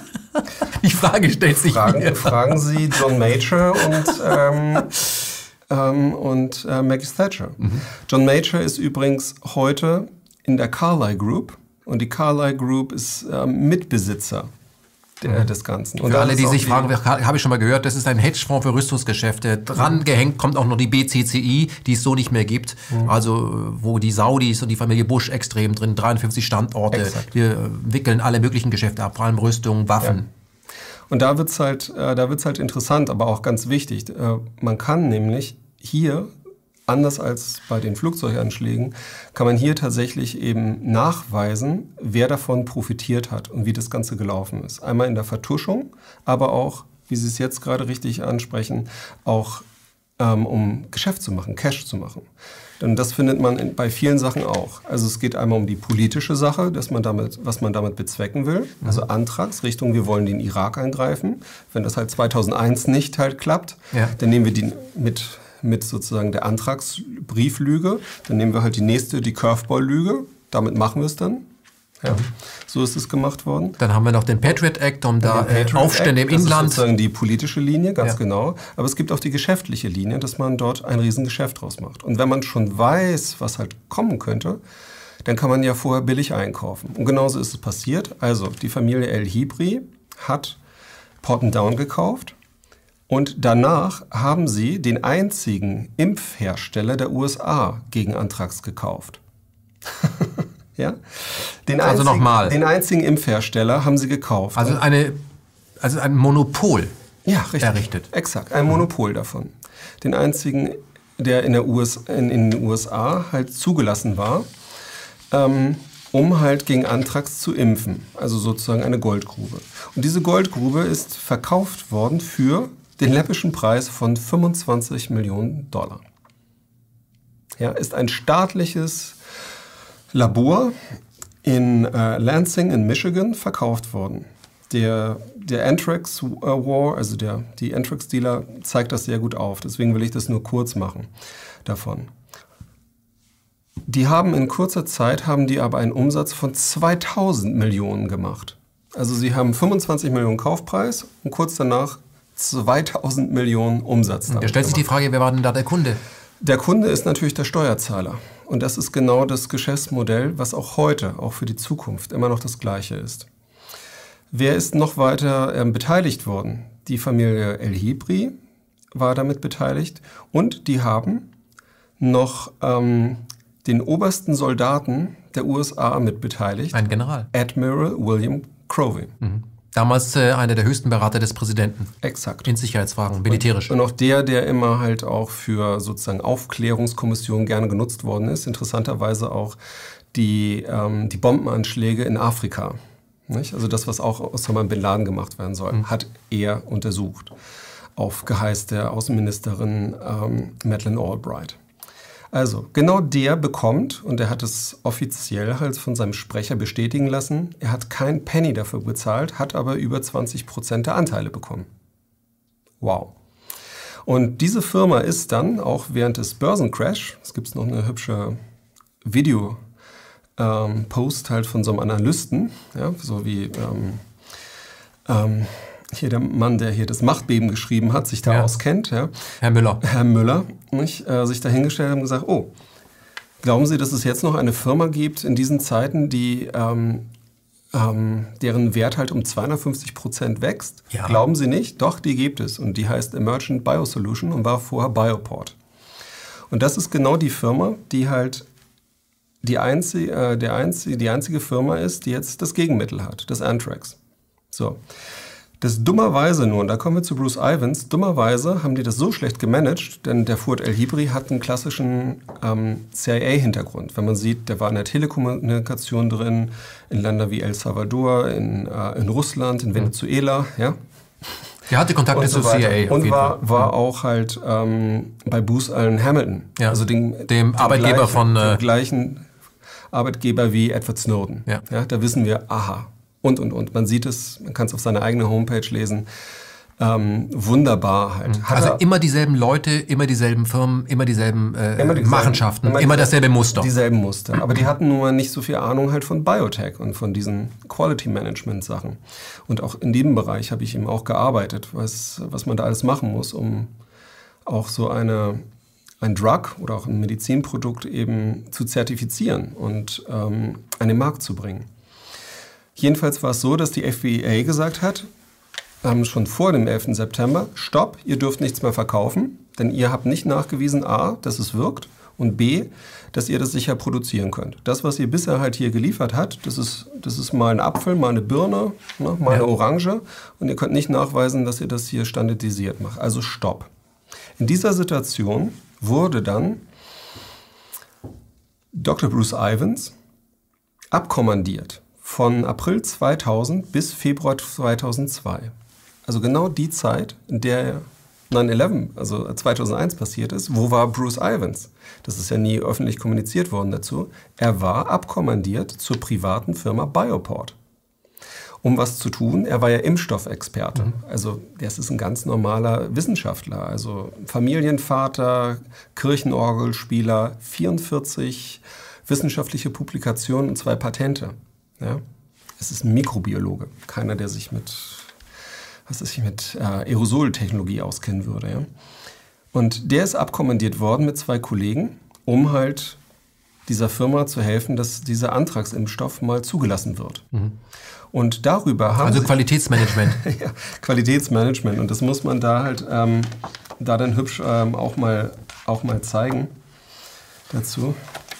Die Frage stellt sich fragen, mir. Fragen Sie John Major und, ähm, ähm, und äh, Maggie Thatcher. Mhm. John Major ist übrigens heute in der Carlyle Group. Und die Carlyle Group ist äh, Mitbesitzer der, des Ganzen. Und für alle, die sich fragen, habe ich schon mal gehört, das ist ein Hedgefonds für Rüstungsgeschäfte. Dran gehängt kommt auch noch die B C C I, die es so nicht mehr gibt. Mhm. Also wo die Saudis und die Familie Bush extrem drin, dreiundfünfzig Standorte. Exakt. Wir wickeln alle möglichen Geschäfte ab, vor allem Rüstung, Waffen. Ja. Und da wird's halt, äh, da wird's halt interessant, aber auch ganz wichtig. Äh, man kann nämlich hier, anders als bei den Flugzeuganschlägen, kann man hier tatsächlich eben nachweisen, wer davon profitiert hat und wie das Ganze gelaufen ist. Einmal in der Vertuschung, aber auch, wie Sie es jetzt gerade richtig ansprechen, auch ähm, um Geschäft zu machen, Cash zu machen. Denn das findet man in, bei vielen Sachen auch. Also es geht einmal um die politische Sache, dass man damit, was man damit bezwecken will. Also Antrags Richtung, wir wollen den Irak eingreifen. Wenn das halt zweitausendeins nicht halt klappt, ja. dann nehmen wir die mit... mit sozusagen der Antragsbrieflüge. Dann nehmen wir halt die nächste, die Curveball-Lüge. Damit machen wir es dann. Ja. So ist es gemacht worden. Dann haben wir noch den Patriot Act, um da äh, Aufstände Act, im Inland. Das ist sozusagen die politische Linie, ganz ja. genau. Aber es gibt auch die geschäftliche Linie, dass man dort ein Riesengeschäft draus macht. Und wenn man schon weiß, was halt kommen könnte, dann kann man ja vorher billig einkaufen. Und genauso ist es passiert. Also die Familie El-Hibri hat Porton Down gekauft. Und danach haben sie den einzigen Impfhersteller der U S A gegen Anthrax gekauft. ja? Den also nochmal. Den einzigen Impfhersteller haben sie gekauft. Also, eine, also ein Monopol ja, richtig. errichtet. Exakt, ein Monopol davon. Den einzigen, der in, der U S, in, in den U S A halt zugelassen war, ähm, um halt gegen Anthrax zu impfen. Also sozusagen eine Goldgrube. Und diese Goldgrube ist verkauft worden für den läppischen Preis von fünfundzwanzig Millionen Dollar. Ja, ist ein staatliches Labor in äh, Lansing in Michigan verkauft worden. Der, der Anthrax War, also der, die Anthrax-Dealer, zeigt das sehr gut auf. Deswegen will ich das nur kurz machen davon. Die haben in kurzer Zeit, haben die aber einen Umsatz von zweitausend Millionen gemacht. Also sie haben fünfundzwanzig Millionen Kaufpreis und kurz danach zweitausend Millionen Umsatz. Da stellt sich die Frage, wer war denn da der Kunde? Der Kunde ist natürlich der Steuerzahler. Und das ist genau das Geschäftsmodell, was auch heute, auch für die Zukunft, immer noch das Gleiche ist. Wer ist noch weiter äh, beteiligt worden? Die Familie El-Hibri war damit beteiligt. Und die haben noch ähm, den obersten Soldaten der U S A mit beteiligt. Ein General. Admiral William Crowley. Mhm. Damals äh, einer der höchsten Berater des Präsidenten. Exakt. In Sicherheitsfragen, militärisch. Und, und auch der, der immer halt auch für sozusagen Aufklärungskommissionen gerne genutzt worden ist. Interessanterweise auch die, ähm, die Bombenanschläge in Afrika. Nicht? Also das, was auch Osama Bin Laden gemacht werden soll, mhm. hat er untersucht. Auf Geheiß der Außenministerin ähm, Madeleine Albright. Also, genau der bekommt, und er hat es offiziell halt von seinem Sprecher bestätigen lassen, er hat kein Penny dafür bezahlt, hat aber über zwanzig Prozent der Anteile bekommen. Wow. Und diese Firma ist dann, auch während des Börsencrash, es gibt noch eine hübsche Video-Post ähm, halt von so einem Analysten, ja, so wie ähm, ähm, hier der Mann, der hier das Machtbeben geschrieben hat, sich da ja. auskennt. Ja. Herr Müller. Herr Müller, nicht, äh, sich da hingestellt hat und gesagt, oh, glauben Sie, dass es jetzt noch eine Firma gibt in diesen Zeiten, die, ähm, ähm, deren Wert halt um zweihundertfünfzig Prozent wächst? Ja. Glauben Sie nicht? Doch, die gibt es. Und die heißt Emergent Biosolution und war vorher Bioport. Und das ist genau die Firma, die halt die einzige, äh, der einzige, die einzige Firma ist, die jetzt das Gegenmittel hat, das Anthrax. So. Das dummerweise nur, und da kommen wir zu Bruce Ivins, dummerweise haben die das so schlecht gemanagt, denn der Fuad El-Hibri hat einen klassischen ähm, C I A-Hintergrund. Wenn man sieht, der war in der Telekommunikation drin, in Ländern wie El Salvador, in, äh, in Russland, in Venezuela, ja. Der hatte Kontakte so zur C I A. Und war, war auch halt ähm, bei Booz Allen Hamilton, ja. also den, dem den Arbeitgeber gleichen, von... Äh, dem gleichen Arbeitgeber wie Edward Snowden. Ja. Ja, da wissen wir, aha. Und, und, und. Man sieht es, man kann es auf seiner eigenen Homepage lesen. Ähm, wunderbar halt. Hat also er, immer dieselben Leute, immer dieselben Firmen, immer dieselben äh, immer dieselben, Machenschaften, immer, immer dasselbe Muster. Dieselben Muster. Aber die hatten nun mal nicht so viel Ahnung halt von Biotech und von diesen Quality-Management-Sachen. Und auch in dem Bereich habe ich eben auch gearbeitet, was, was man da alles machen muss, um auch so eine, ein Drug oder auch ein Medizinprodukt eben zu zertifizieren und ähm, an den Markt zu bringen. Jedenfalls war es so, dass die F D A gesagt hat, ähm, schon vor dem elften September, stopp, ihr dürft nichts mehr verkaufen, denn ihr habt nicht nachgewiesen, a, dass es wirkt und b, dass ihr das sicher produzieren könnt. Das, was ihr bisher halt hier geliefert habt, das ist, das ist mal ein Apfel, mal eine Birne, ne, mal eine Orange und ihr könnt nicht nachweisen, dass ihr das hier standardisiert macht. Also stopp. In dieser Situation wurde dann Doktor Bruce Ivins abkommandiert von April zweitausend bis Februar zweitausendzwei. Also genau die Zeit, in der neun elf, also zweitausendeins passiert ist. Wo war Bruce Ivins? Das ist ja nie öffentlich kommuniziert worden dazu. Er war abkommandiert zur privaten Firma Bioport, um was zu tun. Er war ja Impfstoffexperte. Mhm. Also das ist ein ganz normaler Wissenschaftler. Also Familienvater, Kirchenorgelspieler, vierundvierzig wissenschaftliche Publikationen und zwei Patente. Ja? Es ist ein Mikrobiologe, keiner, der sich mit, was weiß ich, mit äh, Aerosoltechnologie auskennen würde. Ja? Und der ist abkommandiert worden mit zwei Kollegen, um halt dieser Firma zu helfen, dass dieser Antragsimpfstoff mal zugelassen wird. Mhm. Und darüber haben Also Qualitätsmanagement. ja, Qualitätsmanagement. Und das muss man da halt ähm, da dann hübsch ähm, auch, mal, auch mal zeigen dazu.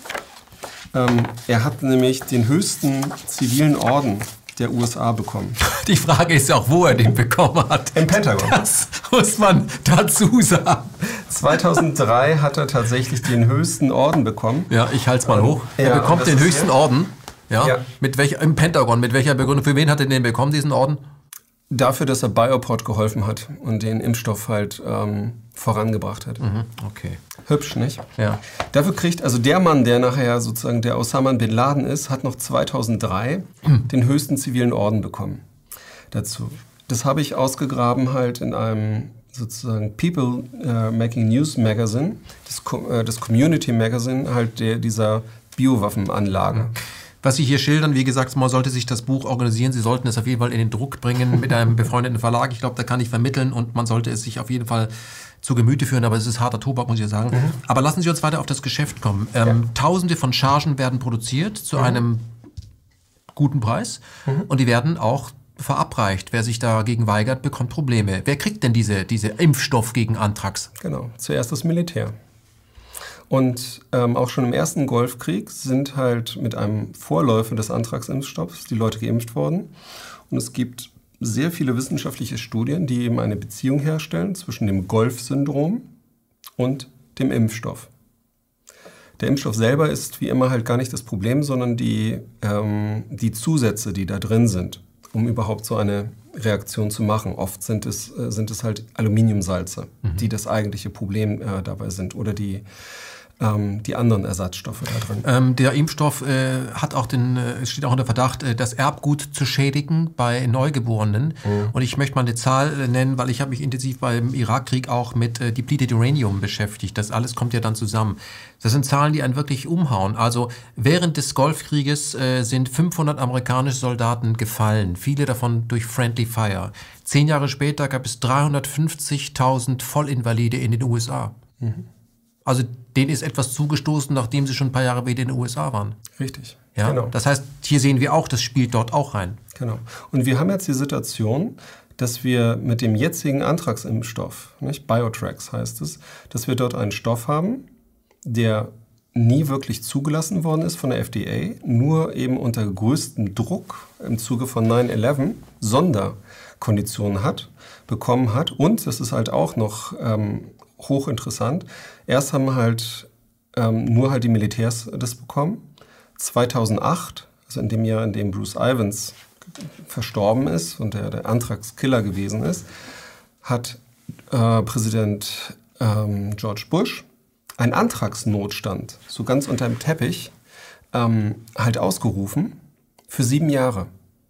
Ähm, er hat nämlich den höchsten zivilen Orden der U S A bekommen. Die Frage ist auch, wo er den bekommen hat. Im Pentagon. Das muss man dazu sagen. zweitausenddrei hat er tatsächlich den höchsten Orden bekommen. Ja, ich halte es mal hoch. Ja, er bekommt den höchsten hier? Orden. Ja, ja. Mit welcher, im Pentagon. Mit welcher Begründung? Für wen hat er den bekommen, diesen Orden? Dafür, dass er Bioport geholfen hat und den Impfstoff halt ähm, vorangebracht hat. Mhm, okay. Hübsch, nicht? Ja. Dafür kriegt, also der Mann, der nachher sozusagen der Osama Bin Laden ist, hat noch zweitausenddrei mhm. den höchsten zivilen Orden bekommen dazu. Das habe ich ausgegraben halt in einem sozusagen People uh, Making News Magazine, das, uh, das Community Magazine halt der, dieser Biowaffenanlage. Mhm. Was Sie hier schildern, wie gesagt, man sollte sich das Buch organisieren. Sie sollten es auf jeden Fall in den Druck bringen mit einem befreundeten Verlag. Ich glaube, da kann ich vermitteln und man sollte es sich auf jeden Fall zu Gemüte führen. Aber es ist harter Tobak, muss ich sagen. Mhm. Aber lassen Sie uns weiter auf das Geschäft kommen. Ähm, ja. Tausende von Chargen werden produziert zu mhm. einem guten Preis mhm. und die werden auch verabreicht. Wer sich dagegen weigert, bekommt Probleme. Wer kriegt denn diese, diese Impfstoff gegen Anthrax? Genau, zuerst das Militär. Und ähm, auch schon im ersten Golfkrieg sind halt mit einem Vorläufer des Anthrax-Impfstoffs die Leute geimpft worden. Und es gibt sehr viele wissenschaftliche Studien, die eben eine Beziehung herstellen zwischen dem Golf-Syndrom und dem Impfstoff. Der Impfstoff selber ist wie immer halt gar nicht das Problem, sondern die, ähm, die Zusätze, die da drin sind, um überhaupt so eine Reaktion zu machen. Oft sind es, äh, sind es halt Aluminiumsalze, mhm. die das eigentliche Problem äh, dabei sind oder die die anderen Ersatzstoffe da drin. Ähm, der Impfstoff äh, hat auch den, äh, steht auch unter Verdacht, äh, das Erbgut zu schädigen bei Neugeborenen. Mhm. Und ich möchte mal eine Zahl äh, nennen, weil ich habe mich intensiv beim Irakkrieg auch mit äh, Depleted Uranium beschäftigt. Das alles kommt ja dann zusammen. Das sind Zahlen, die einen wirklich umhauen. Also während des Golfkrieges äh, sind fünfhundert amerikanische Soldaten gefallen, viele davon durch Friendly Fire. Zehn Jahre später gab es dreihundertfünfzigtausend Vollinvalide in den U S A. Mhm. Also denen ist etwas zugestoßen, nachdem sie schon ein paar Jahre wieder in den U S A waren. Richtig, ja? Genau. Das heißt, hier sehen wir auch, das spielt dort auch rein. Genau. Und wir haben jetzt die Situation, dass wir mit dem jetzigen Anthrax-Impfstoff, nicht, Biotrax heißt es, dass wir dort einen Stoff haben, der nie wirklich zugelassen worden ist von der F D A, nur eben unter größtem Druck im Zuge von neun elf Sonderkonditionen hat, bekommen hat. Und das ist halt auch noch ähm, hochinteressant. Erst haben halt ähm, nur halt die Militärs das bekommen. zweitausendacht, also in dem Jahr, in dem Bruce Ivins verstorben ist und der, der Anthrax-Killer gewesen ist, hat äh, Präsident ähm, George Bush einen Anthrax-Notstand, so ganz unter dem Teppich, ähm, halt ausgerufen für sieben Jahre.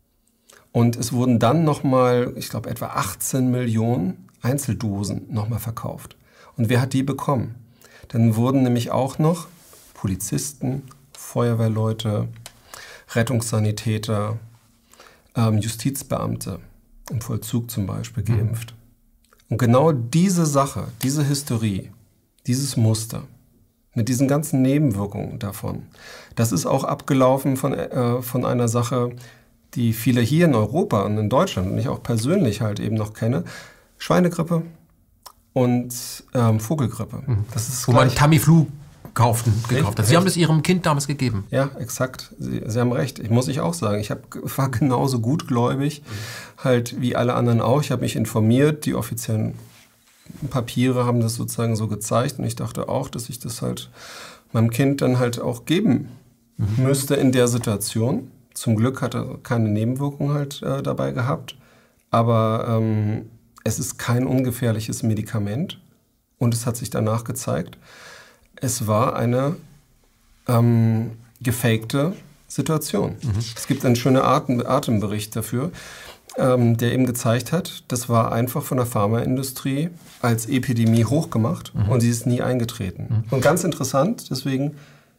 Und es wurden dann nochmal, ich glaube, etwa achtzehn Millionen Einzeldosen nochmal verkauft. Und wer hat die bekommen? Dann wurden nämlich auch noch Polizisten, Feuerwehrleute, Rettungssanitäter, ähm, Justizbeamte im Vollzug zum Beispiel geimpft. Mhm. Und genau diese Sache, diese Hysterie, dieses Muster mit diesen ganzen Nebenwirkungen davon, das ist auch abgelaufen von, äh, von einer Sache, die viele hier in Europa und in Deutschland und ich auch persönlich halt eben noch kenne, Schweinegrippe und ähm, Vogelgrippe. Mhm. Das ist Wo man Tamiflu kauften, gekauft hat. Sie haben das Ihrem Kind damals gegeben. Ja, exakt. Sie, Sie haben recht. Ich muss ich auch sagen. Ich hab, war genauso gutgläubig, mhm. halt wie alle anderen auch. Ich habe mich informiert. Die offiziellen Papiere haben das sozusagen so gezeigt. Und ich dachte auch, dass ich das halt meinem Kind dann halt auch geben mhm. müsste in der Situation. Zum Glück hat er keine Nebenwirkungen halt äh, dabei gehabt. Aber ähm, es ist kein ungefährliches Medikament. Und es hat sich danach gezeigt, es war eine ähm, gefakte Situation. Mhm. Es gibt einen schönen Atem, Atembericht dafür, ähm, der eben gezeigt hat, das war einfach von der Pharmaindustrie als Epidemie hochgemacht mhm. und sie ist nie eingetreten. Mhm. Und ganz interessant, deswegen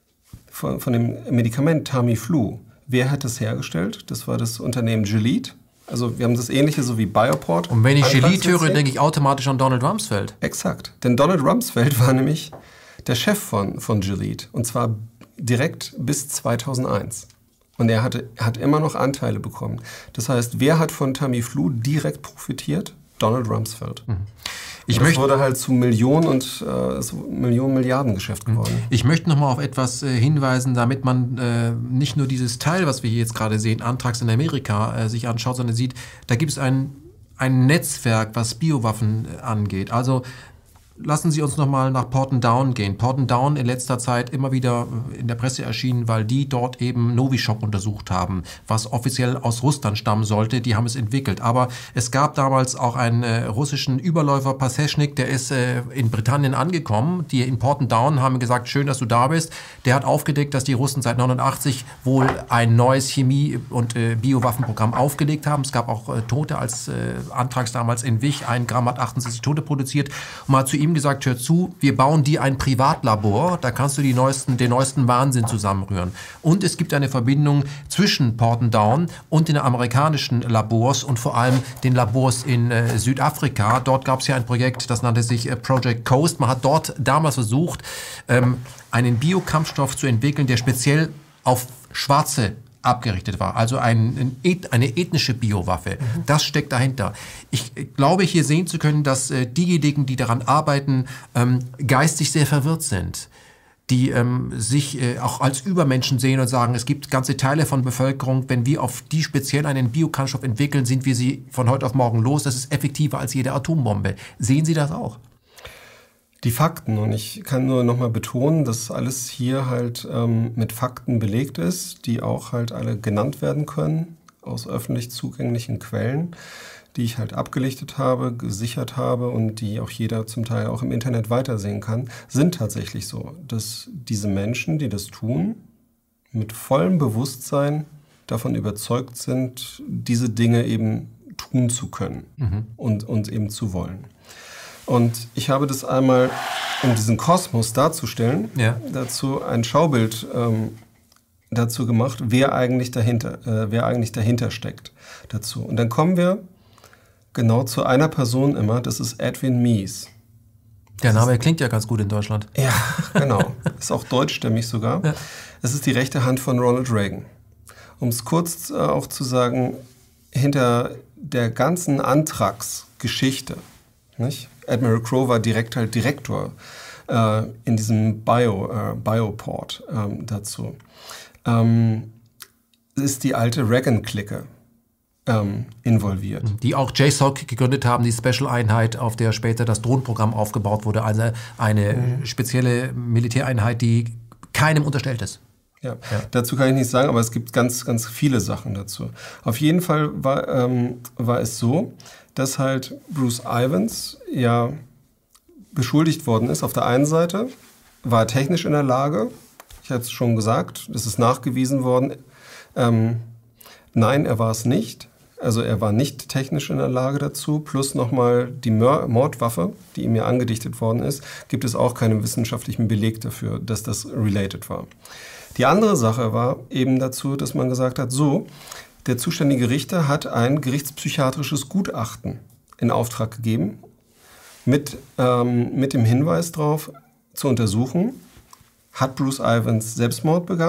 von, von dem Medikament Tamiflu, wer hat das hergestellt? Das war das Unternehmen Gilead. Also wir haben das Ähnliche so wie Bioport. Und wenn ich Gilead höre, denke ich automatisch an Donald Rumsfeld. Exakt, denn Donald Rumsfeld war nämlich der Chef von, von Gilead, und zwar direkt bis zweitausendeins. Und er hatte, hat immer noch Anteile bekommen. Das heißt, wer hat von Tamiflu direkt profitiert? Donald Rumsfeld. Mhm. Ich das möchte, wurde halt zu Millionen und äh, Millionen Milliarden Geschäft geworden. Ich möchte noch mal auf etwas äh, hinweisen, damit man äh, nicht nur dieses Teil, was wir hier jetzt gerade sehen, Anthrax in Amerika, äh, sich anschaut, sondern sieht, da gibt es ein, ein Netzwerk, was Biowaffen äh, angeht. Also lassen Sie uns noch mal nach Porton Down gehen. Porton Down in letzter Zeit immer wieder in der Presse erschienen, weil die dort eben Novichok untersucht haben, was offiziell aus Russland stammen sollte. Die haben es entwickelt. Aber es gab damals auch einen äh, russischen Überläufer, Pasechnik, der ist äh, in Britannien angekommen. Die in Porton Down haben gesagt, schön, dass du da bist. Der hat aufgedeckt, dass die Russen seit neunundachtzig wohl ein neues Chemie- und äh, Biowaffenprogramm aufgelegt haben. Es gab auch äh, Tote, als äh, Anthrax damals in Wich, ein Gramm hat achtundsechzig Tote produziert. Und man hat zu ihm gesagt, hör zu, wir bauen dir ein Privatlabor, da kannst du die neuesten, den neuesten Wahnsinn zusammenrühren. Und es gibt eine Verbindung zwischen Porton Down und den amerikanischen Labors und vor allem den Labors in äh, Südafrika. Dort gab es ja ein Projekt, das nannte sich äh, Project Coast. Man hat dort damals versucht, ähm, einen Biokampfstoff zu entwickeln, der speziell auf Schwarze abgerichtet war, also ein, ein, eine ethnische Biowaffe. Mhm. Das steckt dahinter. Ich glaube, hier sehen zu können, dass äh, diejenigen, die daran arbeiten, ähm, geistig sehr verwirrt sind, die ähm, sich äh, auch als Übermenschen sehen und sagen, es gibt ganze Teile von Bevölkerung, wenn wir auf die speziell einen Biokampfstoff entwickeln, sind wir sie von heute auf morgen los. Das ist effektiver als jede Atombombe. Sehen Sie das auch? Die Fakten, und ich kann nur nochmal betonen, dass alles hier halt ähm, mit Fakten belegt ist, die auch halt alle genannt werden können aus öffentlich zugänglichen Quellen, die ich halt abgelichtet habe, gesichert habe und die auch jeder zum Teil auch im Internet weitersehen kann, sind tatsächlich so, dass diese Menschen, die das tun, mit vollem Bewusstsein davon überzeugt sind, diese Dinge eben tun zu können mhm. und, und eben zu wollen. Und ich habe das einmal, um diesen Kosmos darzustellen, ja. dazu ein Schaubild ähm, dazu gemacht, wer eigentlich dahinter, äh, wer eigentlich dahinter steckt dazu. Und dann kommen wir genau zu einer Person immer, das ist Edwin Mies. Der Name klingt ja ganz gut in Deutschland. Ja, genau. Ist auch deutschstämmig sogar. Ja. Es ist die rechte Hand von Ronald Reagan. Um es kurz äh, auch zu sagen, hinter der ganzen Anthrax-Geschichte, nicht? Admiral Crowe war direkt halt Direktor äh, in diesem Bio, äh, Bioport ähm, dazu. Ähm, ist die alte Reagan-Clique ähm, involviert. Die auch J SOC gegründet haben, die Special-Einheit, auf der später das Drohnenprogramm aufgebaut wurde. Also eine mhm. spezielle Militäreinheit, die keinem unterstellt ist. Ja. ja, dazu kann ich nichts sagen, aber es gibt ganz, ganz viele Sachen dazu. Auf jeden Fall war, ähm, war es so, dass halt Bruce Ivins ja beschuldigt worden ist. Auf der einen Seite war er technisch in der Lage, ich hatte es schon gesagt, das ist nachgewiesen worden. Ähm, nein, er war es nicht. Also er war nicht technisch in der Lage dazu. Plus nochmal die Mordwaffe, die ihm ja angedichtet worden ist, gibt es auch keinen wissenschaftlichen Beleg dafür, dass das related war. Die andere Sache war eben dazu, dass man gesagt hat, so, der zuständige Richter hat ein gerichtspsychiatrisches Gutachten in Auftrag gegeben, mit, ähm, mit dem Hinweis darauf zu untersuchen, hat Bruce Ivins Selbstmord begangen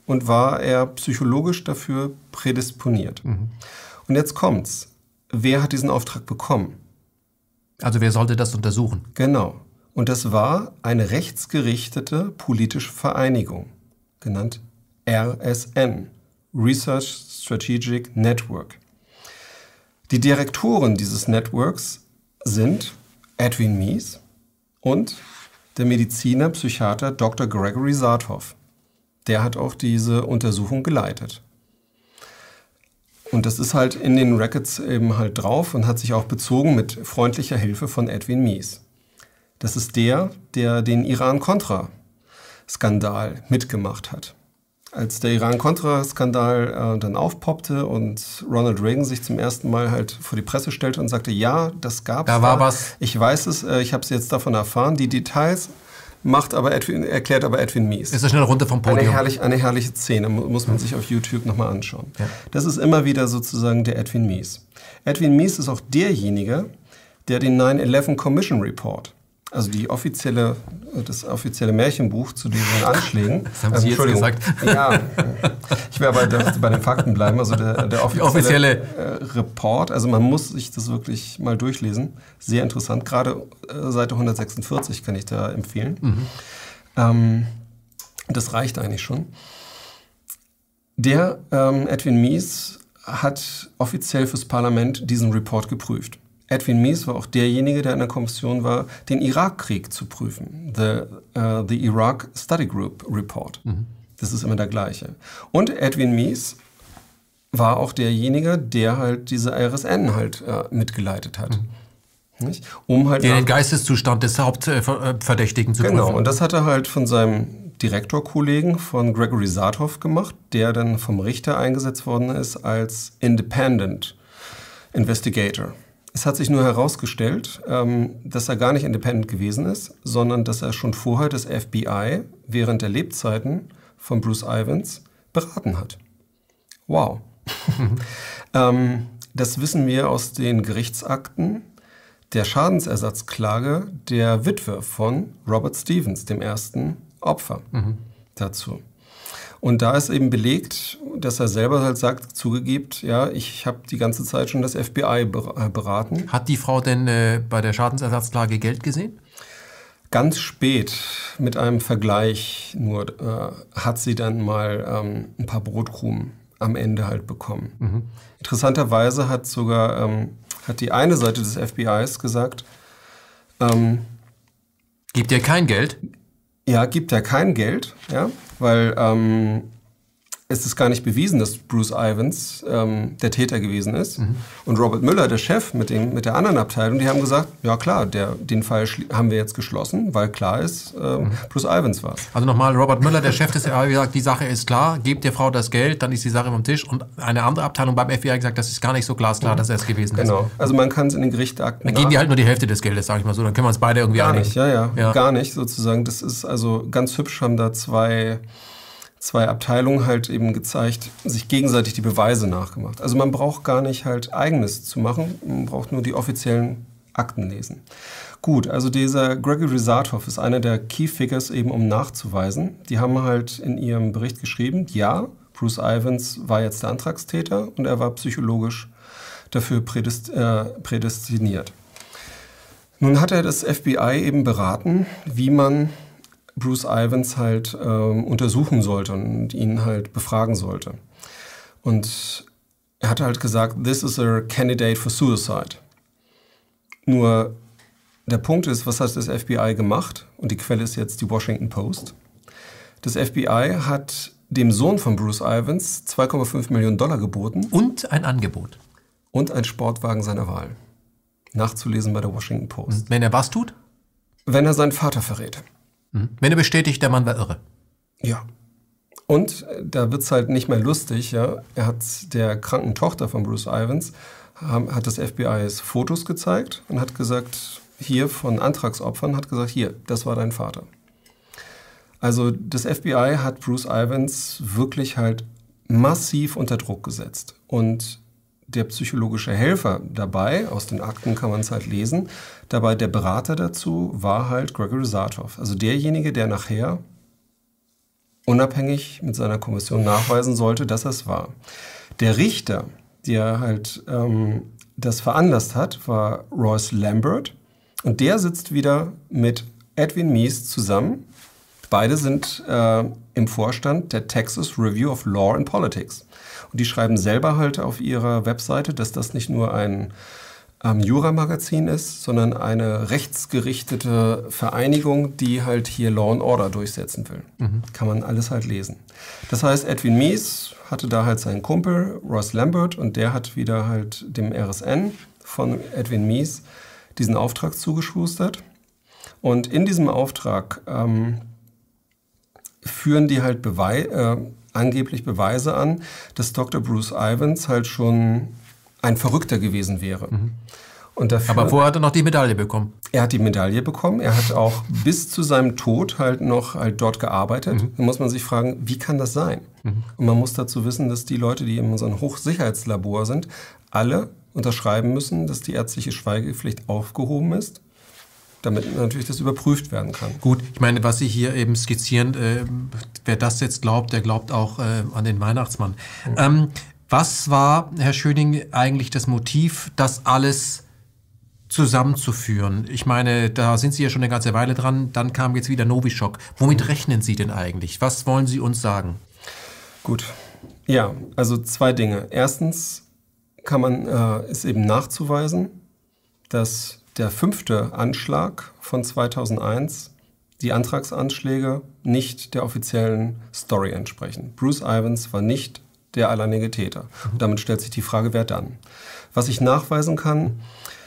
und war er psychologisch dafür prädisponiert. Mhm. Und jetzt kommt's. Wer hat diesen Auftrag bekommen? Also wer sollte das untersuchen? Genau. Und das war eine rechtsgerichtete politische Vereinigung, genannt R S N, Research Strategic Network. Die Direktoren dieses Networks sind Edwin Meese und der Mediziner, Psychiater Doktor Gregory Saathoff. Der hat auch diese Untersuchung geleitet. Und das ist halt in den Records eben halt drauf und hat sich auch bezogen mit freundlicher Hilfe von Edwin Meese. Das ist der, der den Iran-Contra-Skandal mitgemacht hat. Als der Iran-Contra-Skandal äh, dann aufpoppte und Ronald Reagan sich zum ersten Mal halt vor die Presse stellte und sagte, ja, das gab's. Da war was. Ich weiß es, äh, ich habe es jetzt davon erfahren. Die Details macht aber Edwin, erklärt aber Edwin Meese. Ist eine schnelle Runde vom Podium. Eine, herrlich, eine herrliche Szene, muss man sich auf YouTube nochmal anschauen. Ja. Das ist immer wieder sozusagen der Edwin Meese. Edwin Meese ist auch derjenige, der den nine eleven Commission Report, also die offizielle, das offizielle Märchenbuch zu diesen Anschlägen. Das haben Sie jetzt gesagt. Ja, ich will aber bei den Fakten bleiben. Also der, der offizielle, offizielle äh, Report, also man muss sich das wirklich mal durchlesen. Sehr interessant. Gerade äh, Seite hundertsechsundvierzig kann ich da empfehlen. Mhm. Ähm, das reicht eigentlich schon. Der ähm, Edwin Meese hat offiziell fürs Parlament diesen Report geprüft. Edwin Meese war auch derjenige, der in der Kommission war, den Irakkrieg zu prüfen. The, uh, the Iraq Study Group Report. Mhm. Das ist immer der gleiche. Und Edwin Meese war auch derjenige, der halt diese R S N halt äh, mitgeleitet hat. Mhm. Nicht? Um halt den Geisteszustand des Hauptverdächtigen zu prüfen. Genau, und das hat er halt von seinem Direktorkollegen von Gregory Saathoff gemacht, der dann vom Richter eingesetzt worden ist als Independent Investigator. Es hat sich nur herausgestellt, ähm, dass er gar nicht independent gewesen ist, sondern dass er schon vorher das F B I während der Lebzeiten von Bruce Ivins beraten hat. Wow. ähm, das wissen wir aus den Gerichtsakten der Schadensersatzklage der Witwe von Robert Stevens, dem ersten Opfer, mhm. dazu. Und da ist eben belegt, dass er selber halt sagt, zugegibt, ja, ich habe die ganze Zeit schon das F B I beraten. Hat die Frau denn äh, bei der Schadensersatzklage Geld gesehen? Ganz spät, mit einem Vergleich nur, äh, hat sie dann mal ähm, ein paar Brotkrumen am Ende halt bekommen. Mhm. Interessanterweise hat sogar ähm, hat die eine Seite des F B Is gesagt, ähm, gibt ihr kein Geld? Ja, gibt ja kein Geld, ja, weil ähm, es ist gar nicht bewiesen, dass Bruce Ivins ähm, der Täter gewesen ist. Mhm. Und Robert Mueller, der Chef mit, dem, mit der anderen Abteilung, die haben gesagt, ja klar, der, den Fall haben wir jetzt geschlossen, weil klar ist, ähm, mhm. Bruce Ivins war es. Also nochmal, Robert Mueller, der Chef des F B I, hat gesagt, die Sache ist klar, gebt der Frau das Geld, dann ist die Sache vom Tisch. Und eine andere Abteilung beim F B I hat gesagt, das ist gar nicht so glasklar, mhm. dass er es gewesen ist. Genau, also man kann es in den Gerichtsakten... Dann geben die halt nur die Hälfte des Geldes, sag ich mal so, dann können wir uns beide irgendwie gar einigen. Nicht, ja, ja, ja, gar nicht sozusagen. Das ist also ganz hübsch, haben da zwei... zwei Abteilungen halt eben gezeigt, sich gegenseitig die Beweise nachgemacht. Also man braucht gar nicht halt Eigenes zu machen, man braucht nur die offiziellen Akten lesen. Gut, also dieser Gregory Saathoff ist einer der Key Figures eben, um nachzuweisen. Die haben halt in ihrem Bericht geschrieben, ja, Bruce Ivins war jetzt der Antragstäter und er war psychologisch dafür prädest, äh, prädestiniert. Nun hat er das F B I eben beraten, wie man Bruce Ivins halt ähm, untersuchen sollte und ihn halt befragen sollte. Und er hat halt gesagt, this is a candidate for suicide. Nur der Punkt ist, was hat das F B I gemacht? Und die Quelle ist jetzt die Washington Post. Das F B I hat dem Sohn von Bruce Ivins zwei Komma fünf Millionen Dollar geboten. Und ein Angebot. Und ein Sportwagen seiner Wahl. Nachzulesen bei der Washington Post. Und wenn er was tut? Wenn er seinen Vater verrät. Wenn er bestätigt, der Mann war irre. Ja. Und da wird es halt nicht mehr lustig. Ja. Er hat der kranken Tochter von Bruce Ivins, haben, hat das F B I Fotos gezeigt und hat gesagt, hier von Antragsopfern, hat gesagt, hier, das war dein Vater. Also das F B I hat Bruce Ivins wirklich halt massiv unter Druck gesetzt. Und der psychologische Helfer dabei, aus den Akten kann man es halt lesen, dabei der Berater dazu war halt Gregory Saathoff. Also derjenige, der nachher unabhängig mit seiner Kommission nachweisen sollte, dass es war. Der Richter, der halt ähm, das veranlasst hat, war Royce Lamberth. Und der sitzt wieder mit Edwin Meese zusammen. Beide sind äh, im Vorstand der Texas Review of Law and Politics. Und die schreiben selber halt auf ihrer Webseite, dass das nicht nur ein ähm, Jura-Magazin ist, sondern eine rechtsgerichtete Vereinigung, die halt hier Law and Order durchsetzen will. Mhm. Kann man alles halt lesen. Das heißt, Edwin Meese hatte da halt seinen Kumpel, Royce Lamberth, und der hat wieder halt dem R S N von Edwin Meese diesen Auftrag zugeschustert. Und in diesem Auftrag ähm, führen die halt Bewei- äh, angeblich Beweise an, dass Doktor Bruce Ivins halt schon ein Verrückter gewesen wäre. Mhm. Und dafür, aber vorher hat er noch die Medaille bekommen. Er hat die Medaille bekommen. Er hat auch bis zu seinem Tod halt noch halt dort gearbeitet. Mhm. Da muss man sich fragen, wie kann das sein? Mhm. Und man muss dazu wissen, dass die Leute, die in so einem Hochsicherheitslabor sind, alle unterschreiben müssen, dass die ärztliche Schweigepflicht aufgehoben ist, damit natürlich das überprüft werden kann. Gut, ich meine, was Sie hier eben skizzieren, äh, wer das jetzt glaubt, der glaubt auch äh, an den Weihnachtsmann. Mhm. Ähm, was war, Herr Schöning, eigentlich das Motiv, das alles zusammenzuführen? Ich meine, da sind Sie ja schon eine ganze Weile dran, dann kam jetzt wieder Novichok. Womit mhm. rechnen Sie denn eigentlich? Was wollen Sie uns sagen? Gut, ja, also zwei Dinge. Erstens kann man, äh, ist eben nachzuweisen, dass der fünfte Anschlag von zweitausendeins, die Antragsanschläge, nicht der offiziellen Story entsprechen. Bruce Ivins war nicht der alleinige Täter. Und damit stellt sich die Frage, wer dann? Was ich nachweisen kann,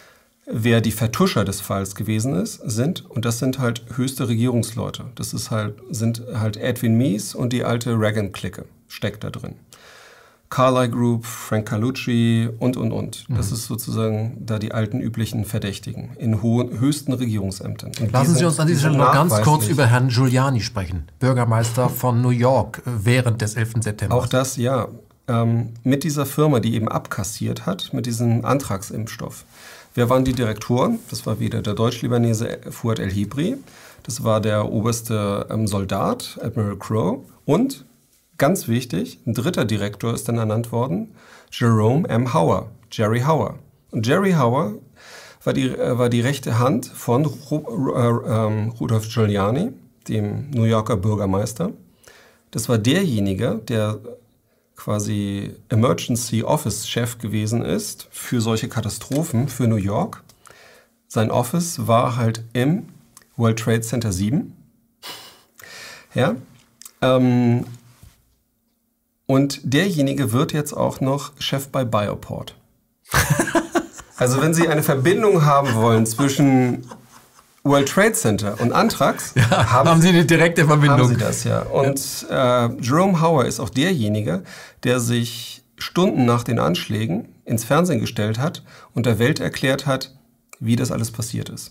wer die Vertuscher des Falls gewesen ist, sind, und das sind halt höchste Regierungsleute. Das ist halt, sind halt Edwin Meese und die alte Reagan-Clique, steckt da drin. Carlyle Group, Frank Carlucci und, und, und. Das mhm. ist sozusagen da die alten üblichen Verdächtigen in hohen, höchsten Regierungsämtern. Und lassen Sie uns an dieser Stelle noch ganz kurz über Herrn Giuliani sprechen, Bürgermeister von New York während des elften September. Auch das, ja. Ähm, mit dieser Firma, die eben abkassiert hat, mit diesem Antragsimpfstoff. Wer waren die Direktoren? Das war wieder der Deutsch-Libanese Fuad El-Hibri, das war der oberste ähm, Soldat, Admiral Crowe, und ganz wichtig, ein dritter Direktor ist dann ernannt worden, Jerome M. Hauer, Jerry Hauer. Und Jerry Hauer war die, äh, war die rechte Hand von Ru- äh, äh, Rudolph Giuliani, dem New Yorker Bürgermeister. Das war derjenige, der quasi Emergency Office Chef gewesen ist für solche Katastrophen für New York. Sein Office war halt im World Trade Center sieben. Ja, ähm, und derjenige wird jetzt auch noch Chef bei Bioport. Also wenn Sie eine Verbindung haben wollen zwischen World Trade Center und Anthrax, ja, haben, haben Sie eine direkte Verbindung. Haben Sie das, ja. Und äh, Jerome Hauer ist auch derjenige, der sich Stunden nach den Anschlägen ins Fernsehen gestellt hat und der Welt erklärt hat, wie das alles passiert ist.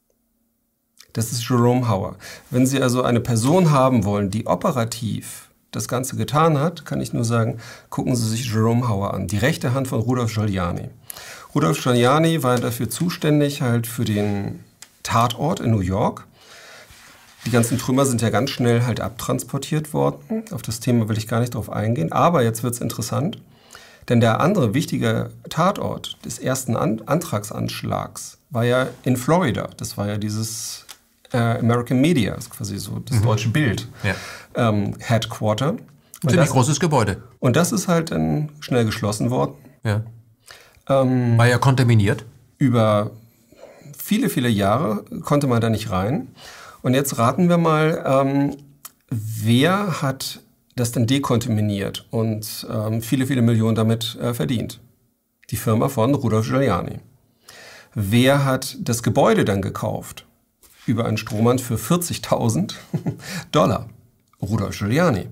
Das ist Jerome Hauer. Wenn Sie also eine Person haben wollen, die operativ das Ganze getan hat, kann ich nur sagen, gucken Sie sich Jerome Hauer an, die rechte Hand von Rudolph Giuliani. Rudolph Giuliani war dafür zuständig halt für den Tatort in New York. Die ganzen Trümmer sind ja ganz schnell halt abtransportiert worden. Auf das Thema will ich gar nicht drauf eingehen. Aber jetzt wird es interessant, denn der andere wichtige Tatort des ersten An- Antragsanschlags war ja in Florida. Das war ja dieses äh, American Media, das ist quasi so das mhm. deutsche Bild, ja. ähm, Headquarter. Und ein ziemlich großes Gebäude. Und das ist halt dann schnell geschlossen worden. Ja. Ähm, war ja kontaminiert. Über viele, viele Jahre konnte man da nicht rein. Und jetzt raten wir mal, ähm, wer hat das dann dekontaminiert und ähm, viele, viele Millionen damit äh, verdient? Die Firma von Rudolph Giuliani. Wer hat das Gebäude dann gekauft? Über einen Strohmann für vierzigtausend Dollar. Rudolph Giuliani.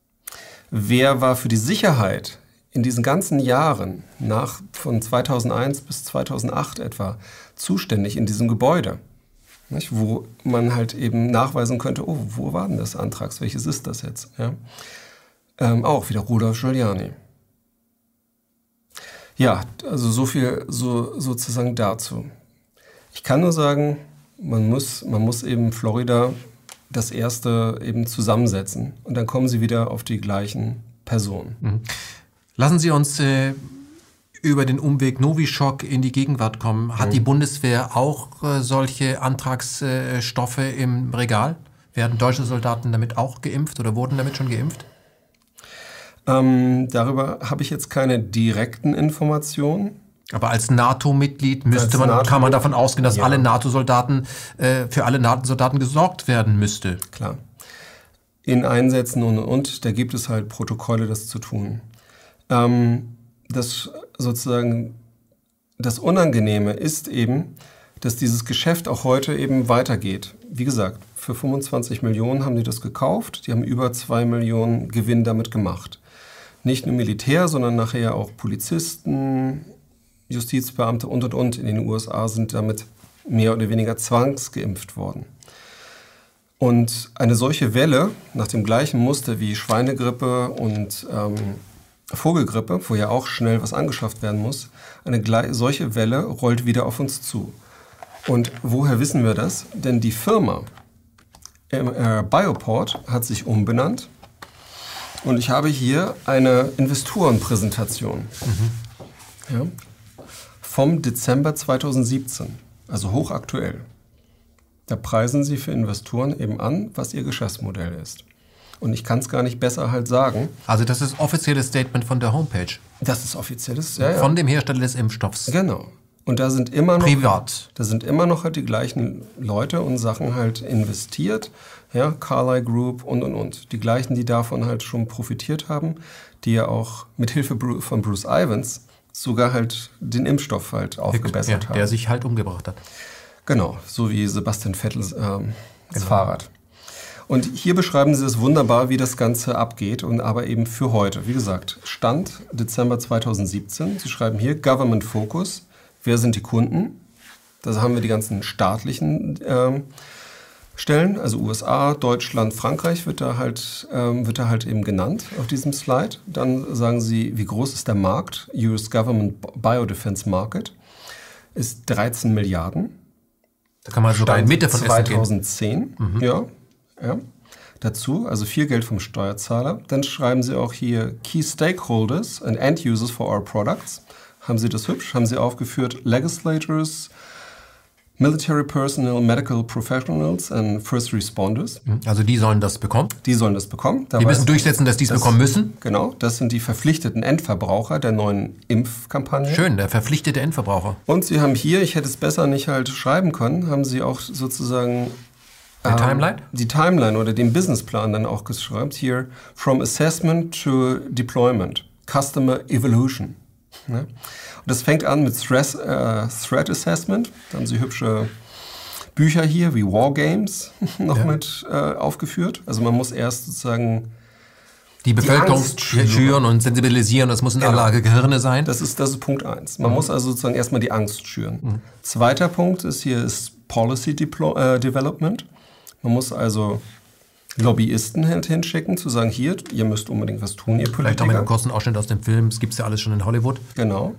Wer war für die Sicherheit in diesen ganzen Jahren, nach von zweitausendeins bis zweitausendacht etwa, zuständig in diesem Gebäude? Nicht? Wo man halt eben nachweisen könnte, oh, wo war denn das Antrags? Welches ist das jetzt? Ja? Ähm, auch wieder Rudolph Giuliani. Ja, also so viel so, sozusagen dazu. Ich kann nur sagen, man muss, man muss eben Florida das erste eben zusammensetzen. Und dann kommen sie wieder auf die gleichen Personen. Mhm. Lassen Sie uns äh, über den Umweg Novichok in die Gegenwart kommen. Hat mhm. die Bundeswehr auch äh, solche Antragsstoffe äh, im Regal? Werden deutsche Soldaten damit auch geimpft oder wurden damit schon geimpft? Ähm, darüber habe ich jetzt keine direkten Informationen. Aber als NATO-Mitglied müsste man, NATO kann man davon ausgehen, dass ja. alle NATO-Soldaten, äh, für alle NATO-Soldaten gesorgt werden müsste. Klar. In Einsätzen und, und, da gibt es halt Protokolle, das zu tun. Ähm, das sozusagen, das Unangenehme ist eben, dass dieses Geschäft auch heute eben weitergeht. Wie gesagt, für fünfundzwanzig Millionen haben die das gekauft, die haben über zwei Millionen Gewinn damit gemacht. Nicht nur Militär, sondern nachher auch Polizisten, Justizbeamte und und und in den U S A sind damit mehr oder weniger zwangsgeimpft worden. Und eine solche Welle, nach dem gleichen Muster wie Schweinegrippe und ähm, Vogelgrippe, wo ja auch schnell was angeschafft werden muss, eine solche Welle rollt wieder auf uns zu. Und woher wissen wir das? Denn die Firma äh, Bioport hat sich umbenannt und ich habe hier eine Investorenpräsentation. Mhm. Ja. Vom Dezember zweitausendsiebzehn, also hochaktuell. Da preisen sie für Investoren eben an, was ihr Geschäftsmodell ist. Und ich kann es gar nicht besser halt sagen. Also das ist offizielles Statement von der Homepage? Das ist offizielles, ja, ja. Von dem Hersteller des Impfstoffs? Genau. Und da sind immer noch... Privat? Da sind immer noch halt die gleichen Leute und Sachen halt investiert. Ja, Carlyle Group und, und, und. Die gleichen, die davon halt schon profitiert haben, die ja auch mit Hilfe von Bruce Ivans sogar halt den Impfstoff halt aufgebessert ja, haben. Der sich halt umgebracht hat. Genau, so wie Sebastian Vettels ähm, das genau. Fahrrad. Und hier beschreiben sie es wunderbar, wie das Ganze abgeht, und aber eben für heute. Wie gesagt, Stand Dezember zweitausendsiebzehn. Sie schreiben hier Government Focus. Wer sind die Kunden? Da haben wir die ganzen staatlichen ähm, Stellen, also U S A, Deutschland, Frankreich wird da halt, ähm, wird da halt eben genannt auf diesem Slide. Dann sagen sie, wie groß ist der Markt? U S Government Biodefense Market ist dreizehn Milliarden. Da kann man sogar in Mitte von zweitausendzehn, mhm. ja, ja. Dazu, also viel Geld vom Steuerzahler. Dann schreiben sie auch hier Key Stakeholders and End Users for our products. Haben sie das hübsch? Haben sie aufgeführt Legislators, Military Personnel, Medical Professionals and First Responders. Also die sollen das bekommen? Die sollen das bekommen. Die müssen durchsetzen, dass die es bekommen müssen? Genau, das sind die verpflichteten Endverbraucher der neuen Impfkampagne. Schön, der verpflichtete Endverbraucher. Und sie haben hier, ich hätte es besser nicht halt schreiben können, haben sie auch sozusagen... Die ähm, Timeline? Die Timeline oder den Businessplan dann auch geschrieben. Hier, from assessment to deployment, customer evolution. Ja. Und das fängt an mit Stress, äh, Threat Assessment. Da haben sie hübsche Bücher hier wie Wargames noch ja. mit äh, aufgeführt. Also man muss erst sozusagen die Bevölkerung die schüren und sensibilisieren. Das muss in aller genau. Gehirne sein. Das ist, das ist Punkt eins. Man mhm. muss also sozusagen erstmal die Angst schüren. Mhm. Zweiter Punkt ist hier ist Policy Deplo- äh, Development. Man muss also Lobbyisten hinschicken, zu sagen, hier, ihr müsst unbedingt was tun, ihr Politiker. Vielleicht auch mit einem kurzen Ausschnitt aus dem Film, das gibt es ja alles schon in Hollywood. Genau.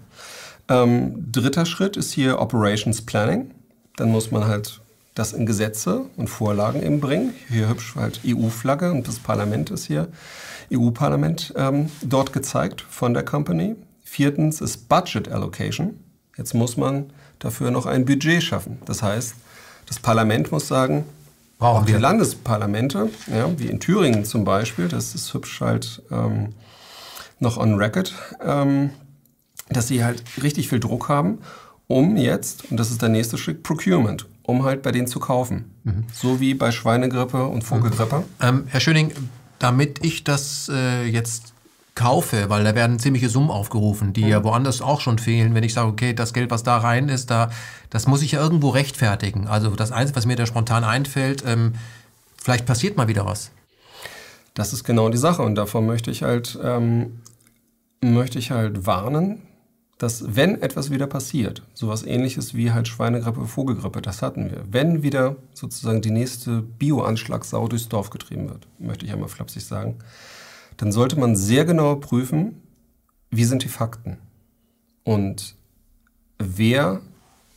Ähm, dritter Schritt ist hier Operations Planning. Dann muss man halt das in Gesetze und Vorlagen eben bringen. Hier hübsch halt E U-Flagge und das Parlament ist hier, E U-Parlament ähm, dort gezeigt von der Company. Viertens ist Budget Allocation. Jetzt muss man dafür noch ein Budget schaffen. Das heißt, das Parlament muss sagen, auch die Landesparlamente, ja, wie in Thüringen zum Beispiel, das ist hübsch halt ähm, noch on record, ähm, dass sie halt richtig viel Druck haben, um jetzt, und das ist der nächste Schritt, Procurement, um halt bei denen zu kaufen. Mhm. So wie bei Schweinegrippe und Vogelgrippe. Mhm. Ähm, Herr Schöning, damit ich das äh, jetzt kaufe, weil da werden ziemliche Summen aufgerufen, die mhm. ja woanders auch schon fehlen, wenn ich sage, okay, das Geld, was da rein ist, da, das muss ich ja irgendwo rechtfertigen. Also das Einzige, was mir da spontan einfällt, ähm, vielleicht passiert mal wieder was. Das ist genau die Sache und davon möchte ich halt, ähm, möchte ich halt warnen, dass wenn etwas wieder passiert, sowas ähnliches wie halt Schweinegrippe, Vogelgrippe, das hatten wir, wenn wieder sozusagen die nächste Bio-Anschlagssau durchs Dorf getrieben wird, möchte ich einmal flapsig sagen, dann sollte man sehr genau prüfen, wie sind die Fakten und wer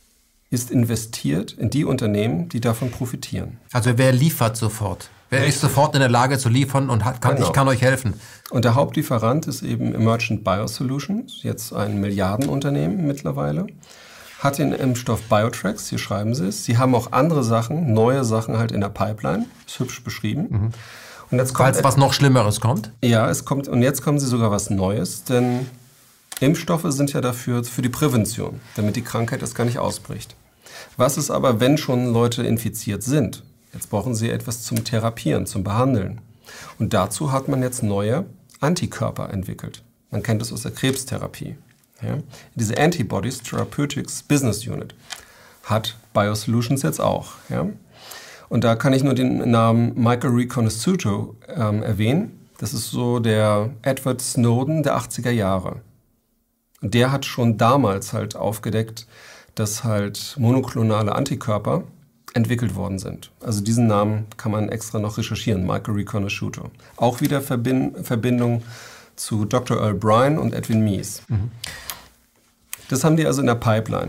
ist investiert in die Unternehmen, die davon profitieren. Also wer liefert sofort? Wer ist sofort in der Lage zu liefern und hat, kann, genau. ich kann euch helfen? Und der Hauptlieferant ist eben Emergent Biosolutions, jetzt ein Milliardenunternehmen mittlerweile, hat den Impfstoff BioTrax, hier schreiben sie es. Sie haben auch andere Sachen, neue Sachen halt in der Pipeline, ist hübsch beschrieben. Mhm. Und jetzt kommt Falls was noch Schlimmeres kommt? Ja, es kommt, und jetzt kommen sie sogar was Neues, denn Impfstoffe sind ja dafür für die Prävention, damit die Krankheit erst gar nicht ausbricht. Was ist aber, wenn schon Leute infiziert sind? Jetzt brauchen sie etwas zum Therapieren, zum Behandeln. Und dazu hat man jetzt neue Antikörper entwickelt. Man kennt das aus der Krebstherapie. Ja? Diese Antibodies Therapeutics Business Unit hat BioSolutions jetzt auch. Ja? Und da kann ich nur den Namen Michael Riconosciuto ähm, erwähnen. Das ist so der Edward Snowden der achtziger Jahre. Und der hat schon damals halt aufgedeckt, dass halt monoklonale Antikörper entwickelt worden sind. Also diesen Namen kann man extra noch recherchieren, Michael Riconosciuto. Auch wieder Verbind- Verbindung zu Doktor Earl Bryan und Edwin Meese. Mhm. Das haben die also in der Pipeline.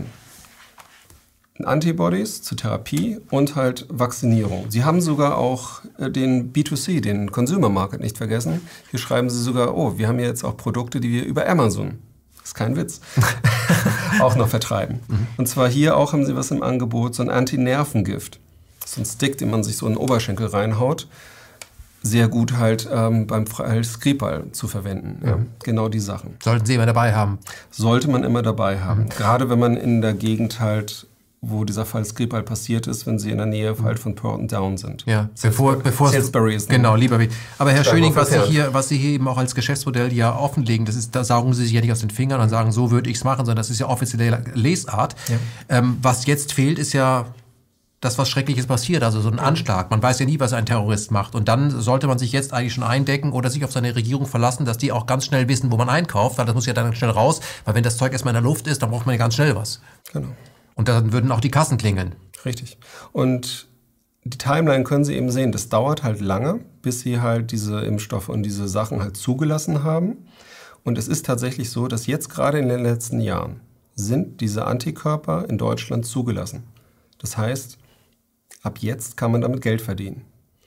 Antibodies zur Therapie und halt Vaccinierung. Sie haben sogar auch den B zwei C, den Consumer Market, nicht vergessen. Hier schreiben sie sogar, oh, wir haben jetzt auch Produkte, die wir über Amazon, das ist kein Witz, auch noch vertreiben. Mhm. Und zwar hier auch haben sie was im Angebot, so ein Antinervengift. So ein Stick, den man sich so in den Oberschenkel reinhaut. Sehr gut halt ähm, beim Skripal zu verwenden. Ja. Ja, genau die Sachen. Sollten Sie immer dabei haben? Sollte man immer dabei haben. Mhm. Gerade wenn man in der Gegend halt, wo dieser Fall Skripal passiert ist, wenn Sie in der Nähe halt von Porton Down sind. Ja, bevor, bevor Salisbury ist. Genau, lieber. Aber Herr Schöning, was Sie, hier, was Sie hier eben auch als Geschäftsmodell ja offenlegen, das ist, da saugen Sie sich ja nicht aus den Fingern und sagen, so würde ich es machen, sondern das ist ja offizielle Lesart. Ja. Ähm, was jetzt fehlt, ist ja das, was Schreckliches passiert, also so ein Anschlag. Man weiß ja nie, was ein Terrorist macht. Und dann sollte man sich jetzt eigentlich schon eindecken oder sich auf seine Regierung verlassen, dass die auch ganz schnell wissen, wo man einkauft, weil das muss ja dann schnell raus. Weil wenn das Zeug erstmal in der Luft ist, dann braucht man ja ganz schnell was. Genau. Und dann würden auch die Kassen klingeln. Richtig. Und die Timeline können Sie eben sehen, das dauert halt lange, bis Sie halt diese Impfstoffe und diese Sachen halt zugelassen haben. Und es ist tatsächlich so, dass jetzt gerade in den letzten Jahren sind diese Antikörper in Deutschland zugelassen. Das heißt, ab jetzt kann man damit Geld verdienen.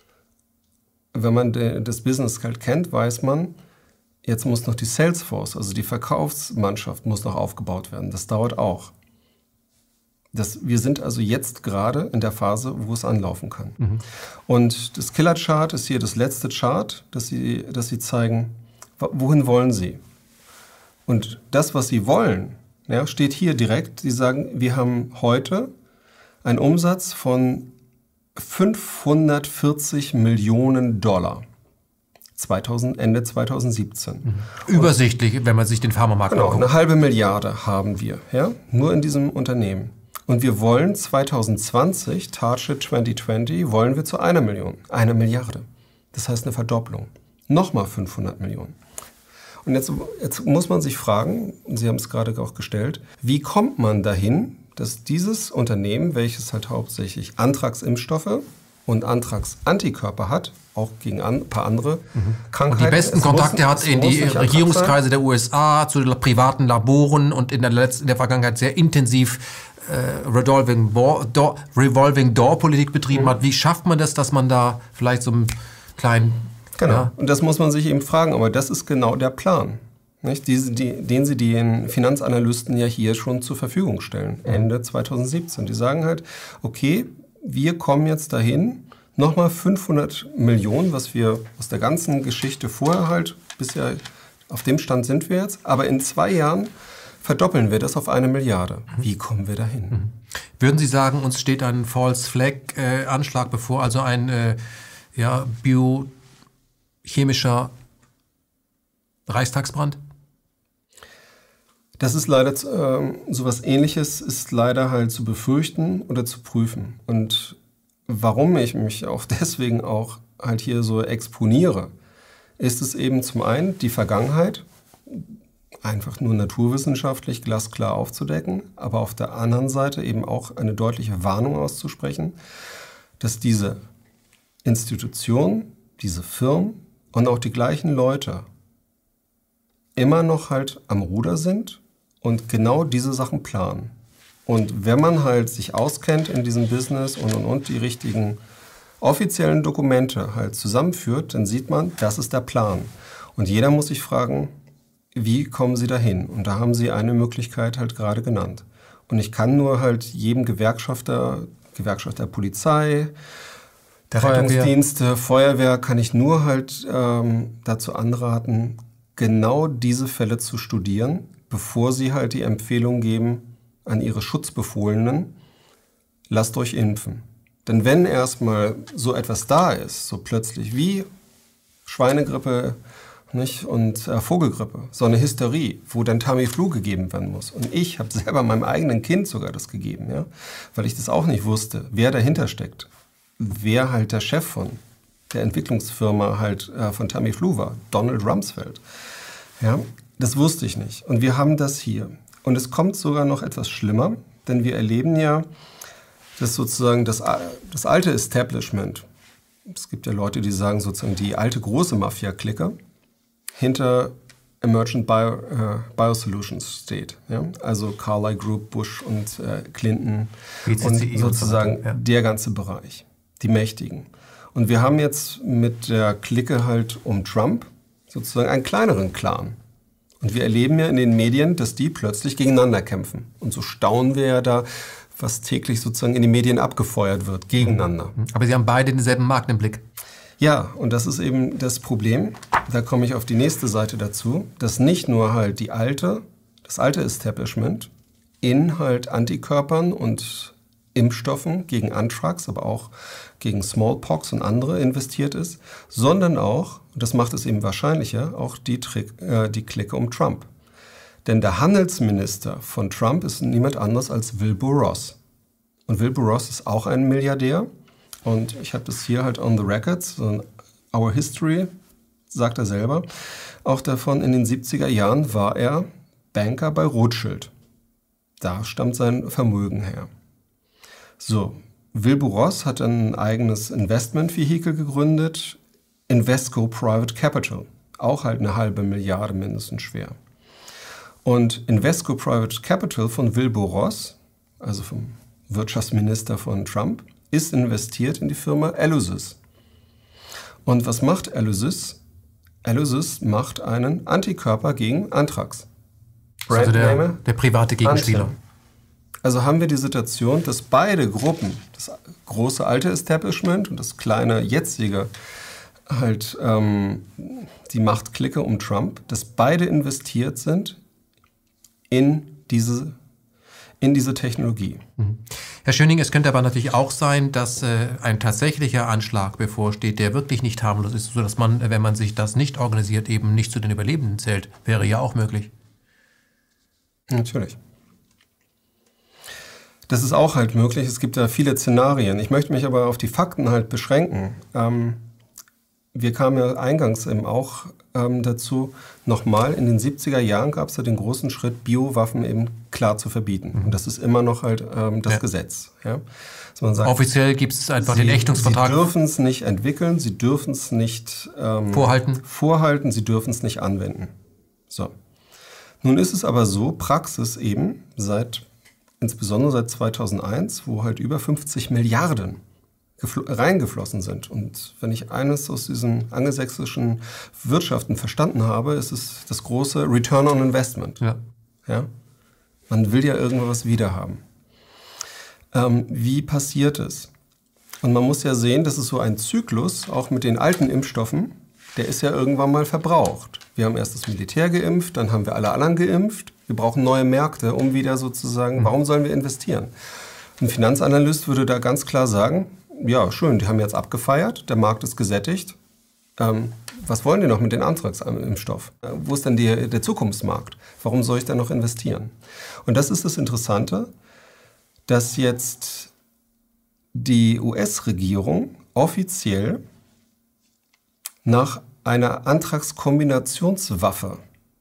Wenn man de, das Business halt kennt, weiß man, jetzt muss noch die Salesforce, also die Verkaufsmannschaft, muss noch aufgebaut werden. Das dauert auch. Das, wir sind also jetzt gerade in der Phase, wo es anlaufen kann. Mhm. Und das Killer-Chart ist hier das letzte Chart, das Sie, das Sie zeigen, wohin wollen Sie? Und das, was Sie wollen, ja, steht hier direkt. Sie sagen, wir haben heute einen Umsatz von fünfhundertvierzig Millionen Dollar. zweitausend, Ende zweitausendsiebzehn. Mhm. Übersichtlich, und, wenn man sich den Pharmamarkt genau, anguckt. Eine halbe Milliarde haben wir, ja, nur in diesem Unternehmen. Und wir wollen zwanzig zwanzig, Target zwanzig zwanzig, wollen wir zu einer Million, eine Milliarde. Das heißt eine Verdopplung. Nochmal fünfhundert Millionen. Und jetzt, jetzt muss man sich fragen, und Sie haben es gerade auch gestellt, wie kommt man dahin, dass dieses Unternehmen, welches halt hauptsächlich Anthrax-Impfstoffe und Anthrax-Antikörper hat, auch gegen ein paar andere mhm. Krankheiten. Und die besten Kontakte muss, hat in die Regierungskreise der U S A, zu den privaten Laboren und in der, letzten, in der Vergangenheit sehr intensiv äh, Revolving, Door, Revolving Door Politik betrieben mhm. hat. Wie schafft man das, dass man da vielleicht so einen kleinen... Genau, ja? Und das muss man sich eben fragen, aber das ist genau der Plan. Nicht? Diese, die, den sie den Finanzanalysten ja hier schon zur Verfügung stellen, Ende zweitausendsiebzehn. Die sagen halt, okay, wir kommen jetzt dahin, nochmal fünfhundert Millionen, was wir aus der ganzen Geschichte vorher halt, bisher auf dem Stand sind wir jetzt, aber in zwei Jahren verdoppeln wir das auf eine Milliarde. Wie kommen wir dahin? Mhm. Würden Sie sagen, uns steht ein False Flag äh, Anschlag bevor, also ein äh, ja, biochemischer Reichstagsbrand? Das ist leider, äh, sowas Ähnliches ist leider halt zu befürchten oder zu prüfen. Und warum ich mich auch deswegen auch halt hier so exponiere, ist es eben zum einen die Vergangenheit, einfach nur naturwissenschaftlich glasklar aufzudecken, aber auf der anderen Seite eben auch eine deutliche Warnung auszusprechen, dass diese Institutionen, diese Firmen und auch die gleichen Leute immer noch halt am Ruder sind und genau diese Sachen planen. Und wenn man halt sich auskennt in diesem Business und, und, und die richtigen offiziellen Dokumente halt zusammenführt, dann sieht man, das ist der Plan. Und jeder muss sich fragen, wie kommen Sie dahin? Und da haben Sie eine Möglichkeit halt gerade genannt. Und ich kann nur halt jedem Gewerkschafter, Gewerkschafter Polizei, der Feuerwehr. Rettungsdienste, Feuerwehr, kann ich nur halt ähm, dazu anraten, genau diese Fälle zu studieren, bevor Sie halt die Empfehlung geben an Ihre Schutzbefohlenen, lasst euch impfen. Denn wenn erstmal so etwas da ist, so plötzlich wie Schweinegrippe, nicht, und äh, Vogelgrippe, so eine Hysterie, wo dann Tamiflu gegeben werden muss. Und ich habe selber meinem eigenen Kind sogar das gegeben, ja, weil ich das auch nicht wusste, wer dahinter steckt. Wer halt der Chef von der Entwicklungsfirma halt äh, von Tamiflu war, Donald Rumsfeld. Ja, das wusste ich nicht. Und wir haben das hier. Und es kommt sogar noch etwas schlimmer, denn wir erleben ja, dass sozusagen das, das alte Establishment, es gibt ja Leute, die sagen sozusagen die alte große Mafia-Clique, hinter Emergent Bio, äh, Biosolutions steht. Ja? Also Carlyle Group, Bush und äh, Clinton und sozusagen und so ja. der ganze Bereich, die Mächtigen. Und wir haben jetzt mit der Clique halt um Trump sozusagen einen kleineren Clan. Und wir erleben ja in den Medien, dass die plötzlich gegeneinander kämpfen. Und so staunen wir ja da, was täglich sozusagen in den Medien abgefeuert wird, gegeneinander. Aber Sie haben beide denselben Markt im Blick. Ja, und das ist eben das Problem, da komme ich auf die nächste Seite dazu, dass nicht nur halt die alte, das alte Establishment in halt Antikörpern und Impfstoffen gegen Anthrax, aber auch gegen Smallpox und andere investiert ist, sondern auch, und das macht es eben wahrscheinlicher, auch die, Trick, äh, die Clique um Trump. Denn der Handelsminister von Trump ist niemand anderes als Wilbur Ross. Und Wilbur Ross ist auch ein Milliardär. Und ich habe das hier halt on the records, so Our History, sagt er selber. Auch davon, in den siebziger Jahren war er Banker bei Rothschild. Da stammt sein Vermögen her. So, Wilbur Ross hat ein eigenes Investmentvehikel gegründet, Invesco Private Capital. Auch halt eine halbe Milliarde mindestens schwer. Und Invesco Private Capital von Wilbur Ross, also vom Wirtschaftsminister von Trump, ist investiert in die Firma Elysys. Und was macht Elysys? Elysys macht einen Antikörper gegen Anthrax. Also der, der private Gegenspieler. Anthem. Also haben wir die Situation, dass beide Gruppen, das große alte Establishment und das kleine jetzige, halt ähm, die Machtklicke um Trump, dass beide investiert sind in diese in diese Technologie. Mhm. Herr Schöning, es könnte aber natürlich auch sein, dass äh, ein tatsächlicher Anschlag bevorsteht, der wirklich nicht harmlos ist, sodass man, wenn man sich das nicht organisiert, eben nicht zu den Überlebenden zählt. Wäre ja auch möglich. Natürlich. Das ist auch halt möglich. Es gibt da viele Szenarien. Ich möchte mich aber auf die Fakten halt beschränken. Ähm, wir kamen ja eingangs eben auch ähm, dazu, nochmal, in den siebziger Jahren gab es ja den großen Schritt, Biowaffen eben klar zu verbieten. Mhm. Und das ist immer noch halt ähm, das ja. Gesetz. Ja? Dass man sagt, offiziell gibt es einfach Sie, den Ächtungsvertrag. Sie dürfen es nicht entwickeln, Sie dürfen es nicht ähm, vorhalten. vorhalten, Sie dürfen es nicht anwenden. So. Nun ist es aber so, Praxis eben, seit insbesondere seit zweitausendeins, wo halt über fünfzig Milliarden reingeflossen sind. Und wenn ich eines aus diesen angelsächsischen Wirtschaften verstanden habe, ist es das große Return on Investment. Ja. Ja? Man will ja irgendwas wiederhaben. Ähm, wie passiert es? Und man muss ja sehen, das ist so ein Zyklus, auch mit den alten Impfstoffen, der ist ja irgendwann mal verbraucht. Wir haben erst das Militär geimpft, dann haben wir alle anderen geimpft. Wir brauchen neue Märkte, um wieder sozusagen, mhm. warum sollen wir investieren? Ein Finanzanalyst würde da ganz klar sagen, ja, schön, die haben jetzt abgefeiert, der Markt ist gesättigt. Ähm, was wollen die noch mit den Anthrax-Impfstoff? Äh, wo ist denn die, der Zukunftsmarkt? Warum soll ich da noch investieren? Und das ist das Interessante, dass jetzt die U S-Regierung offiziell nach einer Anthrax-Kombinationswaffe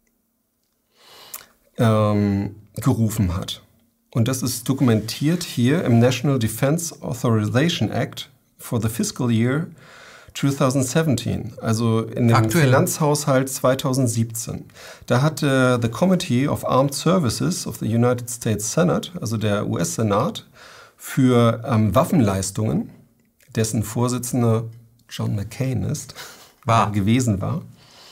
ähm, gerufen hat. Und das ist dokumentiert hier im National Defense Authorization Act for the Fiscal Year zwanzig siebzehn, also in dem Aktuell. Finanzhaushalt zwanzig siebzehn. Da hat äh, the Committee of Armed Services of the United States Senate, also der U S-Senat, für ähm, Waffenleistungen, dessen Vorsitzender John McCain ist, war. äh, gewesen war,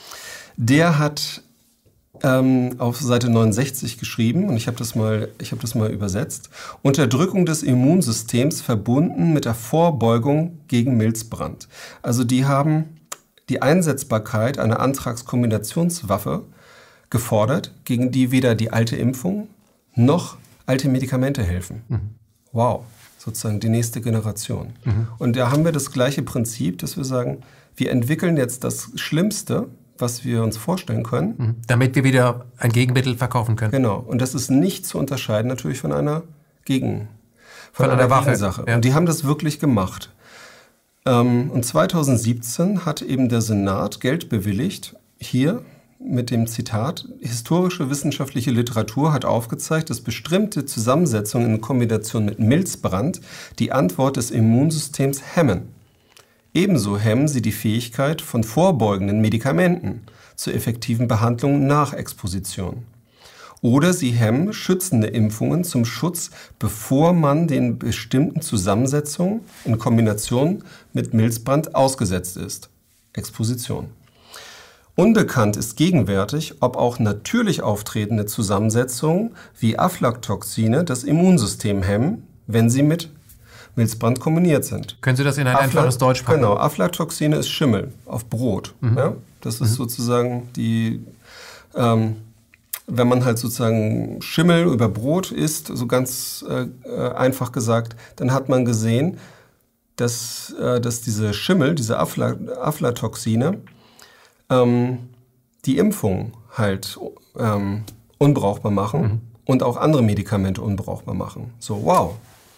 der hat ähm, auf Seite neunundsechzig geschrieben, und ich habe das mal, ich habe das mal übersetzt, Unterdrückung des Immunsystems verbunden mit der Vorbeugung gegen Milzbrand. Also die haben die Einsetzbarkeit einer Anthrax-Kombinationswaffe gefordert, gegen die weder die alte Impfung noch alte Medikamente helfen. Mhm. Wow, sozusagen die nächste Generation. Mhm. Und da haben wir das gleiche Prinzip, dass wir sagen, wir entwickeln jetzt das Schlimmste, was wir uns vorstellen können. Mhm. Damit wir wieder ein Gegenmittel verkaufen können. Genau. Und das ist nicht zu unterscheiden natürlich von einer Gegen, von, von einer, einer Waffe. Gegensache. Ja. Und die haben das wirklich gemacht. Ähm, und zwanzig siebzehn hat eben der Senat Geld bewilligt, hier mit dem Zitat, historische wissenschaftliche Literatur hat aufgezeigt, dass bestimmte Zusammensetzungen in Kombination mit Milzbrand die Antwort des Immunsystems hemmen. Ebenso hemmen sie die Fähigkeit von vorbeugenden Medikamenten zur effektiven Behandlung nach Exposition. Oder sie hemmen schützende Impfungen zum Schutz, bevor man den bestimmten Zusammensetzungen in Kombination mit Milzbrand ausgesetzt ist. Exposition. Unbekannt ist gegenwärtig, ob auch natürlich auftretende Zusammensetzungen wie Aflatoxine das Immunsystem hemmen, wenn sie mit Milzbrand kombiniert sind. Können Sie das in ein Afla- einfaches Deutsch packen? Genau, Aflatoxine ist Schimmel auf Brot. Mhm. Ja? Das ist mhm. sozusagen die, ähm, wenn man halt sozusagen Schimmel über Brot isst, so ganz äh, einfach gesagt, dann hat man gesehen, dass, äh, dass diese Schimmel, diese Afla- Aflatoxine, ähm, die Impfung halt ähm, unbrauchbar machen mhm. und auch andere Medikamente unbrauchbar machen. So, wow.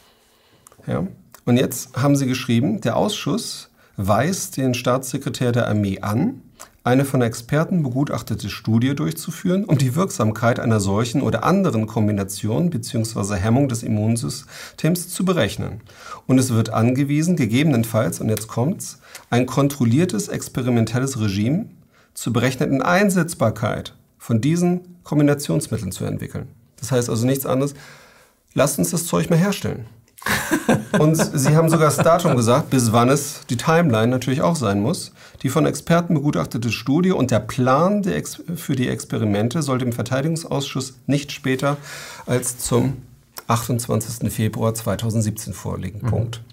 Ja. Und jetzt haben sie geschrieben, der Ausschuss weist den Staatssekretär der Armee an, eine von Experten begutachtete Studie durchzuführen, um die Wirksamkeit einer solchen oder anderen Kombination bzw. Hemmung des Immunsystems zu berechnen. Und es wird angewiesen, gegebenenfalls, und jetzt kommt's, ein kontrolliertes experimentelles Regime zur berechneten Einsetzbarkeit von diesen Kombinationsmitteln zu entwickeln. Das heißt also nichts anderes, lasst uns das Zeug mal herstellen. Und sie haben sogar das Datum gesagt, bis wann es die Timeline natürlich auch sein muss. Die von Experten begutachtete Studie und der Plan der Ex- für die Experimente soll dem Verteidigungsausschuss nicht später als zum achtundzwanzigsten Februar zweitausendsiebzehn vorliegen. Mhm. Punkt.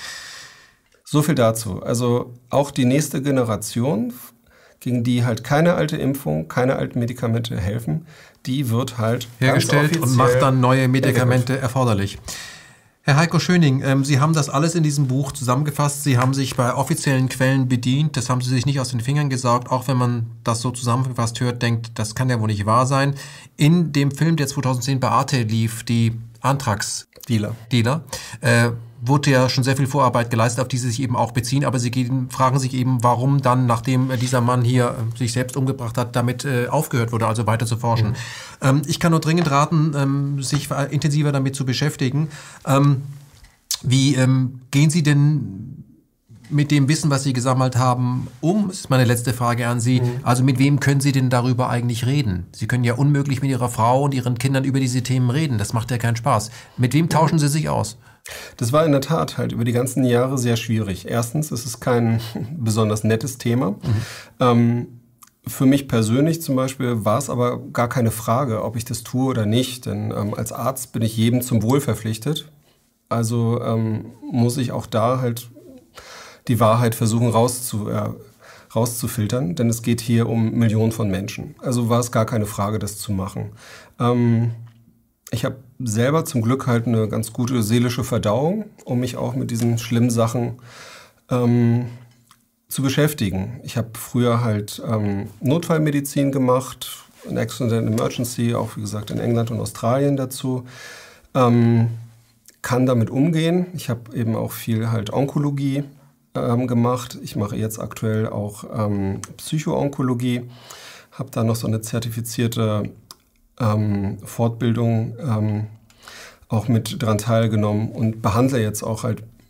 So viel dazu. Also auch die nächste Generation, gegen die halt keine alte Impfung, keine alten Medikamente helfen, die wird halt hergestellt und macht dann neue Medikamente entwickelt. erforderlich. Herr Heiko Schöning, ähm, Sie haben das alles in diesem Buch zusammengefasst. Sie haben sich bei offiziellen Quellen bedient. Das haben Sie sich nicht aus den Fingern gesaugt. Auch wenn man das so zusammengefasst hört, denkt, das kann ja wohl nicht wahr sein. In dem Film, der zweitausendzehn bei Arte lief, die Anthrax-Dealer, Dealer, äh, wurde ja schon sehr viel Vorarbeit geleistet, auf die Sie sich eben auch beziehen. Aber Sie gehen, fragen sich eben, warum dann, nachdem dieser Mann hier äh, sich selbst umgebracht hat, damit äh, aufgehört wurde, also weiter zu forschen. Mhm. Ähm, ich kann nur dringend raten, ähm, sich intensiver damit zu beschäftigen. Ähm, wie ähm, gehen Sie denn mit dem Wissen, was Sie gesammelt haben, um? Das ist meine letzte Frage an Sie. Mhm. Also mit wem können Sie denn darüber eigentlich reden? Sie können ja unmöglich mit Ihrer Frau und Ihren Kindern über diese Themen reden. Das macht ja keinen Spaß. Mit wem tauschen Sie sich aus? Das war in der Tat halt über die ganzen Jahre sehr schwierig. Erstens, es ist kein besonders nettes Thema. Mhm. Ähm, für mich persönlich zum Beispiel war es aber gar keine Frage, ob ich das tue oder nicht. Denn ähm, als Arzt bin ich jedem zum Wohl verpflichtet. Also ähm, muss ich auch da halt die Wahrheit versuchen rauszu, äh, rauszufiltern. Denn es geht hier um Millionen von Menschen. Also war es gar keine Frage, das zu machen. Ähm, Ich habe selber zum Glück halt eine ganz gute seelische Verdauung, um mich auch mit diesen schlimmen Sachen ähm, zu beschäftigen. Ich habe früher halt ähm, Notfallmedizin gemacht, ein Accident Emergency, auch wie gesagt in England und Australien dazu. Ähm, kann damit umgehen. Ich habe eben auch viel halt Onkologie ähm, gemacht. Ich mache jetzt aktuell auch ähm, Psychoonkologie. Habe da noch so eine zertifizierte Ähm, Fortbildung ähm, auch mit dran teilgenommen und behandle jetzt auch halt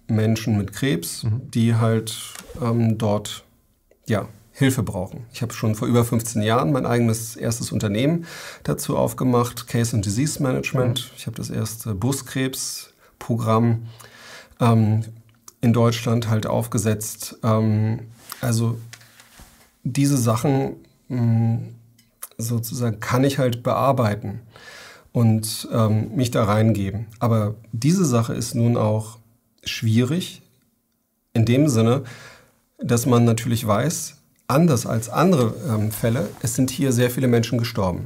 Menschen mit Krebs, mhm. die halt ähm, dort ja, Hilfe brauchen. Ich habe schon vor über fünfzehn Jahren mein eigenes erstes Unternehmen dazu aufgemacht, Case and Disease Management. Mhm. Ich habe das erste Brustkrebsprogramm ähm, in Deutschland halt aufgesetzt. Ähm, also diese Sachen mh, sozusagen kann ich halt bearbeiten und ähm, mich da reingeben. Aber diese Sache ist nun auch schwierig in dem Sinne, dass man natürlich weiß, anders als andere ähm, Fälle, es sind hier sehr viele Menschen gestorben.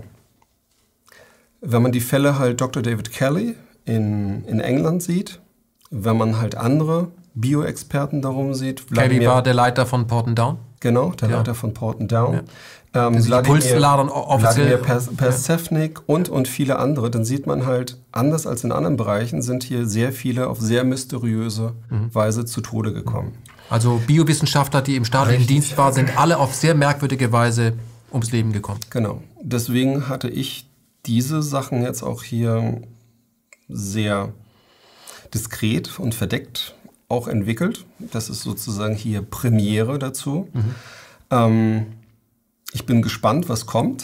Wenn man die Fälle halt Doktor David Kelly in, in England sieht, wenn man halt andere Bioexperten darum sieht. Kelly war der Leiter von Porton Down? Genau, der ja. Leiter von Porton Down. Ja. Ähm, Wladimir, offiziell. Wladimir Persefnik ja. und, und viele andere. Dann sieht man halt, anders als in anderen Bereichen, sind hier sehr viele auf sehr mysteriöse mhm. Weise zu Tode gekommen. Also Biowissenschaftler, die im staatlichen Richtig. Dienst waren, sind alle auf sehr merkwürdige Weise ums Leben gekommen. Genau. Deswegen hatte ich diese Sachen jetzt auch hier sehr diskret und verdeckt auch entwickelt. Das ist sozusagen hier Premiere dazu. Mhm. Ähm, ich bin gespannt, was kommt.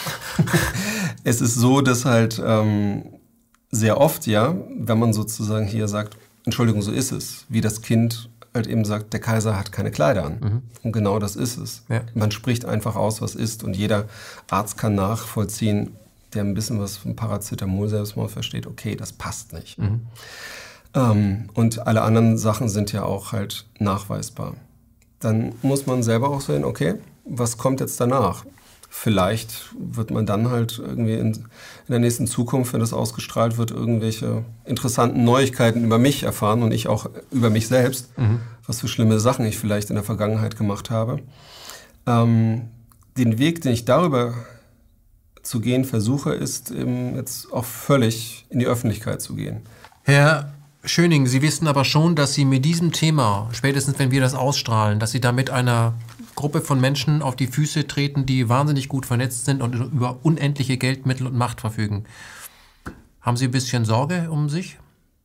Es ist so, dass halt ähm, sehr oft, ja, wenn man sozusagen hier sagt, Entschuldigung, so ist es, wie das Kind halt eben sagt, der Kaiser hat keine Kleider an. Mhm. Und genau das ist es. Ja. Man spricht einfach aus, was ist. Und jeder Arzt kann nachvollziehen, der ein bisschen was vom Paracetamol Selbstmord versteht, okay, das passt nicht. Mhm. Ähm, und alle anderen Sachen sind ja auch halt nachweisbar. Dann muss man selber auch sehen, okay, was kommt jetzt danach? Vielleicht wird man dann halt irgendwie in, in der nächsten Zukunft, wenn das ausgestrahlt wird, irgendwelche interessanten Neuigkeiten über mich erfahren und ich auch über mich selbst, mhm. was für schlimme Sachen ich vielleicht in der Vergangenheit gemacht habe. Ähm, den Weg, den ich darüber zu gehen versuche, ist eben jetzt auch völlig in die Öffentlichkeit zu gehen. Herr Schöning, Sie wissen aber schon, dass Sie mit diesem Thema, spätestens wenn wir das ausstrahlen, dass Sie damit einer Gruppe von Menschen auf die Füße treten, die wahnsinnig gut vernetzt sind und über unendliche Geldmittel und Macht verfügen. Haben Sie ein bisschen Sorge um sich?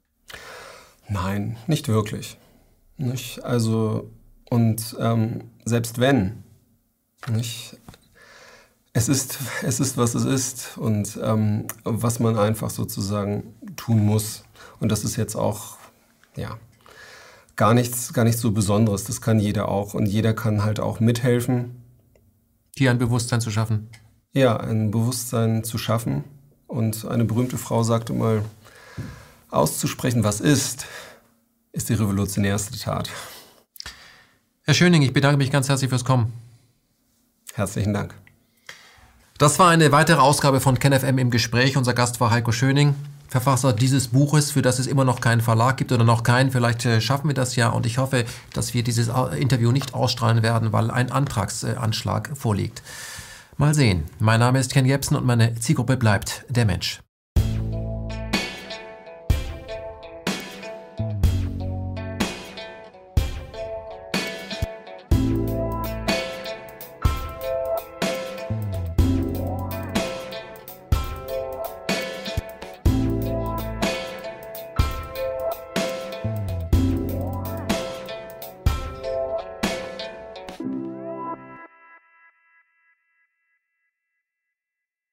Nein, nicht wirklich. Nicht? Also, und ähm, selbst wenn, nicht? Es ist, es ist, was es ist und ähm, was man einfach sozusagen tun muss. Und das ist jetzt auch, ja, gar nichts, gar nichts so Besonderes. Das kann jeder auch. Und jeder kann halt auch mithelfen. Hier ein Bewusstsein zu schaffen. Ja, ein Bewusstsein zu schaffen. Und eine berühmte Frau sagte mal, auszusprechen, was ist, ist die revolutionärste Tat. Herr Schöning, ich bedanke mich ganz herzlich fürs Kommen. Herzlichen Dank. Das war eine weitere Ausgabe von KenFM im Gespräch. Unser Gast war Heiko Schöning, Verfasser dieses Buches, für das es immer noch keinen Verlag gibt oder noch keinen. Vielleicht äh, schaffen wir das ja und ich hoffe, dass wir dieses Interview nicht ausstrahlen werden, weil ein Antragsanschlag vorliegt. Mal sehen. Mein Name ist Ken Jebsen und meine Zielgruppe bleibt der Mensch.